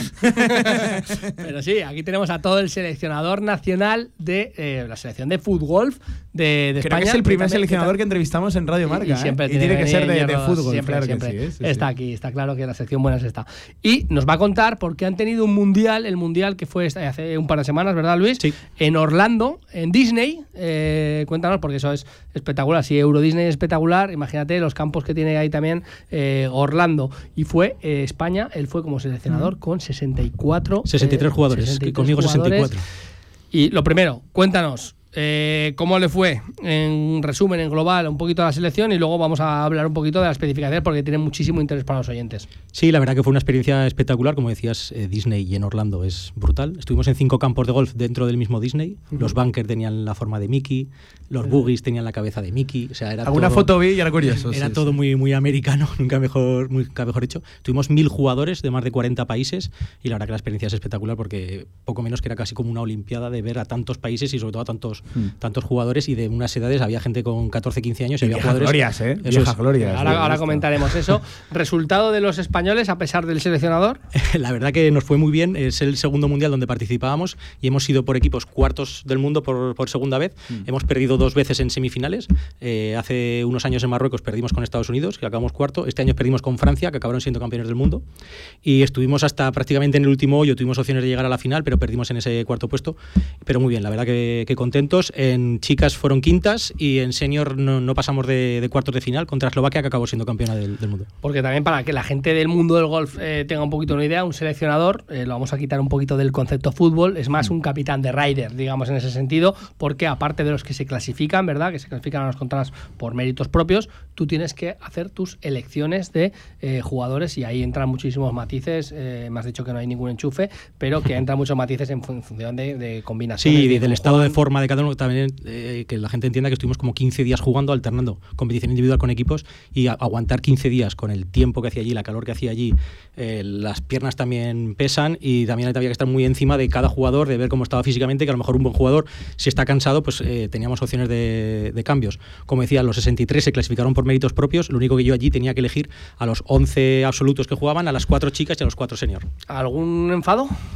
tantos. entrevista. Pero sí, aquí tenemos a todo el seleccionador nacional de eh, la selección de fútbol de, de Creo España. que es el primer también- seleccionador que que entrevistamos en Radio Y- Marca. y, siempre ¿eh? y tiene que venir ser de, de Hierro, fútbol, siempre, claro siempre. que sí. ¿eh? Sí, está sí. aquí, está claro que la sección buena es esta. Y nos va a contar por qué han tenido un mundial, el mundial que fue esta- hace un par de semanas, ¿verdad, Luis? Sí. En Orlando, en Disney. Eh, cuéntanos, porque eso es espectacular. Si Euro Disney es espectacular, imagínate los campos que tiene ahí también eh, Orlando. Y fue eh, España, él fue como seleccionador con sesenta y cuatro. sesenta y tres eh, jugadores, sesenta y que tres conmigo jugadores. sesenta y cuatro. Y lo primero, cuéntanos. Eh, ¿Cómo le fue? En resumen, en global, un poquito a la selección y luego vamos a hablar un poquito de las especificaciones porque tienen muchísimo interés para los oyentes. Sí, la verdad que fue una experiencia espectacular, como decías, eh, Disney y en Orlando es brutal. Estuvimos en cinco campos de golf dentro del mismo Disney. Uh-huh. Los bunkers tenían la forma de Mickey, los buggies tenían la cabeza de Mickey. O sea, era Alguna todo, foto vi y era curioso. Era sí, todo sí. muy, muy americano, nunca mejor, nunca mejor hecho. Tuvimos mil jugadores de más de cuarenta países y la verdad que la experiencia es espectacular porque poco menos que era casi como una olimpiada de ver a tantos países y sobre todo a tantos, Mm. tantos jugadores y de unas edades. Había gente con catorce, quince años y, Y había viejas jugadores. glorias, ¿eh? Eso Viejas es. glorias. Ahora, sí, ahora esto. comentaremos eso. ¿Resultado de los españoles a pesar del seleccionador? La verdad que nos fue muy bien. Es el segundo mundial donde participábamos y hemos sido por equipos cuartos del mundo por, por segunda vez. Mm. Hemos perdido dos veces en semifinales. Eh, hace unos años en Marruecos perdimos con Estados Unidos, que acabamos cuarto. Este año perdimos con Francia, que acabaron siendo campeones del mundo. Y estuvimos hasta prácticamente en el último hoyo. Tuvimos opciones de llegar a la final, pero perdimos en ese cuarto puesto. Pero muy bien, la verdad que, que contentos. En chicas fueron quintas y en senior no, no pasamos de, de cuartos de final contra Eslovaquia, que acabó siendo campeona del, del mundo. Porque también para que la gente del mundo del golf eh, tenga un poquito una idea, un seleccionador, eh, lo vamos a quitar un poquito del concepto fútbol, es más un capitán de rider, digamos en ese sentido, porque aparte de los que se clasifican, ¿verdad? Que se clasifican a los contras por méritos propios, tú tienes que hacer tus elecciones de eh, jugadores y ahí entran muchísimos matices, eh, me has dicho que no hay ningún enchufe, pero que entran muchos matices en, fun- en función de, de combinaciones. Sí, de del cómo estado de juegan. forma de cada uno también, eh, que la gente entienda que estuvimos como quince días jugando, alternando competición individual con equipos y a- aguantar quince días con el tiempo que hacía allí, la calor que hacía allí, eh, las piernas también pesan y también había que estar muy encima de cada jugador, de ver cómo estaba físicamente, que a lo mejor un buen jugador, si está cansado, pues eh, teníamos opciones de, de cambios. Como decía, los sesenta y tres se clasificaron por méritos propios, lo único que yo allí tenía que elegir a los once absolutos que jugaban, a las cuatro chicas y a los cuatro senior. ¿Algún enfado?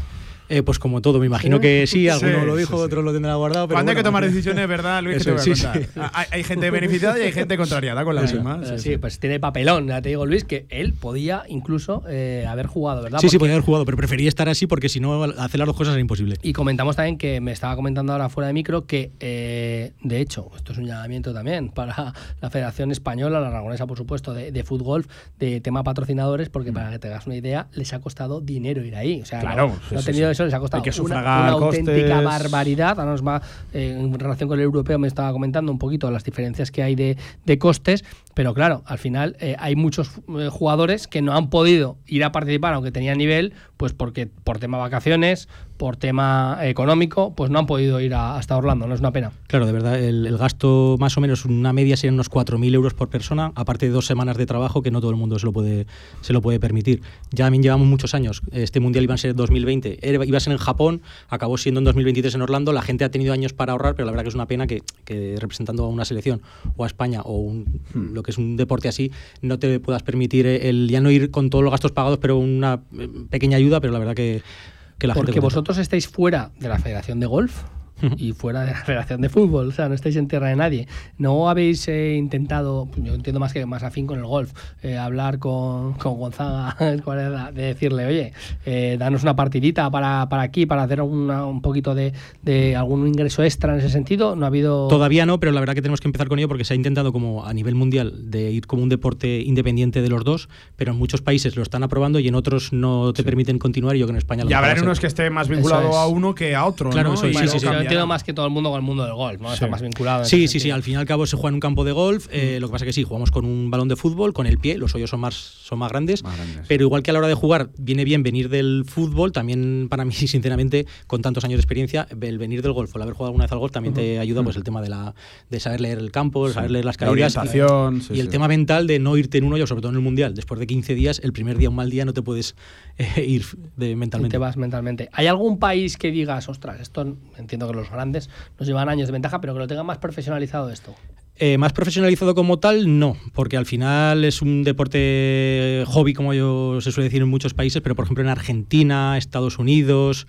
Eh, pues como todo, me imagino que sí, alguno Sí, lo dijo, sí, sí. otro lo tendrá guardado. Pero Cuando bueno, hay que tomar pues- decisiones, ¿verdad, Luis? Eso Que te voy a es, sí, contar. sí. Hay, hay gente beneficiada y hay gente contrariada con la Eso, misma. Eh, sí, pues tiene papelón, ya te digo, Luis, que él podía incluso eh, haber jugado, ¿verdad? Sí, sí, Porque- podía haber jugado, pero prefería estar así porque si no, hacer las dos cosas era imposible. Y comentamos también que me estaba comentando ahora fuera de micro que, eh, de hecho, esto es un llamamiento también para la Federación Española, la aragonesa, por supuesto, de, de fútbol, de tema patrocinadores, porque para que te hagas una idea, les ha costado dinero ir ahí. O sea, Claro, no, sí, no ha sí, tenido sí. eso, les ha costado Hay que una, sufragar una auténtica costes. barbaridad. Ahora nos va, eh, en relación con el europeo, me estaba comentando un poquito las diferencias que hay de, de costes, pero claro, al final eh, hay muchos eh, jugadores que no han podido ir a participar, aunque tenían nivel, pues porque por tema vacaciones, por tema económico, pues no han podido ir a, hasta Orlando, no es una pena. Claro, de verdad, el, el gasto más o menos, una media serían unos cuatro mil euros por persona, aparte de dos semanas de trabajo que no todo el mundo se lo puede, se lo puede permitir. Ya también llevamos muchos años, este mundial iba a ser en dos mil veinte, era- iba a ser en Japón, acabó siendo en dos mil veintitrés en Orlando, la gente ha tenido años para ahorrar, pero la verdad que es una pena que, que representando a una selección o a España o un, lo que es un deporte así, no te puedas permitir el ya no ir con todos los gastos pagados, pero una eh, pequeña ayuda, pero la verdad que, que la Porque gente... vosotros estáis fuera de la Federación de Golf y fuera de la Federación de Fútbol, o sea, no estáis en tierra de nadie. ¿No habéis eh, intentado, yo entiendo más que más afín con el golf, eh, hablar con, con Gonzaga, cuál es la- de decirle, oye, eh, danos una partidita para, para aquí, para hacer una- un poquito de, de algún ingreso extra en ese sentido? ¿No ha habido...? Todavía no, pero la verdad que tenemos que empezar con ello porque se ha intentado como a nivel mundial de ir como un deporte independiente de los dos, pero en muchos países lo están aprobando y en otros no te permiten continuar y yo creo que en España lo Y habrá mejor va a unos ser- que esté más vinculado Eso es. a uno que a otro. Claro, ¿no? eso es, Y sí, luego sí, sí. Yo cambiará. entiendo más que todo el mundo con el mundo del golf, ¿no? Está Sí. más vinculado. en Sí, ese sí, sí, sentido. al fin y al cabo se juega en un campo de golf, eh, lo que pasa que sí, jugamos con un balón de fútbol, con el pie, los hoyos son más, son más grandes, pero igual que a la hora de jugar viene bien venir del fútbol, también para mí, sinceramente, con tantos años de experiencia, el venir del golf o el haber jugado alguna vez al golf también te ayuda, pues el tema de la de saber leer el campo, Sí. saber leer las La caídas orientación, y, sí, y el sí. tema mental de no irte en un hoyo, sobre todo en el Mundial, después de quince días, el primer día, un mal día, no te puedes eh, ir de, Y mentalmente. te vas mentalmente. ¿Hay algún país que digas, ostras, esto entiendo que los grandes nos llevan años de ventaja, pero que lo tenga más profesionalizado esto? Eh, más profesionalizado como tal, no, porque al final es un deporte hobby, como yo se suele decir en muchos países, pero por ejemplo en Argentina, Estados Unidos,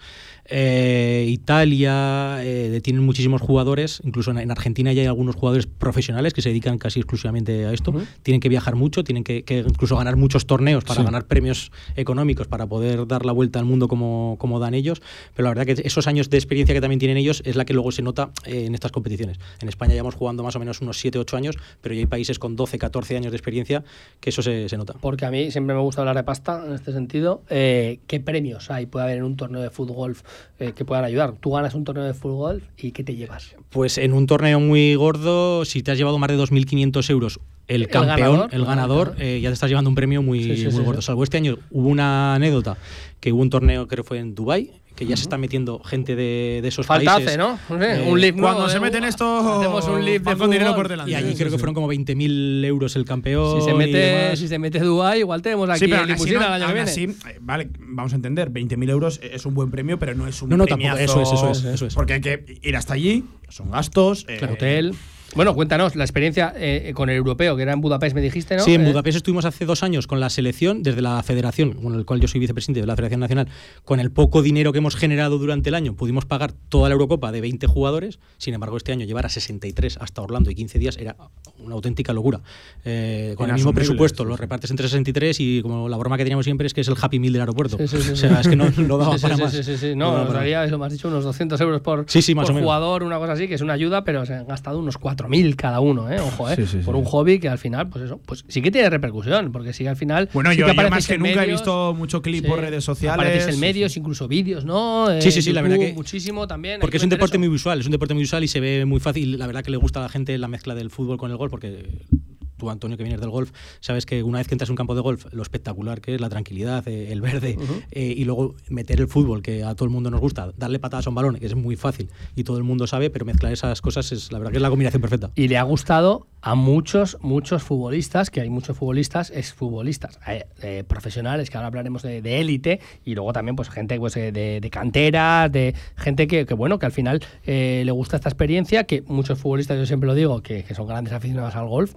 eh, Italia, eh, tienen muchísimos jugadores, incluso en, en Argentina ya hay algunos jugadores profesionales que se dedican casi exclusivamente a esto, Ujú. tienen que viajar mucho, tienen que, que incluso ganar muchos torneos para Sí. ganar premios económicos, para poder dar la vuelta al mundo como, como dan ellos, pero la verdad que esos años de experiencia que también tienen ellos es la que luego se nota eh, en estas competiciones. En España llevamos jugando más o menos unos siete ocho años, pero ya hay países con doce catorce años de experiencia que eso se, se nota. Porque a mí siempre me gusta hablar de pasta en este sentido. Eh, ¿Qué premios hay? Puede haber en un torneo de fútbol eh, que puedan ayudar. Tú ganas un torneo de fútbol y ¿qué te llevas? Pues en un torneo muy gordo, si te has llevado más de dos mil quinientos euros, el, El campeón, ganador, el ganador, claro. eh, ya te estás llevando un premio muy, Sí, sí, muy sí, gordo. sí. Salvo este año hubo una anécdota, que hubo un torneo, creo que fue en Dubái, que ya se está metiendo gente de, de esos Falta países. hace, ¿no? No sé, Eh, un lift Cuando nuevo se de- meten esto, hacemos un lift de van con dinero fútbol. por delante. Y allí Sí, creo sí, que sí. fueron como veinte mil euros el campeón. Si se y mete, demás. si se mete Dubái, igual tenemos aquí Sí, pero el aún así, limusina no- el año que aún viene. así, eh, vale, vamos a entender, veinte mil euros es un buen premio, pero no es un No, no, tampoco, premiazo, eso es, eso es, eso es. Porque hay que ir hasta allí, son gastos. eh, Claro, hotel. Bueno, cuéntanos la experiencia eh, con el europeo, que era en Budapest, me dijiste, ¿no? Sí, en Eh, Budapest estuvimos hace dos años con la selección, desde la federación, con el cual yo soy vicepresidente de la Federación Nacional, con el poco dinero que hemos generado durante el año, pudimos pagar toda la Eurocopa de veinte jugadores, sin embargo este año llevar a sesenta y tres hasta Orlando y quince días era una auténtica locura. Eh, con el mismo Inasumible, presupuesto, sí, lo sí. repartes entre sesenta y tres y como la broma que teníamos siempre es que es el Happy Meal del aeropuerto. Sí, sí, sí, o sea, sí. es que no, no daba Sí, sí, para sí, más. Sí, sí, sí. No No, daba nos para más. daría, eso me has dicho, unos doscientos euros por, Sí, sí, más por o menos. jugador, una cosa así, que es una ayuda, pero se han gastado unos cuatro mil cada uno, ¿eh? Ojo, ¿eh? Sí, sí, por sí. un hobby que al final, pues eso, pues sí que tiene repercusión, porque sí que al final. Bueno, sí yo, que yo más apareces que en nunca he medios, visto mucho clip sí, por redes sociales. Apareces en sí, medios, sí. incluso vídeos, ¿no? Sí, Eh, sí, sí, la verdad YouTube, que- muchísimo también. Porque hay es que un meter deporte eso. muy visual, es un deporte muy visual y se ve muy fácil. La verdad que le gusta a la gente la mezcla del fútbol con el golf, porque tú, Antonio, que vienes del golf, sabes que una vez que entras en un campo de golf, lo espectacular que es la tranquilidad, eh, el verde, Ujú. eh, y luego meter el fútbol, que a todo el mundo nos gusta, darle patadas a un balón, que es muy fácil y todo el mundo sabe, pero mezclar esas cosas es la verdad que es la combinación perfecta. Y le ha gustado a muchos, muchos futbolistas, que hay muchos futbolistas, exfutbolistas, eh, eh, profesionales, que ahora hablaremos de de élite, y luego también pues gente pues, eh, de, de canteras, de gente que, que bueno, que al final eh, le gusta esta experiencia, que muchos futbolistas, yo siempre lo digo, que, que son grandes aficionados al golf, porque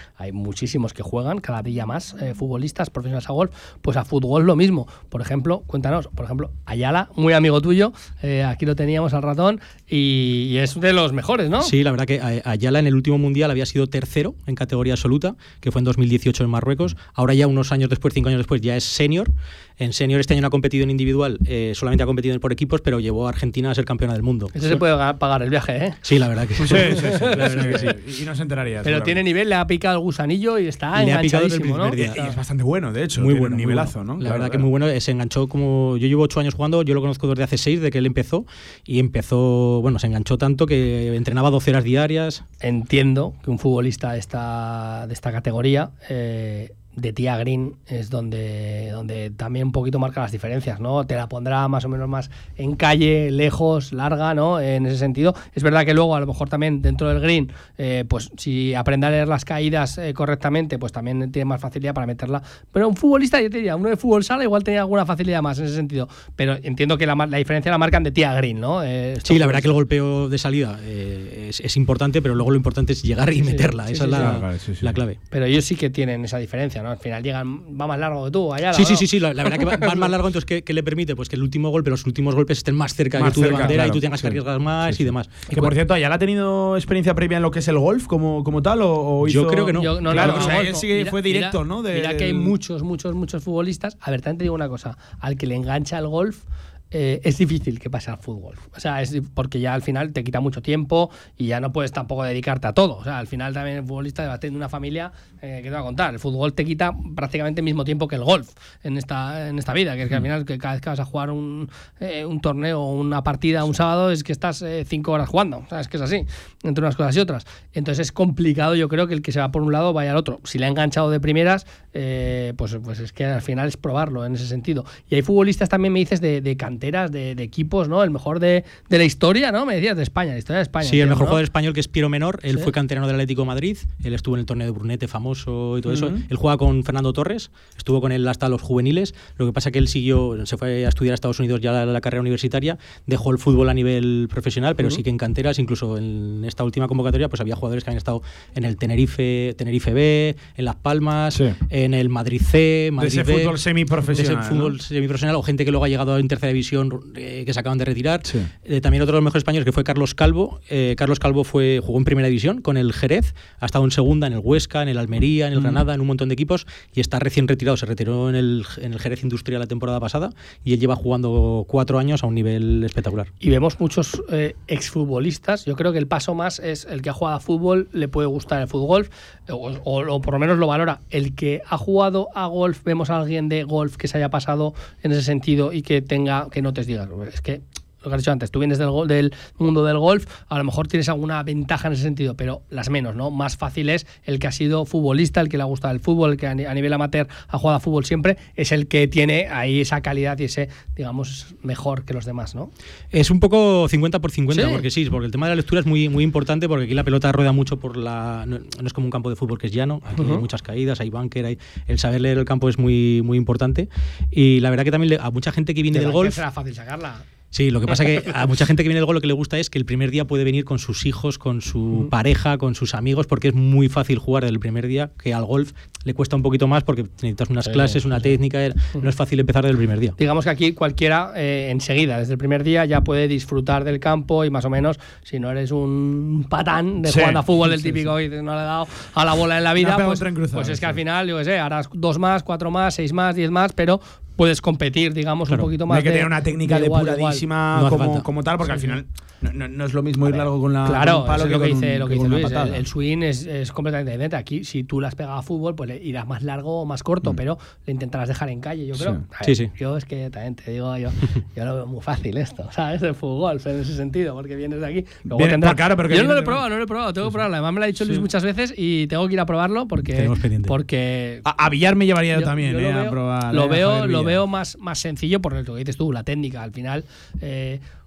hay muchísimos que juegan, cada día más eh, futbolistas profesionales a golf, pues a fútbol lo mismo. Por ejemplo, cuéntanos, por ejemplo, Ayala, muy amigo tuyo, eh, aquí lo teníamos al ratón y, y es de los mejores, ¿no? Sí, la verdad que Ayala en el último mundial había sido tercero en categoría absoluta, que fue en dos mil dieciocho en Marruecos. Ahora ya unos años después, cinco años después, ya es senior. En senior este año no ha competido en individual, eh, solamente ha competido por equipos, pero llevó a Argentina a ser campeona del mundo. Ese se puede pagar el viaje, ¿eh? Sí, la verdad que sí. Sí, sí, sí, la verdad que sí. Y no se enteraría. Pero tiene nivel, le ha picado el gusanillo y está le enganchadísimo, ¿no? Día. Y es bastante bueno, de hecho. Muy tiene bueno, un nivelazo, bueno. ¿no? La claro, verdad claro. que muy bueno. Se enganchó como... Yo llevo ocho años jugando, yo lo conozco desde hace seis, de que él empezó, y empezó, bueno, se enganchó tanto que entrenaba doce horas diarias. Entiendo que un futbolista de esta, de esta categoría... Eh, de Tía Green es donde, donde también un poquito marca las diferencias, ¿no? Te la pondrá más o menos más en calle, lejos, larga, ¿no? En ese sentido. Es verdad que luego a lo mejor también dentro del green, eh, pues si aprende a leer las caídas eh, correctamente, pues también tiene más facilidad para meterla. Pero un futbolista, yo te diría, uno de fútbol sala igual tenía alguna facilidad más en ese sentido. Pero entiendo que la, la diferencia la marcan de Tía Green, ¿no? Eh, sí, la verdad que el golpeo de salida eh, es, es importante, pero luego lo importante es llegar y sí, meterla. sí, Esa sí, es la, sí, claro, sí, sí. la clave. Pero ellos sí que tienen esa diferencia, ¿no? Al final llegan, va más largo que tú, allá. Sí, ¿no? sí, sí, sí, la, la verdad que va, van más largo, entonces ¿qué, ¿qué le permite? Pues que el último golpe, los últimos golpes estén más cerca más que tú cerca, de bandera claro, y tú tengas sí. que arriesgar más sí, sí. y demás. Que por cierto, ¿Ayala ha tenido experiencia previa en lo que es el golf como, como tal? O, o Yo hizo... creo que no. Yo, no, claro, no, no, o sea, golf, él sí que mira, fue directo, mira, ¿no? De, mira que hay muchos, muchos, muchos futbolistas. A ver, también te digo una cosa. Al que le engancha el golf, Eh, es difícil que pase al fútbol. O sea, es porque ya al final te quita mucho tiempo y ya no puedes tampoco dedicarte a todo. O sea, al final también el futbolista va teniendo una familia eh, que te va a contar. El fútbol te quita prácticamente el mismo tiempo que el golf en esta, en esta vida. Que es que al final que cada vez que vas a jugar un, eh, un torneo o una partida un sábado es que estás eh, cinco horas jugando. O sea, es que es así, entre unas cosas y otras. Entonces es complicado, yo creo, que el que se va por un lado vaya al otro. Si le ha enganchado de primeras, eh, pues, pues es que al final es probarlo en ese sentido. Y hay futbolistas también, me dices, de, de canteras, de, de equipos, ¿no? El mejor de, de la historia, ¿no? Me decías de España, la historia de España. Sí, entiendo, el mejor ¿no? jugador español, que es Piero Menor. Él ¿Sí? fue canterano del Atlético de Madrid. Él estuvo en el torneo de Brunete famoso y todo Uh-huh. eso. Él juega con Fernando Torres. Estuvo con él hasta los juveniles. Lo que pasa que él siguió, se fue a estudiar a Estados Unidos ya la, la carrera universitaria. Dejó el fútbol a nivel profesional, pero uh-huh. sí que en canteras, incluso en esta última convocatoria, pues había jugadores que habían estado en el Tenerife, Tenerife B, en Las Palmas, sí. en el Madrid C, Madrid de ese B, fútbol semiprofesional. De ese fútbol ¿no? semiprofesional, o gente que luego ha llegado en tercera división eh, que se acaban de retirar. Sí. Eh, también otro de los mejores españoles, que fue Carlos Calvo. Eh, Carlos Calvo fue, jugó en primera división con el Jerez, ha estado en segunda, en el Huesca, en el Almería, en el mm. Granada, en un montón de equipos, y está recién retirado. Se retiró en el, en el Jerez Industrial la temporada pasada, y él lleva jugando cuatro años a un nivel espectacular. Y vemos muchos eh, exfutbolistas. Yo creo que el paso más es el que ha jugado a fútbol, le puede gustar el fútbol, o, o, o por lo menos lo valora. El que ha jugado a golf, vemos a alguien de golf que se haya pasado en ese sentido y que tenga, que no te digas, es que lo que has dicho antes, tú vienes del, gol, del mundo del golf, a lo mejor tienes alguna ventaja en ese sentido, pero las menos, ¿no? Más fácil es el que ha sido futbolista, el que le ha gustado el fútbol, el que a nivel amateur ha jugado a fútbol siempre, es el que tiene ahí esa calidad y ese, digamos, mejor que los demás, ¿no? Es un poco cincuenta por cincuenta, ¿Sí? porque sí, porque el tema de la lectura es muy, muy importante, porque aquí la pelota rueda mucho por la... No, no es como un campo de fútbol que es llano, aquí uh-huh. hay muchas caídas, hay bunker, hay, el saber leer el campo es muy, muy importante, y la verdad que también le, a mucha gente que viene del golf... será fácil sacarla. Sí, lo que pasa es que a mucha gente que viene del golf lo que le gusta es que el primer día puede venir con sus hijos, con su uh-huh. pareja, con sus amigos, porque es muy fácil jugar el primer día, que al golf le cuesta un poquito más porque necesitas unas sí, clases, una sí. técnica, uh-huh. no es fácil empezar del primer día. Digamos que aquí cualquiera eh, enseguida, desde el primer día, ya puede disfrutar del campo y más o menos, si no eres un patán de sí. jugando a fútbol, el típico sí, sí. y no le ha dado a la bola en la vida, pues, pues es que al final, yo qué sé, harás dos más, cuatro más, seis más, diez más, pero puedes competir, digamos, claro. un poquito más. No hay que de, tener una técnica de igual, depuradísima no como, como tal, porque sí, al final no, no, no es lo mismo ir largo con la claro, con un palo es lo que, que dice, un, lo que dice Luis. El, el swing es, es completamente diferente. Aquí, si tú le has pegado a fútbol, pues le irás más largo o más corto, mm. pero le intentarás dejar en calle, yo creo. Sí. Ver, sí, sí. Yo es que también te digo, yo, yo lo veo muy fácil esto, ¿sabes? El fútbol, en ese sentido, porque vienes de aquí. Luego Viene, tendrás, claro, pero yo no lo he de... probado, no lo he probado, tengo que probarlo. Además me lo ha dicho Luis sí. muchas veces y tengo que ir a probarlo porque. porque a, a Villar me llevaría yo, yo también, yo eh, veo, a probar. Lo eh, veo, lo veo más, más sencillo por lo que dices tú, la técnica. Al final, eh,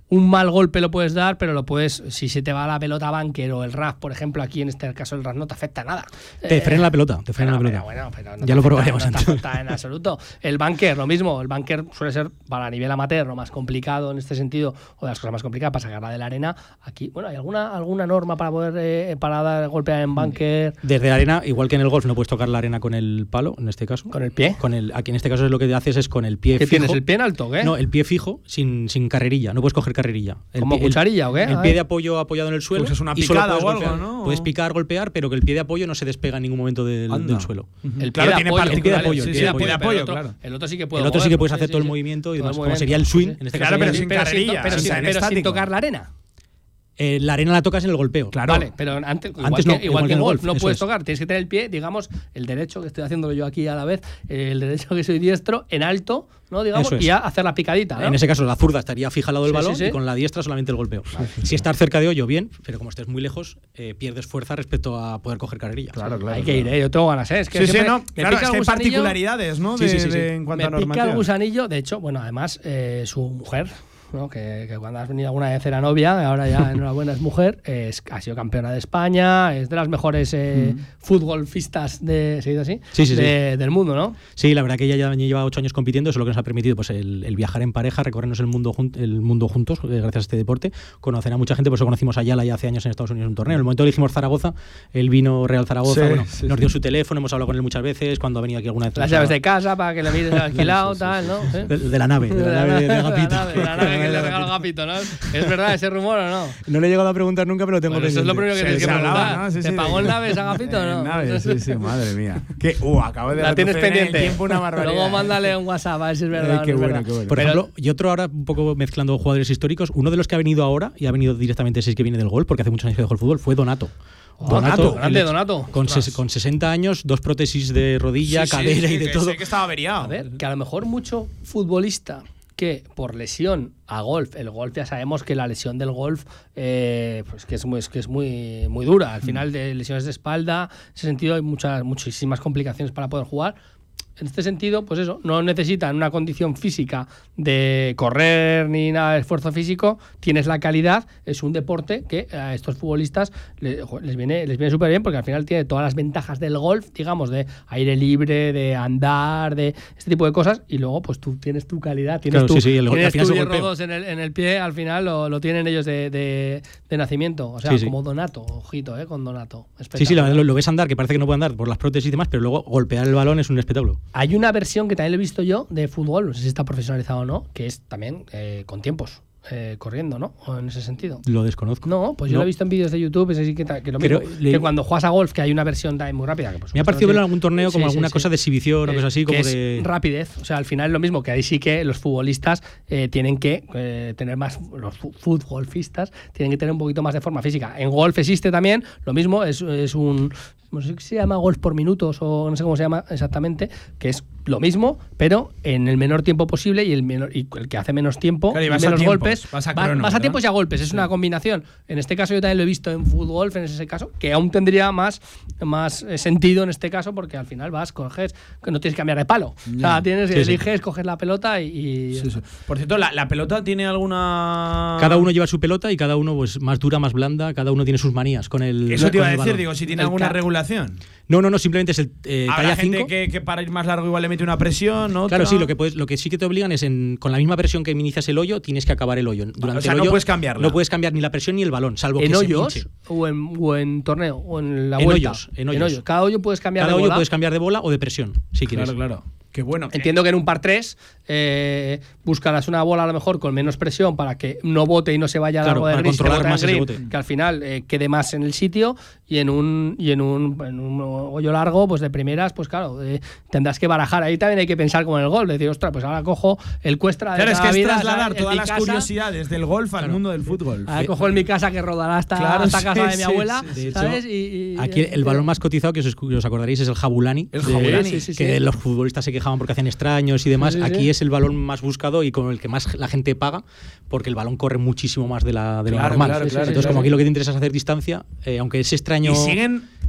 un mal golpe lo puedes dar, pero lo puedes, si se te va la pelota bunker o el R A F, por ejemplo, aquí en este caso el R A F no te afecta nada. Te Eh, frena la pelota, te frena pero, la pelota. pero bueno, pero no ya lo probaremos no te antes. afecta en absoluto. El bunker, lo mismo. El bunker suele ser para nivel amateur lo más complicado en este sentido, o de las cosas más complicadas para sacarla de la arena. Aquí, bueno, ¿hay alguna alguna norma para poder eh, para dar golpear en bunker? Desde la arena, igual que en el golf, no puedes tocar la arena con el palo, en este caso. ¿Con el pie? Con el, aquí en este caso es lo que haces es con el pie ¿Qué fijo. tienes, el pie en alto, qué? No, el pie fijo sin, sin carrerilla, no puedes coger carrerilla. El ¿Como pie- el- cucharilla o qué? El A pie ver. de apoyo apoyado en el suelo. Pues es una y solo picada puedes o algo, golpear. ¿no? Puedes picar, golpear, pero que el pie de apoyo no se despega en ningún momento del, Anda. del suelo. El Claro, pie de tiene apoyo, el pie de vale, apoyo, sí, el sí, pie de apoyo, apoyo, pero el otro- claro. El otro sí que puede El otro sí que puedes mover, hacer sí, todo el sí, movimiento y todo el demás, como movimiento. sería el swing, en este Claro, caso. pero sería- sin pero carrerilla, pero, sin sin, ser pero sin estático. tocar la arena. Eh, la arena la tocas en el golpeo. Claro. Vale, pero antes, igual Antes que, no, igual igual que que en en golf, golf, no eso puedes es. tocar, tienes que tener el pie, digamos, el derecho, que estoy haciéndolo yo aquí a la vez, el derecho que soy diestro, en alto, ¿no? Digamos, Eso es. y ya hacer la picadita, ¿no? En ese caso, la zurda estaría fija al lado del Sí, balón sí, sí. y con la diestra solamente el golpeo. Si estás cerca de hoyo, bien, pero como estés muy lejos, eh, pierdes fuerza respecto a poder coger carrerilla. Claro, claro. Hay que ir, ¿eh? Yo tengo ganas, ¿eh? Es que Sí, sí, siempre no. me Claro, pica es el que hay gusanillo, particularidades, ¿no? Sí, De, sí, sí, sí. de- en cuanto me a pica el normativa. gusanillo, de hecho, bueno, además, eh, su mujer, ¿no? Que, que cuando has venido alguna vez era novia, ahora ya enhorabuena es mujer, es, ha sido campeona de España, es de las mejores eh, Mm. futbolfistas de, ¿se dice así? Sí, sí, sí. De- del mundo, ¿no? Sí, la verdad que ella ya lleva ocho años compitiendo, eso es lo que nos ha permitido pues el, el viajar en pareja, recorrernos el mundo, jun- el mundo juntos, eh, gracias a este deporte, conocer a mucha gente, por eso conocimos a Yala ya hace años en Estados Unidos en un torneo. En el momento que dijimos Zaragoza, él vino Real Zaragoza, Sí, bueno, sí, nos sí. dio su teléfono, hemos hablado con él muchas veces, cuando ha venido aquí alguna vez. Las nos llaves ha- de casa para que le mires el alquilado, tal, ¿no? ¿Eh? de, de la nave, de la nave de, de Agapito. De la nave, de la nave que le regaló Agapito, ¿no? ¿Es verdad ese rumor o no? No le he llegado a preguntar nunca, pero lo tengo Bueno, eso es lo pendiente. primero que Se- tienes que se hablaba, preguntar. ¿no? Sí, ¿Te sí, pagó de- en naves Agapito o no? En naves, sí, sí, madre mía. Que, uh, acabo de La tienes retroceder en el pendiente. tiempo una barbaridad. Luego mándale un WhatsApp a ver si es verdad. Ay, o qué no es bueno, verdad. qué bueno. Por Pero- ejemplo, y otro ahora, un poco mezclando jugadores históricos, uno de los que ha venido ahora, y ha venido directamente, si es que viene del gol, porque hace muchos años que dejó el fútbol, fue Donato. Donato, grande el- Donato. Con, Ostras. ses- con sesenta años, dos prótesis de rodilla, Sí, sí, cadera sí, y de que todo. sé que estaba averiado. A ver, que a lo mejor mucho futbolista que por lesión a golf, el golf ya sabemos que la lesión del golf eh, pues que es muy, es que es muy, muy dura. Al final de lesiones de espalda, en ese sentido hay muchas, muchísimas complicaciones para poder jugar. En este sentido, pues eso, no necesitan una condición física de correr ni nada de esfuerzo físico, tienes la calidad, es un deporte que a estos futbolistas les, les viene les viene súper bien porque al final tiene todas las ventajas del golf, digamos, de aire libre, de andar, de este tipo de cosas, y luego pues tú tienes tu calidad, tienes Claro, tu, sí, sí, el gol- tienes al final tu es el hierro golpeo. dos en el, en el pie, al final lo, lo tienen ellos de, de, de nacimiento, o sea, Sí, sí. como Donato, ojito, eh, con Donato. Sí, sí, Espectacular. lo, lo ves andar, que parece que no puede andar por las prótesis y demás, pero luego golpear el balón es un espectáculo. Hay una versión que también lo he visto yo de fútbol, no sé si está profesionalizado o no, que es también eh, con tiempos, eh, corriendo, ¿no? O en ese sentido. Lo desconozco. No, pues yo No. lo he visto en vídeos de YouTube, es así que, ta- que lo Pero mismo, le- que cuando juegas a golf, que hay una versión también muy rápida. Que por Me ha supuesto parecido no verlo en tiene- algún torneo como Sí, sí, alguna sí. cosa de exhibición o Eh, cosas así, que como es de. rapidez, o sea, al final es lo mismo, que ahí sí que los futbolistas eh, tienen que eh, tener más, los fu- futbolfistas tienen que tener un poquito más de forma física. En golf existe también lo mismo, es, es un, no sé si se llama golf por minutos o no sé cómo se llama exactamente, que es lo mismo, pero en el menor tiempo posible y el menor, y el que hace menos tiempo Claro, y y vas a menos tiempos, golpes, vas a va- crono, vas a ¿verdad? tiempos y a golpes, es una combinación. En este caso yo también lo he visto en fútbol, en ese caso, que aún tendría más, más eh, sentido en este caso, porque al final vas, coges, que no tienes que cambiar de palo. O sea, tienes, Sí, sí. eliges, coges la pelota y... y- Sí, sí. Por cierto, ¿la, la pelota tiene alguna...? Cada uno lleva su pelota y cada uno pues más dura, más blanda, cada uno tiene sus manías con el. Eso te iba a con el decir, balón. digo, si tiene El alguna ca- regulación. No, no, no, simplemente es el eh, Habrá talla gente cinco. que, que para ir más largo igual le mete una presión, ¿no? Claro, sí, lo que puedes, lo que sí que te obligan es en, con la misma presión que inicias el hoyo, tienes que acabar el hoyo. Durante o sea, el no hoyo puedes cambiarla. No puedes cambiar ni la presión ni el balón, salvo ¿En que hoyos se hinche. o en, o en torneo o en la En vuelta? hoyos, en hoyos. Cada hoyo puedes cambiar Cada de hoyo bola. puedes cambiar de bola o de presión, si quieres. Claro, claro. Qué bueno. Entiendo que en un par tres eh, buscarás una bola a lo mejor con menos presión para que no bote y no se vaya a Claro, largo de para gris, que controlar bote en más ese green, bote. que al final eh, quede más en el sitio, y en un y en un, en un hoyo largo, pues de primeras, pues claro, eh, tendrás que barajar. Ahí también hay que pensar como en el gol, decir, ostras, pues ahora cojo el cuestra de Claro, es toda que la es vida, trasladar ¿sabes? En todas mi las casa, curiosidades del golf al mundo del fútbol. ahora cojo en mi casa que rodará hasta, Claro, hasta casa sí, de mi sí, abuela, sí, sí. ¿sabes? Y, y- Aquí el balón más cotizado que os, escu- os acordaréis es el Jabulani. El de- Jabulani. Sí, sí, sí, que sí. los futbolistas se quejaban porque hacían extraños y demás. Sí, sí, Aquí sí. es el balón más buscado y con el que más la gente paga, porque el balón corre muchísimo más de, la, de lo Claro, normal. claro, claro, Entonces, claro. como aquí lo que te interesa es hacer distancia, eh, aunque es extraño. Y siguen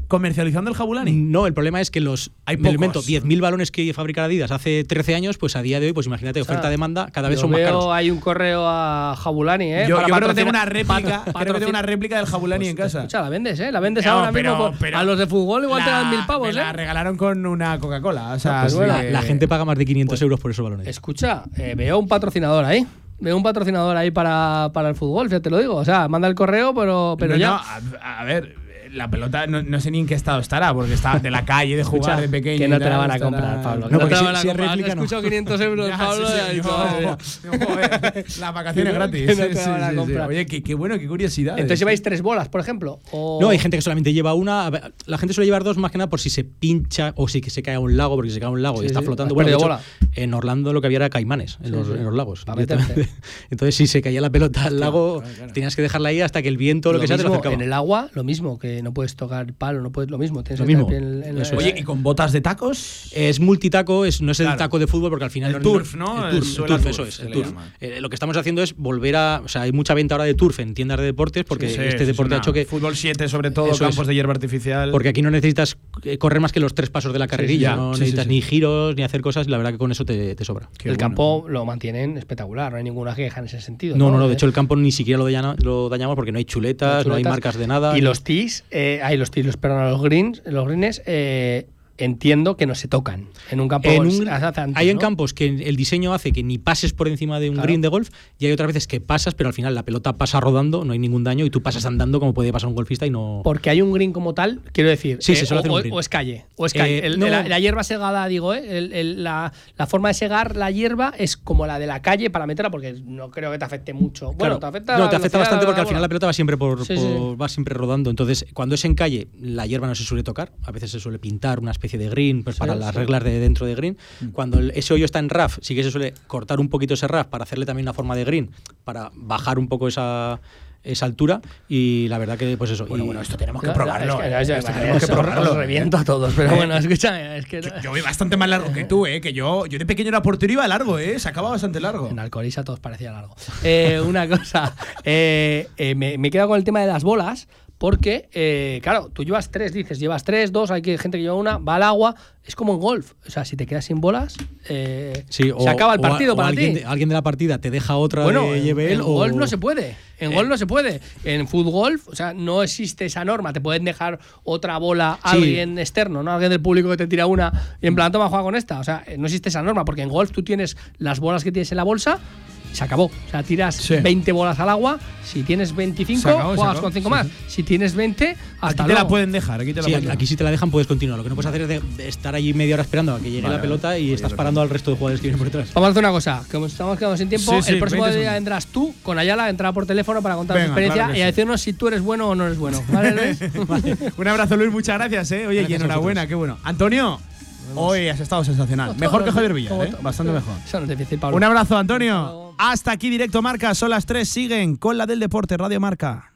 comercializando el Jabulani. No, el problema es que los Hay me lo invento, pocos. diez mil balones que fabrica Adidas hace trece años, pues a día de hoy, pues imagínate, O sea, oferta-demanda, cada vez yo son más veo, caros. hay un correo a Jabulani, ¿eh? Yo, para yo creo que tengo patrocinar- una réplica, pat- creo que tengo una patrocin- réplica del Jabulani en casa. Escucha, la vendes, ¿eh? La vendes No, ahora pero- mismo. por- pero a los de fútbol igual te La- dan mil pavos, me ¿eh? la regalaron con una Coca-Cola. O sea, Pues sí la, que- la gente paga más de quinientos euros por esos balones. Escucha, eh, veo un patrocinador ahí. Veo un patrocinador ahí para, para el fútbol, ya te lo digo. O sea, manda el correo, pero, pero No, ya. no, a, a ver, la pelota no, no sé ni en qué estado estará, porque está de la calle, de jugar Escucha, de pequeño. que no y te la tal, van a estará- comprar, Pablo. que No, No, porque te la si- van a si es comprar. réplica, Has no. escuchado quinientos euros, Ya, Pablo. sí, sí, y yo- madre mía. yo, joder, las vacaciones Que no- gratis. que no te sí, la van a sí, sí, sí. comprar. Oye, qué, qué bueno, qué curiosidad. Entonces lleváis tres bolas, por ejemplo. O... No, hay gente que solamente lleva una. A ver, la gente suele llevar dos más que nada por si se pincha o si que se cae a un lago, porque si se cae a un lago Sí, y está sí, flotando. has Bueno, de perdido hecho, en Orlando lo que había era caimanes en, Sí, los, sí. en los lagos. Pa' directamente. meterte. Entonces, si se caía la pelota al lago, claro, claro. tenías que dejarla ahí hasta que el viento o lo, Lo que sea te lo mismo, acercaba. en el agua, lo mismo, que no puedes tocar el palo, no puedes lo mismo. Tienes Lo que mismo. estar bien en la- Eso es. Oye, ¿y con botas de tacos? Es multitaco, es, no es el Claro. taco de fútbol porque al final El el turf, ¿no? El El turf, el suela turf, turf, eso es, se el le turf. llama. Eh, lo que estamos haciendo es volver a, o sea, hay mucha venta ahora de turf en tiendas de deportes porque Sí, sí, este eso deporte es ha hecho una- que Fútbol siete, sobre todo, Eso campos es. de hierba artificial. porque aquí no necesitas eh, correr más que los tres pasos de la carrerilla, ya. no Sí, sí, necesitas sí. ni giros ni hacer cosas, y la verdad que con eso te, te sobra. Qué el bueno. campo lo mantienen espectacular, no hay ninguna queja en ese sentido. No, No, no, no, de Eh, hecho el campo ni siquiera lo, daña- lo dañamos porque no hay chuletas, no hay chuletas. marcas de nada. Y ni- los tees, eh, hay los tees, los, perdón, los greens, los greens, eh, entiendo que no se tocan. En un campo En un- se hace antes, hay en ¿no? campos que el diseño hace que ni pases por encima de un Claro. green de golf, y hay otras veces que pasas, pero al final la pelota pasa rodando, no hay ningún daño y tú pasas andando como puede pasar un golfista y no. Porque hay un green como tal, quiero decir. Sí, eh, se suele o, hacer un o- green. o es calle. O es calle. Eh, El- no. la, la hierba segada, digo, ¿eh? El- el- la, la forma de segar la hierba es como la de la calle para meterla, porque no creo que te afecte mucho. Bueno, Claro. te afecta. No, la te afecta velocidad bastante de porque al final bola. la pelota va siempre por, Sí, por- sí. va siempre rodando. Entonces, cuando es en calle, la hierba no se suele tocar. A veces se suele pintar una especie de green pues, Sí, para las sí. reglas de dentro de green. Cuando el- ese hoyo está en R A F, sí que se suele cortar un poquito ese R A F para hacerle también una forma de green, para bajar un poco esa esa altura, y la verdad que pues eso. Bueno, y- bueno, esto tenemos que Ya, probarlo. ya, eh. ya, ya, Esto ya, tenemos que eso, probarlo. os reviento a todos, pero Eh, bueno, escúchame, es que Yo, yo voy bastante más largo que tú, ¿eh? Que yo, yo de pequeño era portero y iba largo, ¿eh? Se acaba bastante largo. en Alcoriza todos parecía largo. Eh, una cosa, eh, eh, me, me he quedado con el tema de las bolas, porque, eh, claro, tú llevas tres, dices, llevas tres, dos, hay que- gente que lleva una, va al agua, es como en golf. O sea, si te quedas sin bolas, eh, Sí, o- se acaba el o a- partido o para alguien ti. De, alguien de la partida te deja otra Bueno, de en, lleve él, en o golf no se puede. En Eh. golf no se puede. En fútbol, o sea, no existe esa norma. Te pueden dejar otra bola a Sí. alguien externo, ¿no? Alguien del público que te tira una y en plan, toma, juega con esta. O sea, no existe esa norma, porque en golf tú tienes las bolas que tienes en la bolsa. Se acabó. O sea, tiras Sí. veinte bolas al agua. Si tienes veinticinco, Se acabó, se juegas acabó. con cinco Sí, más. sí. Si tienes veinte, hasta Aquí te la luego. pueden dejar, aquí te la Sí, pueden dejar. aquí si te la dejan puedes continuar. Lo que no puedes hacer es de, de estar allí media hora esperando a que llegue Vale, la pelota vale. y estás parando al resto de jugadores que vienen por detrás. Vamos a hacer una cosa, como estamos quedando sin tiempo, Sí, sí, el próximo veinte día segundos. vendrás tú con Ayala, entrar por teléfono para contar tu Venga, experiencia claro que y a sí. decirnos si tú eres bueno o no eres bueno. ¿Vale, Luis? Vale. Un abrazo, Luis, muchas gracias, ¿eh? Oye, Gracias y a enhorabuena, qué bueno. Antonio, hoy has estado sensacional. Mejor que Javier Villar, ¿eh? Bastante mejor. Eso no es difícil, Pablo. Un abrazo, Antonio. Hasta aquí, Directo Marca. Son las tres. Siguen con la del deporte, Radio Marca.